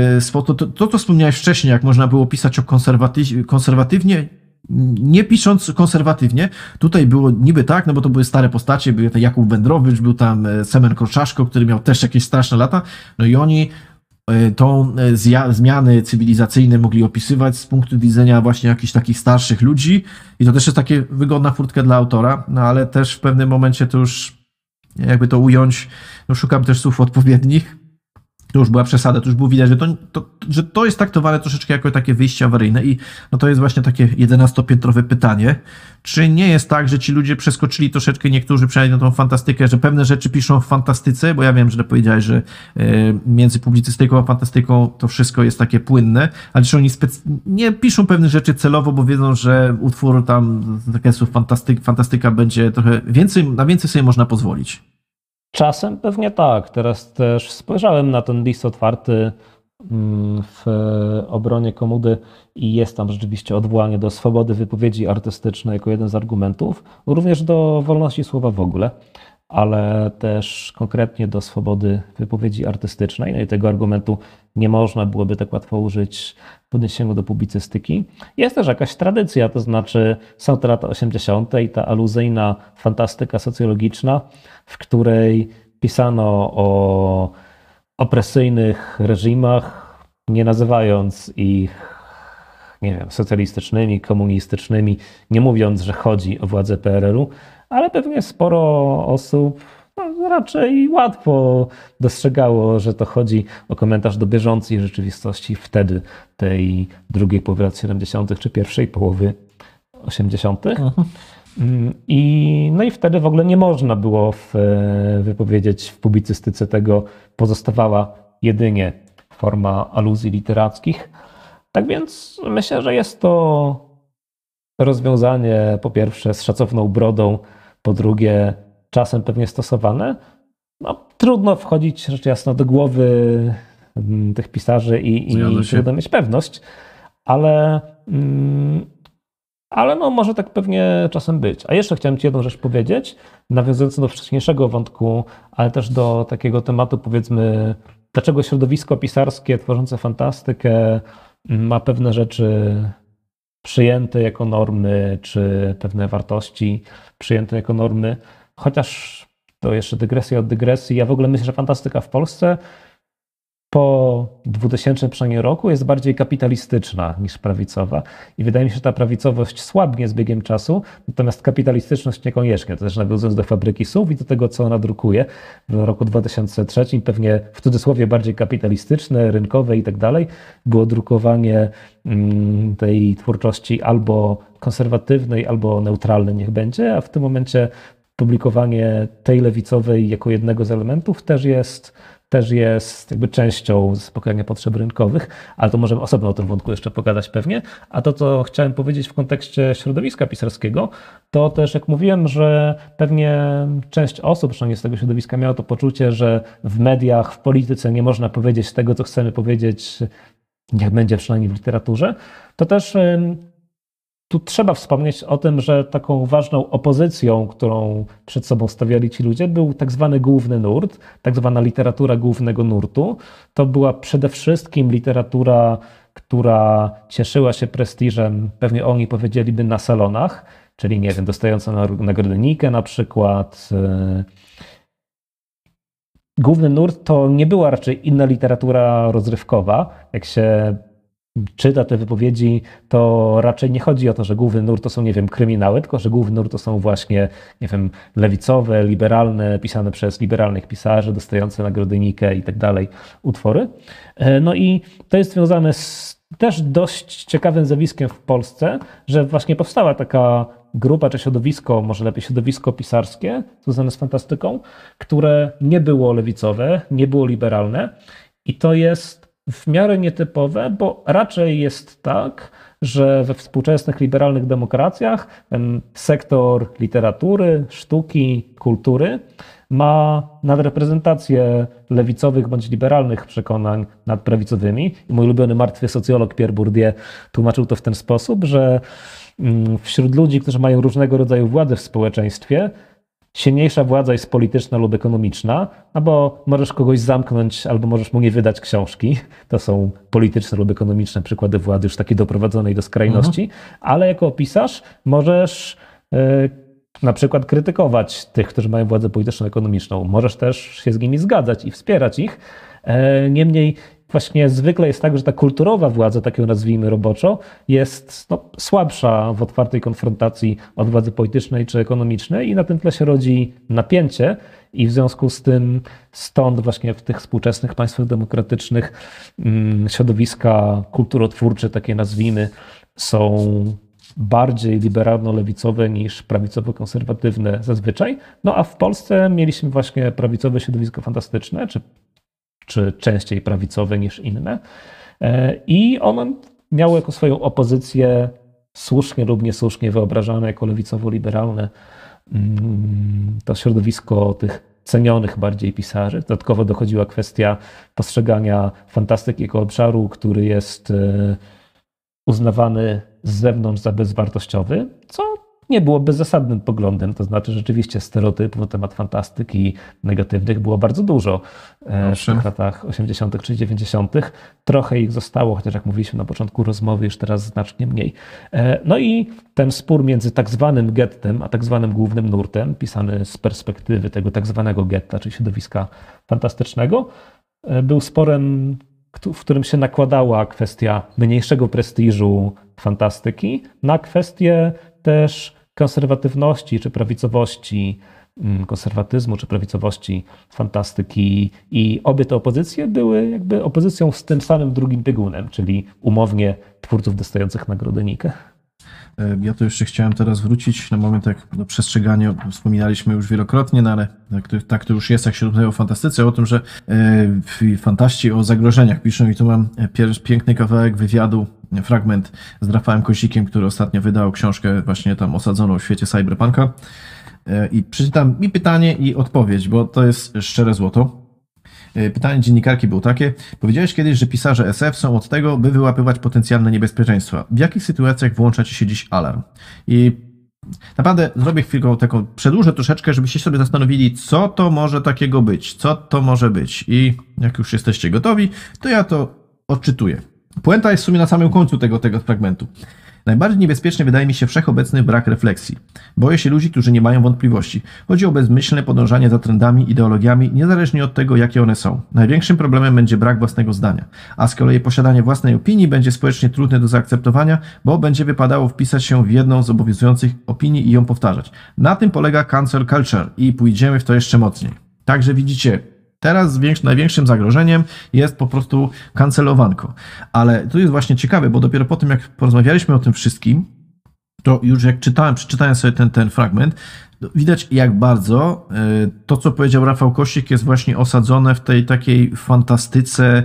to wspomniałeś wcześniej, jak można było pisać o konserwatywnie, nie pisząc konserwatywnie, tutaj było niby tak, no bo to były stare postacie, był Jakub Wędrowicz, był tam Semen Korczaszko, który miał też jakieś straszne lata, no i oni tą zmiany cywilizacyjne mogli opisywać z punktu widzenia właśnie jakichś takich starszych ludzi i to też jest takie wygodna furtka dla autora, no ale też w pewnym momencie to już, jakby to ująć, no szukam też słów odpowiednich, to już była przesada, to już było widać, że to jest traktowane troszeczkę jako takie wyjście awaryjne i no to jest właśnie takie 11-piętrowe pytanie, czy nie jest tak, że ci ludzie przeskoczyli troszeczkę, niektórzy przynajmniej na tą fantastykę, że pewne rzeczy piszą w fantastyce, bo ja wiem, że powiedziałeś, że między publicystyką a fantastyką to wszystko jest takie płynne, ale czy oni nie piszą pewnych rzeczy celowo, bo wiedzą, że utwór tam z zakresu fantastyka będzie trochę na więcej sobie można pozwolić. Czasem pewnie tak. Teraz też spojrzałem na ten list otwarty w obronie Komudy i jest tam rzeczywiście odwołanie do swobody wypowiedzi artystycznej jako jeden z argumentów, również do wolności słowa w ogóle, ale też konkretnie do swobody wypowiedzi artystycznej. No i tego argumentu nie można byłoby tak łatwo użyć w odniesieniu do publicystyki. Jest też jakaś tradycja, to znaczy są te lata 80. i ta aluzyjna fantastyka socjologiczna, w której pisano o opresyjnych reżimach, nie nazywając ich, nie wiem, socjalistycznymi, komunistycznymi, nie mówiąc, że chodzi o władzę PRL-u, ale pewnie sporo osób raczej łatwo dostrzegało, że to chodzi o komentarz do bieżącej rzeczywistości wtedy, tej drugiej połowy lat 70. czy pierwszej połowy 80. No i wtedy w ogóle nie można było wypowiedzieć w publicystyce tego, pozostawała jedynie forma aluzji literackich. Tak więc myślę, że jest to rozwiązanie po pierwsze z szacowną brodą, po drugie czasem pewnie stosowane. No, trudno wchodzić rzecz jasna do głowy tych pisarzy i trudno mieć pewność, ale no może tak pewnie czasem być. A jeszcze chciałem Ci jedną rzecz powiedzieć, nawiązując do wcześniejszego wątku, ale też do takiego tematu, powiedzmy, dlaczego środowisko pisarskie tworzące fantastykę ma pewne rzeczy przyjęte jako normy, czy pewne wartości przyjęte jako normy, chociaż to jeszcze dygresja od dygresji. Ja w ogóle myślę, że fantastyka w Polsce po 2000 przynajmniej roku jest bardziej kapitalistyczna niż prawicowa i wydaje mi się, że ta prawicowość słabnie z biegiem czasu, natomiast kapitalistyczność niekoniecznie. To też nawiązując do Fabryki Słów i do tego, co ona drukuje w roku 2003, pewnie w cudzysłowie bardziej kapitalistyczne, rynkowe i tak dalej, było drukowanie tej twórczości albo konserwatywnej, albo neutralnej niech będzie, a w tym momencie publikowanie tej lewicowej jako jednego z elementów też jest jakby częścią zaspokojenia potrzeb rynkowych, ale to możemy osobno o tym wątku jeszcze pogadać pewnie. A to, co chciałem powiedzieć w kontekście środowiska pisarskiego, to też jak mówiłem, że pewnie część osób, przynajmniej z tego środowiska, miało to poczucie, że w mediach, w polityce nie można powiedzieć tego, co chcemy powiedzieć, niech będzie przynajmniej w literaturze, to też tu trzeba wspomnieć o tym, że taką ważną opozycją, którą przed sobą stawiali ci ludzie, był tak zwany główny nurt, tak zwana literatura głównego nurtu. To była przede wszystkim literatura, która cieszyła się prestiżem, pewnie oni powiedzieliby, na salonach, czyli nie wiem, dostająca nagrodę Nike na przykład. Główny nurt to nie była raczej inna literatura rozrywkowa. Jak się czyta te wypowiedzi, to raczej nie chodzi o to, że główny nurt to są, nie wiem, kryminały, tylko że główny nurt to są właśnie, nie wiem, lewicowe, liberalne, pisane przez liberalnych pisarzy, dostające nagrody Nike i tak dalej utwory. No i to jest związane z też dość ciekawym zjawiskiem w Polsce, że właśnie powstała taka grupa czy środowisko, może lepiej środowisko pisarskie związane z fantastyką, które nie było lewicowe, nie było liberalne i to jest w miarę nietypowe, bo raczej jest tak, że we współczesnych liberalnych demokracjach ten sektor literatury, sztuki, kultury ma nadreprezentację lewicowych bądź liberalnych przekonań nad prawicowymi. I mój ulubiony martwy socjolog Pierre Bourdieu tłumaczył to w ten sposób, że wśród ludzi, którzy mają różnego rodzaju władzę w społeczeństwie, silniejsza władza jest polityczna lub ekonomiczna, bo możesz kogoś zamknąć albo możesz mu nie wydać książki. To są polityczne lub ekonomiczne przykłady władzy już takiej doprowadzonej do skrajności, ale jako pisarz możesz na przykład krytykować tych, którzy mają władzę polityczną, ekonomiczną. Możesz też się z nimi zgadzać i wspierać ich. Niemniej właśnie zwykle jest tak, że ta kulturowa władza, tak ją nazwijmy roboczo, jest słabsza w otwartej konfrontacji od władzy politycznej czy ekonomicznej i na tym tle się rodzi napięcie i w związku z tym stąd właśnie w tych współczesnych państwach demokratycznych środowiska kulturotwórcze, takie nazwijmy, są bardziej liberalno-lewicowe niż prawicowo-konserwatywne zazwyczaj. No a w Polsce mieliśmy właśnie prawicowe środowisko fantastyczne, czy częściej prawicowe niż inne. I one miały jako swoją opozycję słusznie lub niesłusznie wyobrażane jako lewicowo-liberalne to środowisko tych cenionych bardziej pisarzy. Dodatkowo dochodziła kwestia postrzegania fantastyki jako obszaru, który jest uznawany z zewnątrz za bezwartościowy, co nie było bezzasadnym poglądem. To znaczy rzeczywiście stereotypów na temat fantastyki negatywnych było bardzo dużo w tych latach 80. czy 90. Trochę ich zostało, chociaż jak mówiliśmy na początku rozmowy, już teraz znacznie mniej. No i ten spór między tak zwanym gettem, a tak zwanym głównym nurtem, pisany z perspektywy tego tak zwanego getta, czyli środowiska fantastycznego, był sporem, w którym się nakładała kwestia mniejszego prestiżu fantastyki na kwestię też konserwatywności czy prawicowości, konserwatyzmu czy prawicowości fantastyki i obie te opozycje były jakby opozycją z tym samym drugim biegunem, czyli umownie twórców dostających nagrodę Nike. Ja to jeszcze chciałem teraz wrócić na moment do przestrzegania. Wspominaliśmy już wielokrotnie, no ale tak to już jest, jak się rozmawia o fantastyce, o tym, że fantaści o zagrożeniach piszą i tu mam piękny kawałek wywiadu, fragment z Rafałem Kozikiem, który ostatnio wydał książkę właśnie tam osadzoną w świecie cyberpunka. I przeczytam i pytanie i odpowiedź, bo to jest szczere złoto. Pytanie dziennikarki było takie. Powiedziałeś kiedyś, że pisarze SF są od tego, by wyłapywać potencjalne niebezpieczeństwa. W jakich sytuacjach włącza ci się dziś alarm? I naprawdę zrobię chwilkę taką, przedłużę troszeczkę, żebyście sobie zastanowili, co to może takiego być, co to może być. I jak już jesteście gotowi, to ja to odczytuję. Puenta jest w sumie na samym końcu tego fragmentu. Najbardziej niebezpieczny wydaje mi się wszechobecny brak refleksji. Boję się ludzi, którzy nie mają wątpliwości. Chodzi o bezmyślne podążanie za trendami, ideologiami, niezależnie od tego, jakie one są. Największym problemem będzie brak własnego zdania, a z kolei posiadanie własnej opinii będzie społecznie trudne do zaakceptowania, bo będzie wypadało wpisać się w jedną z obowiązujących opinii i ją powtarzać. Na tym polega cancel culture i pójdziemy w to jeszcze mocniej. Także widzicie, teraz największym zagrożeniem jest po prostu kancelowanko. Ale to jest właśnie ciekawe, bo dopiero po tym, jak porozmawialiśmy o tym wszystkim, to już jak przeczytałem sobie ten fragment, widać jak bardzo to, co powiedział Rafał Kosik, jest właśnie osadzone w tej takiej fantastyce,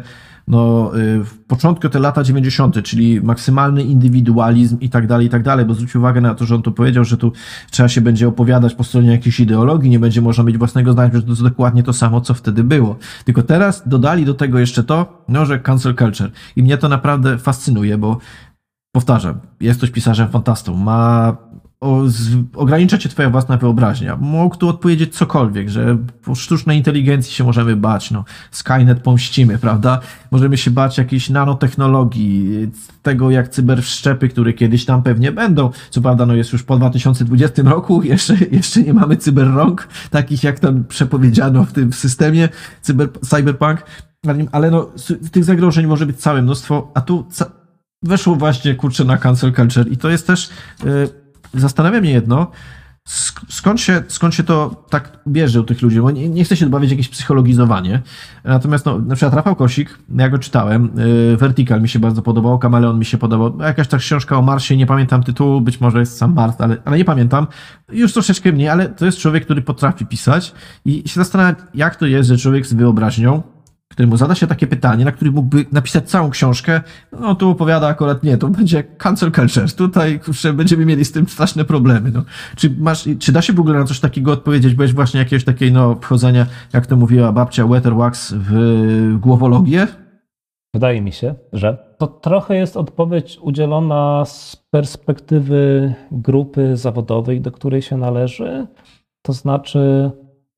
w początku te lata 90., czyli maksymalny indywidualizm i tak dalej, bo zwróć uwagę na to, że on tu powiedział, że tu trzeba się będzie opowiadać po stronie jakiejś ideologii, nie będzie można mieć własnego zdania, że to jest dokładnie to samo, co wtedy było. Tylko teraz dodali do tego jeszcze to, że cancel culture. I mnie to naprawdę fascynuje, bo powtarzam, jest ktoś pisarzem fantastą, ogranicza cię twoja własna wyobraźnia. Mógł tu odpowiedzieć cokolwiek, że po sztucznej inteligencji się możemy bać, no, Skynet pomścimy, prawda? Możemy się bać jakiejś nanotechnologii, tego jak cyberszczepy, które kiedyś tam pewnie będą. Co prawda, no jest już po 2020 roku, jeszcze nie mamy cyberrąk, takich jak tam przepowiedziano w tym systemie cyberpunk, ale no, tych zagrożeń może być całe mnóstwo, a tu weszło właśnie, kurczę, na cancel culture i to jest też... Zastanawia mnie jedno, skąd się to tak bierze u tych ludzi, bo nie chcę się dobawić jakieś psychologizowanie, natomiast no, na przykład Rafał Kosik, ja go czytałem, Vertical mi się bardzo podobał, Kameleon mi się podobał, jakaś ta książka o Marsie, nie pamiętam tytułu, być może jest sam Mars, ale nie pamiętam, już troszeczkę mniej, ale to jest człowiek, który potrafi pisać i się zastanawiam, jak to jest, że człowiek z wyobraźnią, któremu zada się takie pytanie, na które mógłby napisać całą książkę, no tu opowiada akurat nie, to będzie cancel culture. Tutaj kurczę, będziemy mieli z tym straszne problemy. No. Czy da się w ogóle na coś takiego odpowiedzieć, bo jest właśnie jakiegoś takiej wchodzenia, jak to mówiła babcia Weatherwax, w głowologię? Wydaje mi się, że to trochę jest odpowiedź udzielona z perspektywy grupy zawodowej, do której się należy. To znaczy,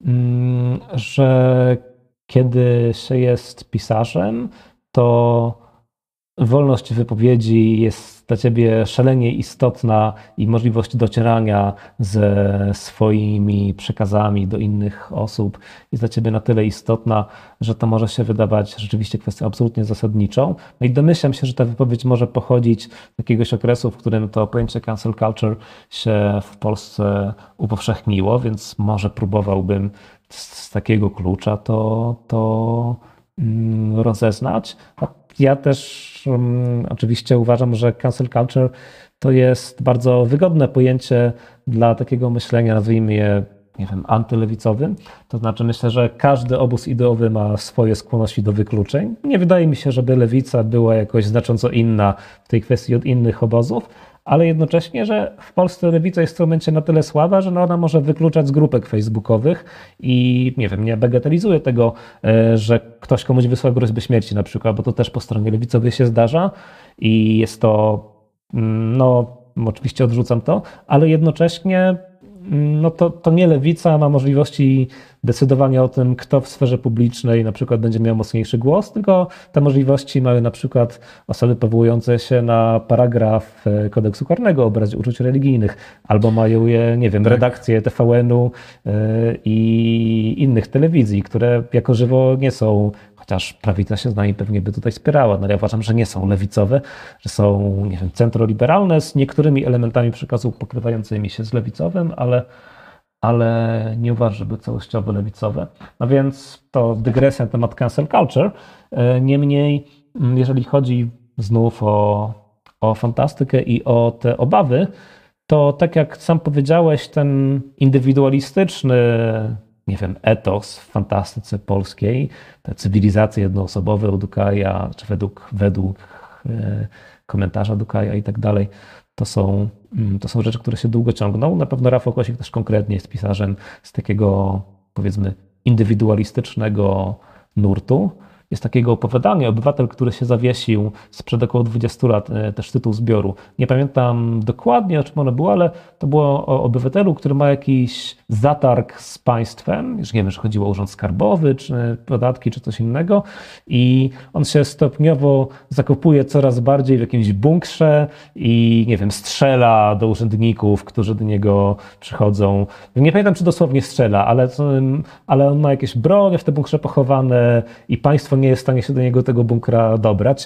że kiedy się jest pisarzem, to wolność wypowiedzi jest dla ciebie szalenie istotna i możliwość docierania ze swoimi przekazami do innych osób jest dla ciebie na tyle istotna, że to może się wydawać rzeczywiście kwestią absolutnie zasadniczą. No i domyślam się, że ta wypowiedź może pochodzić z jakiegoś okresu, w którym to pojęcie cancel culture się w Polsce upowszechniło, więc może próbowałbym z takiego klucza to rozeznać. Ja też oczywiście uważam, że cancel culture to jest bardzo wygodne pojęcie dla takiego myślenia, nazwijmy je, nie wiem, antylewicowym. To znaczy myślę, że każdy obóz ideowy ma swoje skłonności do wykluczeń. Nie wydaje mi się, żeby lewica była jakoś znacząco inna w tej kwestii od innych obozów, ale jednocześnie, że w Polsce lewica jest w tym momencie na tyle słaba, że ona może wykluczać z grupek facebookowych i nie wiem, nie bagatelizuję tego, że ktoś komuś wysłał groźbę śmierci na przykład, bo to też po stronie lewicowej się zdarza i jest to, no oczywiście odrzucam to, ale jednocześnie no to nie lewica ma możliwości decydowania o tym, kto w sferze publicznej na przykład będzie miał mocniejszy głos, tylko te możliwości mają na przykład osoby powołujące się na paragraf kodeksu karnego o obrazie uczuć religijnych, albo mają je, nie wiem, redakcje TVN-u i innych telewizji, które jako żywo nie są, chociaż prawica się z nami pewnie by tutaj spierała, no ja uważam, że nie są lewicowe, że są, nie wiem, centroliberalne z niektórymi elementami przekazu pokrywającymi się z lewicowym, ale nie uważam, żeby całościowo lewicowe. No więc to dygresja na temat cancel culture. Niemniej, jeżeli chodzi znów o fantastykę i o te obawy, to tak jak sam powiedziałeś, ten indywidualistyczny, nie wiem, etos w fantastyce polskiej, te cywilizacje jednoosobowe u Dukaja, czy według komentarza Dukaja i tak dalej, to są rzeczy, które się długo ciągną. Na pewno Rafał Kosik też konkretnie jest pisarzem z takiego, powiedzmy, indywidualistycznego nurtu. Jest takiego opowiadania, Obywatel, który się zawiesił sprzed około 20 lat, też tytuł zbioru. Nie pamiętam dokładnie, o czym ono było, ale to było o obywatelu, który ma jakiś zatarg z państwem, już nie wiem, czy chodziło o urząd skarbowy, czy podatki, czy coś innego i on się stopniowo zakopuje coraz bardziej w jakimś bunkrze i, nie wiem, strzela do urzędników, którzy do niego przychodzą. Nie pamiętam, czy dosłownie strzela, ale on ma jakieś bronie w tym bunkrze pochowane i państwo nie jest w stanie się do niego tego bunkra dobrać.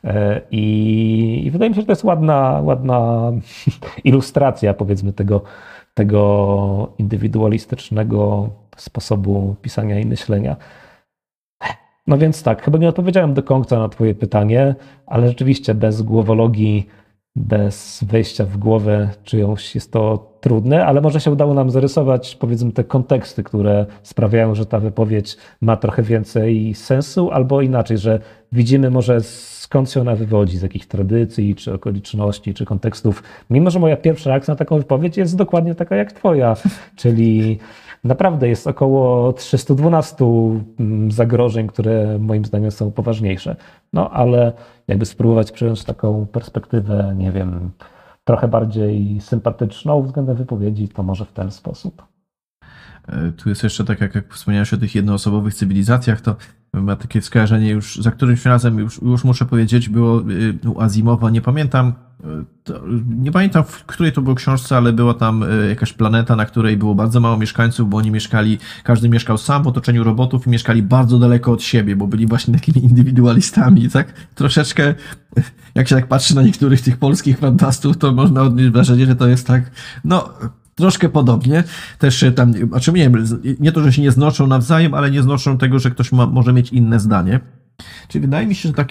I wydaje mi się, że to jest ładna ilustracja, powiedzmy, tego indywidualistycznego sposobu pisania i myślenia. No więc tak, chyba nie odpowiedziałem do końca na twoje pytanie, ale rzeczywiście bez głowologii, bez wejścia w głowę czyjąś jest to trudne, ale może się udało nam zarysować, powiedzmy, te konteksty, które sprawiają, że ta wypowiedź ma trochę więcej sensu, albo inaczej, że widzimy może skąd się ona wywodzi, z jakich tradycji, czy okoliczności, czy kontekstów. Mimo że moja pierwsza reakcja na taką wypowiedź jest dokładnie taka jak twoja, czyli naprawdę jest około 312 zagrożeń, które moim zdaniem są poważniejsze. No ale jakby spróbować przyjąć taką perspektywę, nie wiem, trochę bardziej sympatyczną względem wypowiedzi, to może w ten sposób. Tu jest jeszcze tak, jak wspomniałeś o tych jednoosobowych cywilizacjach, to ma takie skojarzenie już za którymś razem, już muszę powiedzieć, było u Asimowa, nie pamiętam, w której to było książce, ale była tam jakaś planeta, na której było bardzo mało mieszkańców, bo oni każdy mieszkał sam w otoczeniu robotów i mieszkali bardzo daleko od siebie, bo byli właśnie takimi indywidualistami, tak? Troszeczkę, jak się tak patrzy na niektórych tych polskich fantastów, to można odnieść wrażenie, że to jest tak, no... Troszkę podobnie. Też tam, znaczy nie to, że się nie znoszą nawzajem, ale nie znoszą tego, że ktoś może mieć inne zdanie. Czyli wydaje mi się, że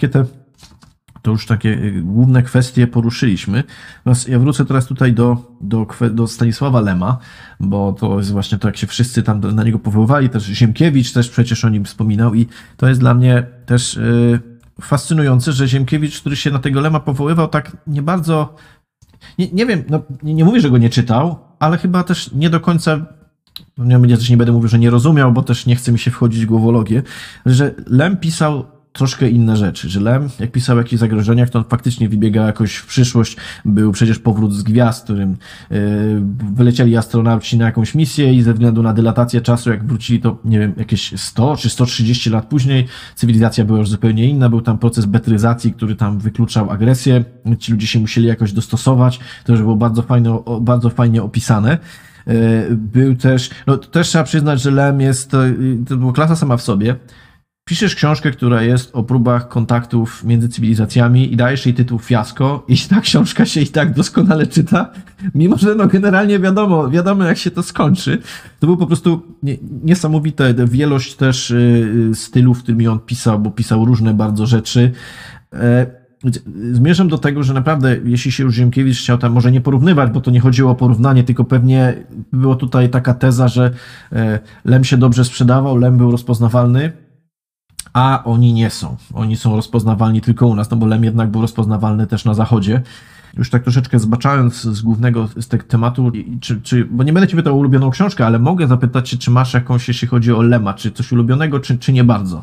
to już takie główne kwestie poruszyliśmy. Ja wrócę teraz tutaj do Stanisława Lema, bo to jest właśnie to, jak się wszyscy tam na niego powoływali. Też Ziemkiewicz też przecież o nim wspominał i to jest dla mnie też fascynujące, że Ziemkiewicz, który się na tego Lema powoływał, tak nie bardzo... Nie wiem, no, nie mówię, że go nie czytał, ale chyba też nie do końca, ja też nie będę mówił, że nie rozumiał, bo też nie chce mi się wchodzić w głowologię, że Lem pisał troszkę inne rzeczy, że Lem, jak pisał o jakichś zagrożeniach, to on faktycznie wybiegał jakoś w przyszłość. Był przecież Powrót z gwiazd, w którym wylecieli astronauci na jakąś misję i ze względu na dylatację czasu, jak wrócili, to nie wiem, jakieś 100 czy 130 lat później, cywilizacja była już zupełnie inna, był tam proces betryzacji, który tam wykluczał agresję, ci ludzie się musieli jakoś dostosować, to już było bardzo fajnie opisane. Był też, no też trzeba przyznać, że Lem to była klasa sama w sobie. Piszesz książkę, która jest o próbach kontaktów między cywilizacjami i dajesz jej tytuł Fiasko i ta książka się i tak doskonale czyta, mimo że no generalnie wiadomo jak się to skończy. To był po prostu niesamowite wielość też stylów, którymi on pisał, bo pisał różne bardzo rzeczy. Zmierzam do tego, że naprawdę, jeśli się już Ziemkiewicz chciał tam może nie porównywać, bo to nie chodziło o porównanie, tylko pewnie była tutaj taka teza, że Lem się dobrze sprzedawał, Lem był rozpoznawalny, a oni nie są. Oni są rozpoznawalni tylko u nas, no bo Lem jednak był rozpoznawalny też na zachodzie. Już tak troszeczkę zbaczając z tego tematu, bo nie będę cię pytał o ulubioną książkę, ale mogę zapytać się, czy masz jakąś, jeśli chodzi o Lema, czy coś ulubionego, czy nie bardzo?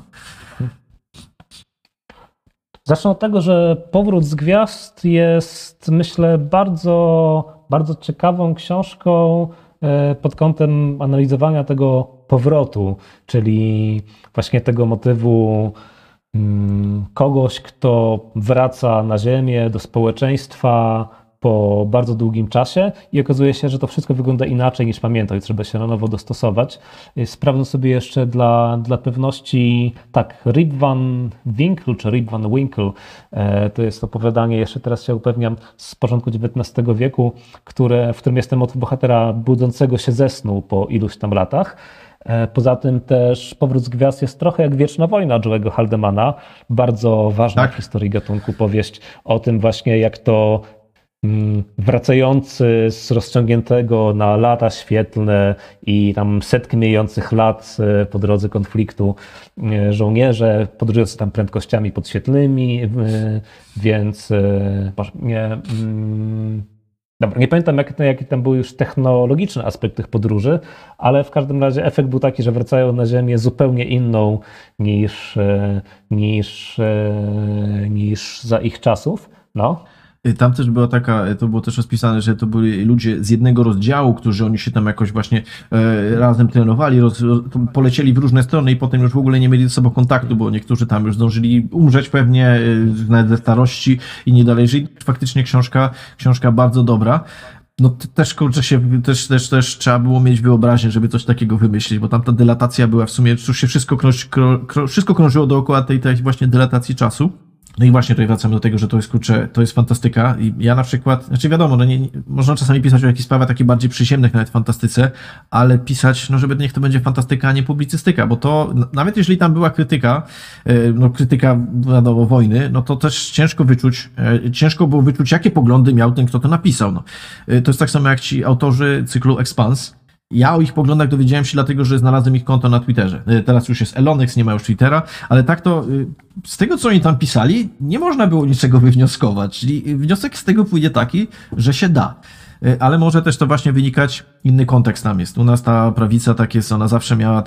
Zacznę od tego, że Powrót z gwiazd jest, myślę, bardzo, bardzo ciekawą książką pod kątem analizowania tego powrotu, czyli właśnie tego motywu kogoś, kto wraca na ziemię, do społeczeństwa po bardzo długim czasie i okazuje się, że to wszystko wygląda inaczej niż pamiętał i trzeba się na nowo dostosować. Sprawdzę sobie jeszcze dla pewności, tak, Rip Van Winkle, czy Rip Van Winkle, to jest opowiadanie, jeszcze teraz się upewniam, z początku XIX wieku, w którym jest ten motyw bohatera budzącego się ze snu po iluś tam latach. Poza tym też Powrót z gwiazd jest trochę jak Wieczna wojna Joe'ego Haldemana, bardzo ważna w historii gatunku powieść o tym właśnie, jak to wracający z rozciągniętego na lata świetlne i tam setki mijających lat po drodze konfliktu żołnierze podróżujący tam prędkościami podświetlnymi, więc dobra, nie pamiętam jakie tam były już technologiczne aspekt tych podróży, ale w każdym razie efekt był taki, że wracają na Ziemię zupełnie inną niż za ich czasów. No. Tam też była to było też rozpisane, że to byli ludzie z jednego rozdziału, którzy oni się tam jakoś właśnie razem trenowali, polecieli w różne strony i potem już w ogóle nie mieli ze sobą kontaktu, bo niektórzy tam już zdążyli umrzeć pewnie, nawet ze starości i nie dalej żyli. Faktycznie książka bardzo dobra. No też kurczę też trzeba było mieć wyobraźnię, żeby coś takiego wymyślić, bo tam ta dylatacja była w sumie, już się wszystko krążyło dookoła tej właśnie dylatacji czasu. No i właśnie tutaj wracamy do tego, że to jest, kurczę, to jest fantastyka i ja na przykład, znaczy wiadomo, no można czasami pisać o jakichś sprawach takich bardziej przyziemnych, nawet fantastyce, ale pisać, no żeby niech to będzie fantastyka, a nie publicystyka, bo to, nawet jeżeli tam była krytyka, no krytyka, wiadomo, wojny, no to też ciężko było wyczuć, jakie poglądy miał ten, kto to napisał, no. To jest tak samo jak ci autorzy cyklu Expanse. Ja o ich poglądach dowiedziałem się dlatego, że znalazłem ich konto na Twitterze. Teraz już jest Elonex, nie ma już Twittera, ale tak to z tego, co oni tam pisali, nie można było niczego wywnioskować. Czyli wniosek z tego pójdzie taki, że się da. Ale może też to właśnie wynikać, inny kontekst tam jest. U nas ta prawica tak jest, ona zawsze miała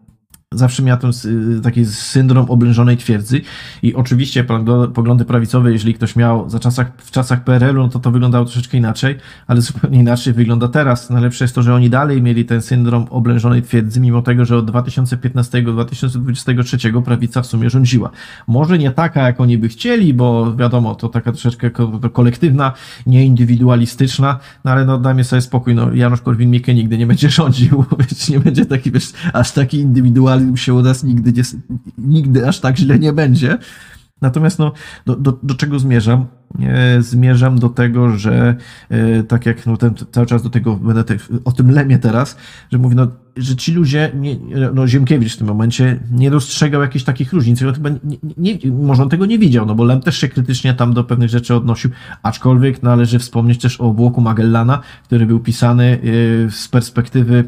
ten taki syndrom oblężonej twierdzy i oczywiście poglądy prawicowe, jeżeli ktoś miał w czasach PRL-u, no to wyglądało troszeczkę inaczej, ale zupełnie inaczej wygląda teraz. Najlepsze jest to, że oni dalej mieli ten syndrom oblężonej twierdzy, mimo tego, że od 2015 do 2023 prawica w sumie rządziła. Może nie taka, jak oni by chcieli, bo wiadomo, to taka troszeczkę kolektywna, nieindywidualistyczna, no ale no dajmy sobie spokój, no Janusz Korwin-Mikke nigdy nie będzie rządził, więc nie będzie taki, wiesz, aż taki indywidualizm się u nas nigdy aż tak źle nie będzie. Natomiast no, do czego zmierzam? Zmierzam do tego, że tak jak no, cały czas do tego będę o tym Lemie teraz, że mówię, no, że ci ludzie, Ziemkiewicz w tym momencie nie dostrzegał jakichś takich różnic. Chyba może on tego nie widział, no bo Lem też się krytycznie tam do pewnych rzeczy odnosił, aczkolwiek należy wspomnieć też o obłoku Magellana, który był pisany z perspektywy.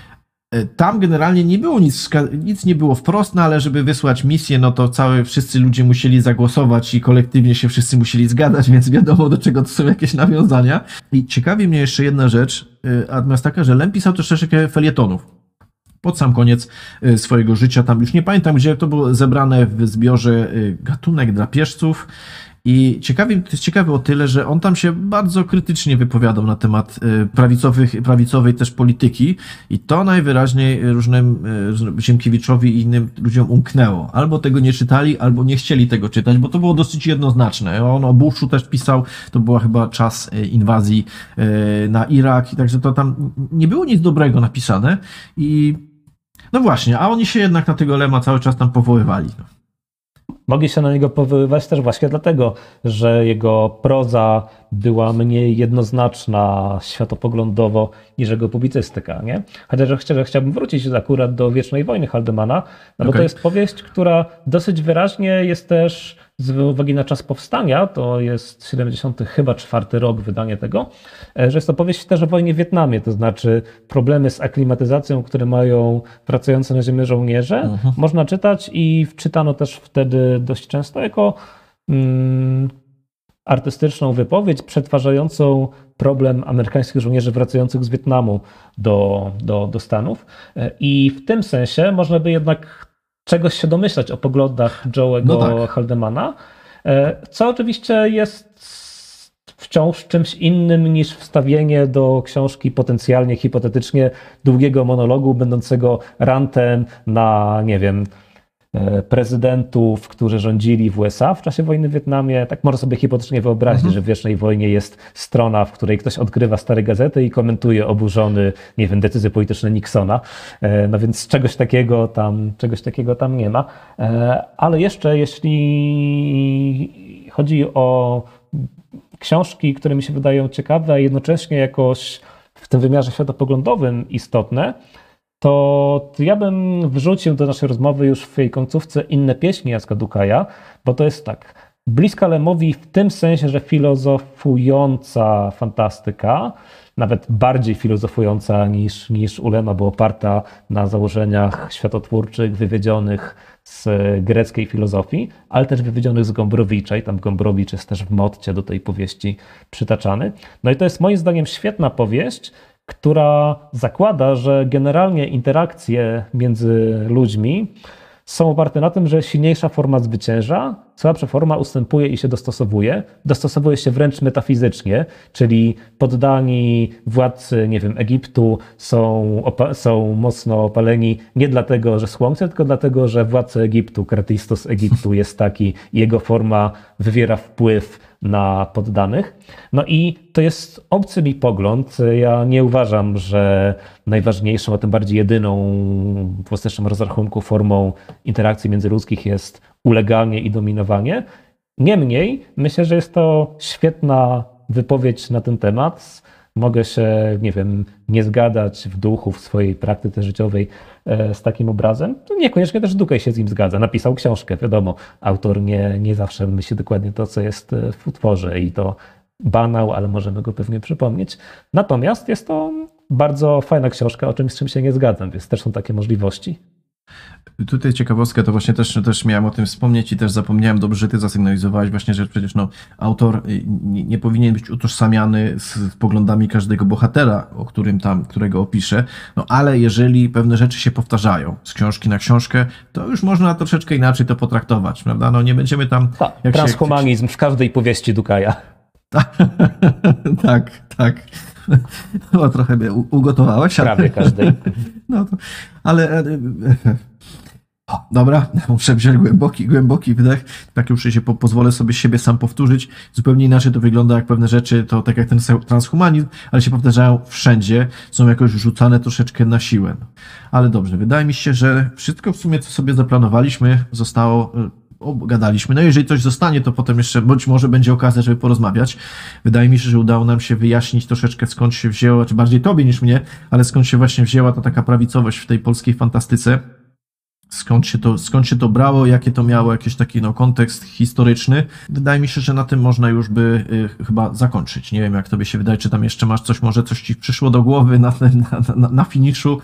Tam generalnie nie było nic nie było wprost, no ale żeby wysłać misję, no to wszyscy ludzie musieli zagłosować i kolektywnie się wszyscy musieli zgadać, więc wiadomo, do czego to są jakieś nawiązania. I ciekawi mnie jeszcze jedna rzecz, natomiast taka, że Lem pisał też troszeczkę felietonów. Pod sam koniec swojego życia, tam już nie pamiętam, gdzie to było zebrane w zbiorze Gatunek drapieżców. I to jest ciekawe o tyle, że on tam się bardzo krytycznie wypowiadał na temat prawicowej też polityki i to najwyraźniej różnym Ziemkiewiczowi i innym ludziom umknęło. Albo tego nie czytali, albo nie chcieli tego czytać, bo to było dosyć jednoznaczne. On o Bushu też pisał, to była chyba czas inwazji na Irak i także to tam nie było nic dobrego napisane i no właśnie, a oni się jednak na tego Lema cały czas tam powoływali. Mogli się na niego powoływać też właśnie dlatego, że jego proza była mniej jednoznaczna światopoglądowo niż jego publicystyka, nie? Chociaż chciałbym wrócić akurat do Wiecznej Wojny Haldemana, no bo to jest powieść, która dosyć wyraźnie jest też z uwagi na czas powstania, to jest 74 rok wydanie tego, że jest to powieść też o wojnie w Wietnamie, to znaczy problemy z aklimatyzacją, które mają pracujący na ziemi żołnierze, można czytać i czytano też wtedy dość często jako artystyczną wypowiedź przetwarzającą problem amerykańskich żołnierzy wracających z Wietnamu do Stanów i w tym sensie można by jednak czegoś się domyślać o poglądach Joe'ego Haldemana, co oczywiście jest wciąż czymś innym niż wstawienie do książki potencjalnie, hipotetycznie długiego monologu będącego rantem na, nie wiem, prezydentów, którzy rządzili w USA w czasie wojny w Wietnamie. Tak można sobie hipotetycznie wyobrazić, że w Wiecznej Wojnie jest strona, w której ktoś odkrywa stare gazety i komentuje oburzony, nie wiem, decyzje polityczne Nixona. No więc czegoś takiego tam nie ma. Ale jeszcze jeśli chodzi o książki, które mi się wydają ciekawe, a jednocześnie jakoś w tym wymiarze światopoglądowym istotne, to ja bym wrzucił do naszej rozmowy już w jej końcówce Inne pieśni Jacka Dukaja, bo to jest tak, bliska Lemowi w tym sensie, że filozofująca fantastyka, nawet bardziej filozofująca niż u Lema, bo oparta na założeniach światotwórczych, wywiedzionych z greckiej filozofii, ale też wywiedzionych z Gombrowicza i tam Gombrowicz jest też w motcie do tej powieści przytaczany. No i to jest moim zdaniem świetna powieść, która zakłada, że generalnie interakcje między ludźmi są oparte na tym, że silniejsza forma zwycięża, słabsza forma ustępuje i się dostosowuje. Dostosowuje się wręcz metafizycznie, czyli poddani władcy, nie wiem, Egiptu są mocno opaleni nie dlatego, że słońce, tylko dlatego, że władca Egiptu, Kratistos Egiptu jest taki i jego forma wywiera wpływ na poddanych. No i to jest obcy mi pogląd. Ja nie uważam, że najważniejszą, a tym bardziej jedyną w ostatecznym rozrachunku formą interakcji międzyludzkich jest uleganie i dominowanie. Niemniej myślę, że jest to świetna wypowiedź na ten temat. Mogę się, nie wiem, nie zgadzać w duchu, w swojej praktyce życiowej z takim obrazem. To niekoniecznie też Dukaj się z nim zgadza. Napisał książkę, wiadomo, autor nie zawsze myśli dokładnie to, co jest w utworze i to banał, ale możemy go pewnie przypomnieć. Natomiast jest to bardzo fajna książka, o czymś, z czym się nie zgadzam, więc też są takie możliwości. Tutaj ciekawostka, to właśnie też miałem o tym wspomnieć i też zapomniałem, dobrze, że ty zasygnalizowałeś właśnie, że przecież autor nie powinien być utożsamiany z poglądami każdego bohatera, którego opisze, ale jeżeli pewne rzeczy się powtarzają z książki na książkę, to już można troszeczkę inaczej to potraktować, prawda? Nie będziemy tam... Transhumanizm w każdej powieści Dukaja. Tak. Trochę mnie ugotowałeś. Prawie każdej. Ale... Dobra, muszę wziąć głęboki wydech. Tak już się pozwolę sobie siebie sam powtórzyć. Zupełnie inaczej to wygląda, jak pewne rzeczy, to tak jak ten transhumanizm, ale się powtarzają wszędzie, są jakoś rzucane troszeczkę na siłę. Ale dobrze, wydaje mi się, że wszystko w sumie, co sobie zaplanowaliśmy, zostało... Gadaliśmy. Jeżeli coś zostanie, to potem jeszcze być może będzie okazja, żeby porozmawiać. Wydaje mi się, że udało nam się wyjaśnić troszeczkę, skąd się wzięła, czy bardziej tobie niż mnie, ale skąd się właśnie wzięła ta taka prawicowość w tej polskiej fantastyce. Skąd się to brało, jakie to miało jakiś taki kontekst historyczny. Wydaje mi się, że na tym można już by chyba zakończyć. Nie wiem, jak tobie się wydaje, czy tam jeszcze masz coś, może coś ci przyszło do głowy na finiszu.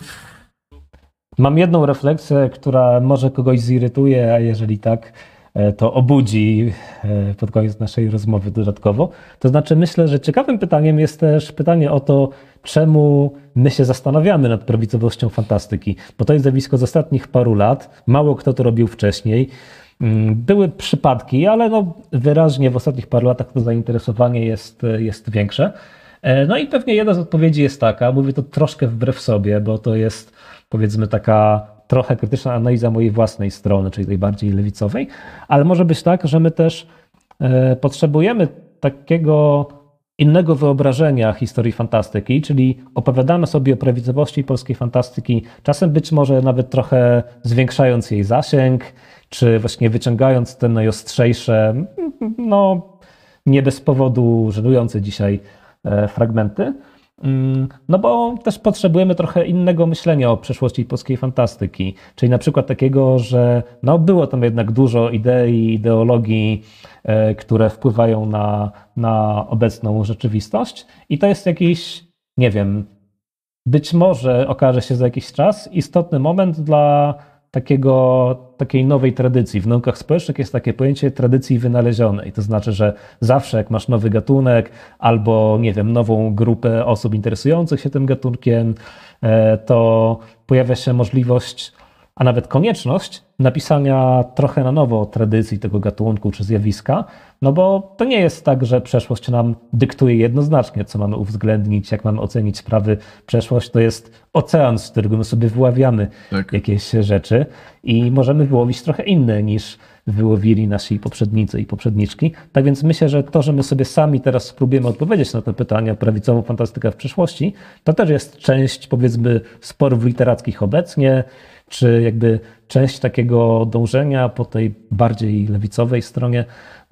Mam jedną refleksję, która może kogoś zirytuje, a jeżeli tak, to obudzi pod koniec naszej rozmowy dodatkowo. To znaczy myślę, że ciekawym pytaniem jest też pytanie o to, czemu my się zastanawiamy nad prawicowością fantastyki, bo to jest zjawisko z ostatnich paru lat, mało kto to robił wcześniej. Były przypadki, ale wyraźnie w ostatnich paru latach to zainteresowanie jest większe. I pewnie jedna z odpowiedzi jest taka, mówię to troszkę wbrew sobie, bo to jest, powiedzmy, taka trochę krytyczna analiza mojej własnej strony, czyli tej bardziej lewicowej, ale może być tak, że my też potrzebujemy takiego innego wyobrażenia historii fantastyki, czyli opowiadamy sobie o prawicowości polskiej fantastyki, czasem być może nawet trochę zwiększając jej zasięg, czy właśnie wyciągając te najostrzejsze, nie bez powodu żenujące dzisiaj fragmenty. Bo też potrzebujemy trochę innego myślenia o przeszłości polskiej fantastyki, czyli na przykład takiego, że było tam jednak dużo idei, ideologii, które wpływają na obecną rzeczywistość i to jest jakiś, nie wiem, być może okaże się za jakiś czas istotny moment dla takiej nowej tradycji. W naukach społecznych jest takie pojęcie tradycji wynalezionej. To znaczy, że zawsze jak masz nowy gatunek albo, nie wiem, nową grupę osób interesujących się tym gatunkiem, to pojawia się możliwość, a nawet konieczność napisania trochę na nowo tradycji tego gatunku czy zjawiska, bo to nie jest tak, że przeszłość nam dyktuje jednoznacznie, co mamy uwzględnić, jak mamy ocenić sprawy. Przeszłość to jest ocean, z którego my sobie wyławiamy jakieś rzeczy i możemy wyłowić trochę inne niż wyłowili nasi poprzednicy i poprzedniczki. Tak więc myślę, że to, że my sobie sami teraz spróbujemy odpowiedzieć na te pytania, prawicową fantastykę w przyszłości, to też jest część, powiedzmy, sporów literackich obecnie, czy jakby część takiego dążenia po tej bardziej lewicowej stronie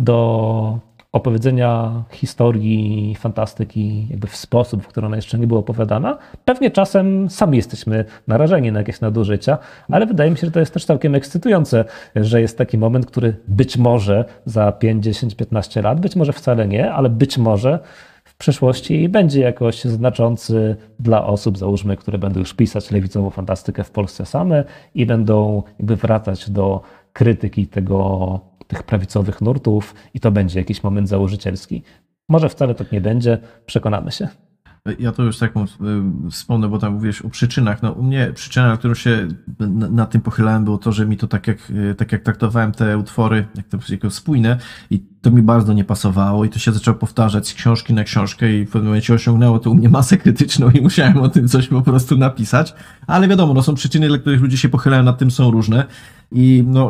do opowiedzenia historii fantastyki jakby w sposób, w który ona jeszcze nie była opowiadana. Pewnie czasem sami jesteśmy narażeni na jakieś nadużycia, ale wydaje mi się, że to jest też całkiem ekscytujące, że jest taki moment, który być może za 5, 10, 15 lat, być może wcale nie, ale być może w przyszłości będzie jakoś znaczący dla osób, załóżmy, które będą już pisać lewicową fantastykę w Polsce same i będą jakby wracać do krytyki tych prawicowych nurtów i to będzie jakiś moment założycielski. Może wcale tak nie będzie, przekonamy się. Ja to już taką wspomnę, bo tam mówiłeś o przyczynach. U mnie przyczyna, na którą się na tym pochylałem, było to, że mi to tak jak traktowałem te utwory, jako spójne i to mi bardzo nie pasowało i to się zaczęło powtarzać z książki na książkę i w pewnym momencie osiągnęło to u mnie masę krytyczną i musiałem o tym coś po prostu napisać. Ale wiadomo, są przyczyny, dla których ludzie się pochylają nad tym, są różne i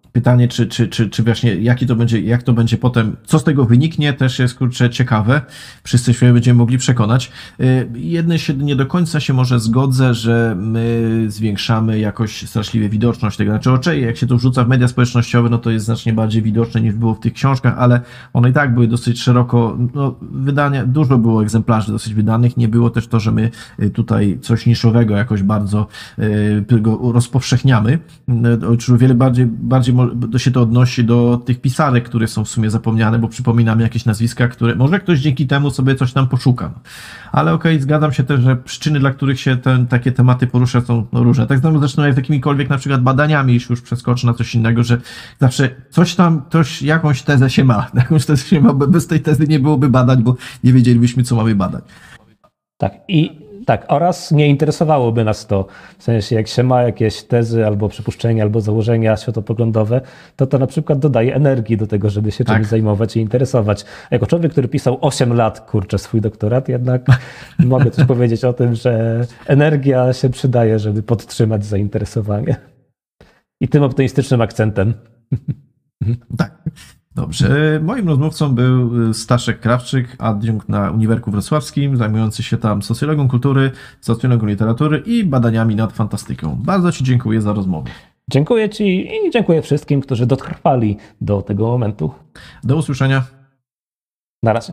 Pytanie, czy właśnie jak to będzie potem, co z tego wyniknie, też jest, kurczę, ciekawe. Wszyscy się będziemy mogli przekonać. Jedne się nie do końca się może zgodzę, że my zwiększamy jakoś straszliwie widoczność tego. Znaczy, oczywiście, jak się to wrzuca w media społecznościowe, no to jest znacznie bardziej widoczne niż było w tych książkach, ale one i tak były dosyć szeroko, no, wydania, dużo było egzemplarzy dosyć wydanych. Nie było też to, że my tutaj coś niszowego jakoś bardzo go rozpowszechniamy. O wiele bardziej się to odnosi do tych pisarek, które są w sumie zapomniane, bo przypominam jakieś nazwiska, które może ktoś dzięki temu sobie coś tam poszuka. Ale okej, zgadzam się też, że przyczyny, dla których się takie tematy porusza, są różne. Tak samo zresztą jak z jakimikolwiek na przykład badaniami, jeśli już przeskoczę na coś innego, że zawsze jakąś tezę się ma. Jakąś tezę się ma, bo bez tej tezy nie byłoby badań, bo nie wiedzielibyśmy, co mamy badać. Tak, oraz nie interesowałoby nas to, w sensie jak się ma jakieś tezy albo przypuszczenia, albo założenia światopoglądowe, to na przykład dodaje energii do tego, żeby się czymś zajmować i interesować. Jako człowiek, który pisał 8 lat, swój doktorat, jednak mogę coś powiedzieć o tym, że energia się przydaje, żeby podtrzymać zainteresowanie. I tym optymistycznym akcentem. Tak. Dobrze. Moim rozmówcą był Staszek Krawczyk, adiunkt na Uniwerku Wrocławskim, zajmujący się tam socjologią kultury, socjologią literatury i badaniami nad fantastyką. Bardzo Ci dziękuję za rozmowę. Dziękuję Ci i dziękuję wszystkim, którzy dotrwali do tego momentu. Do usłyszenia. Na razie.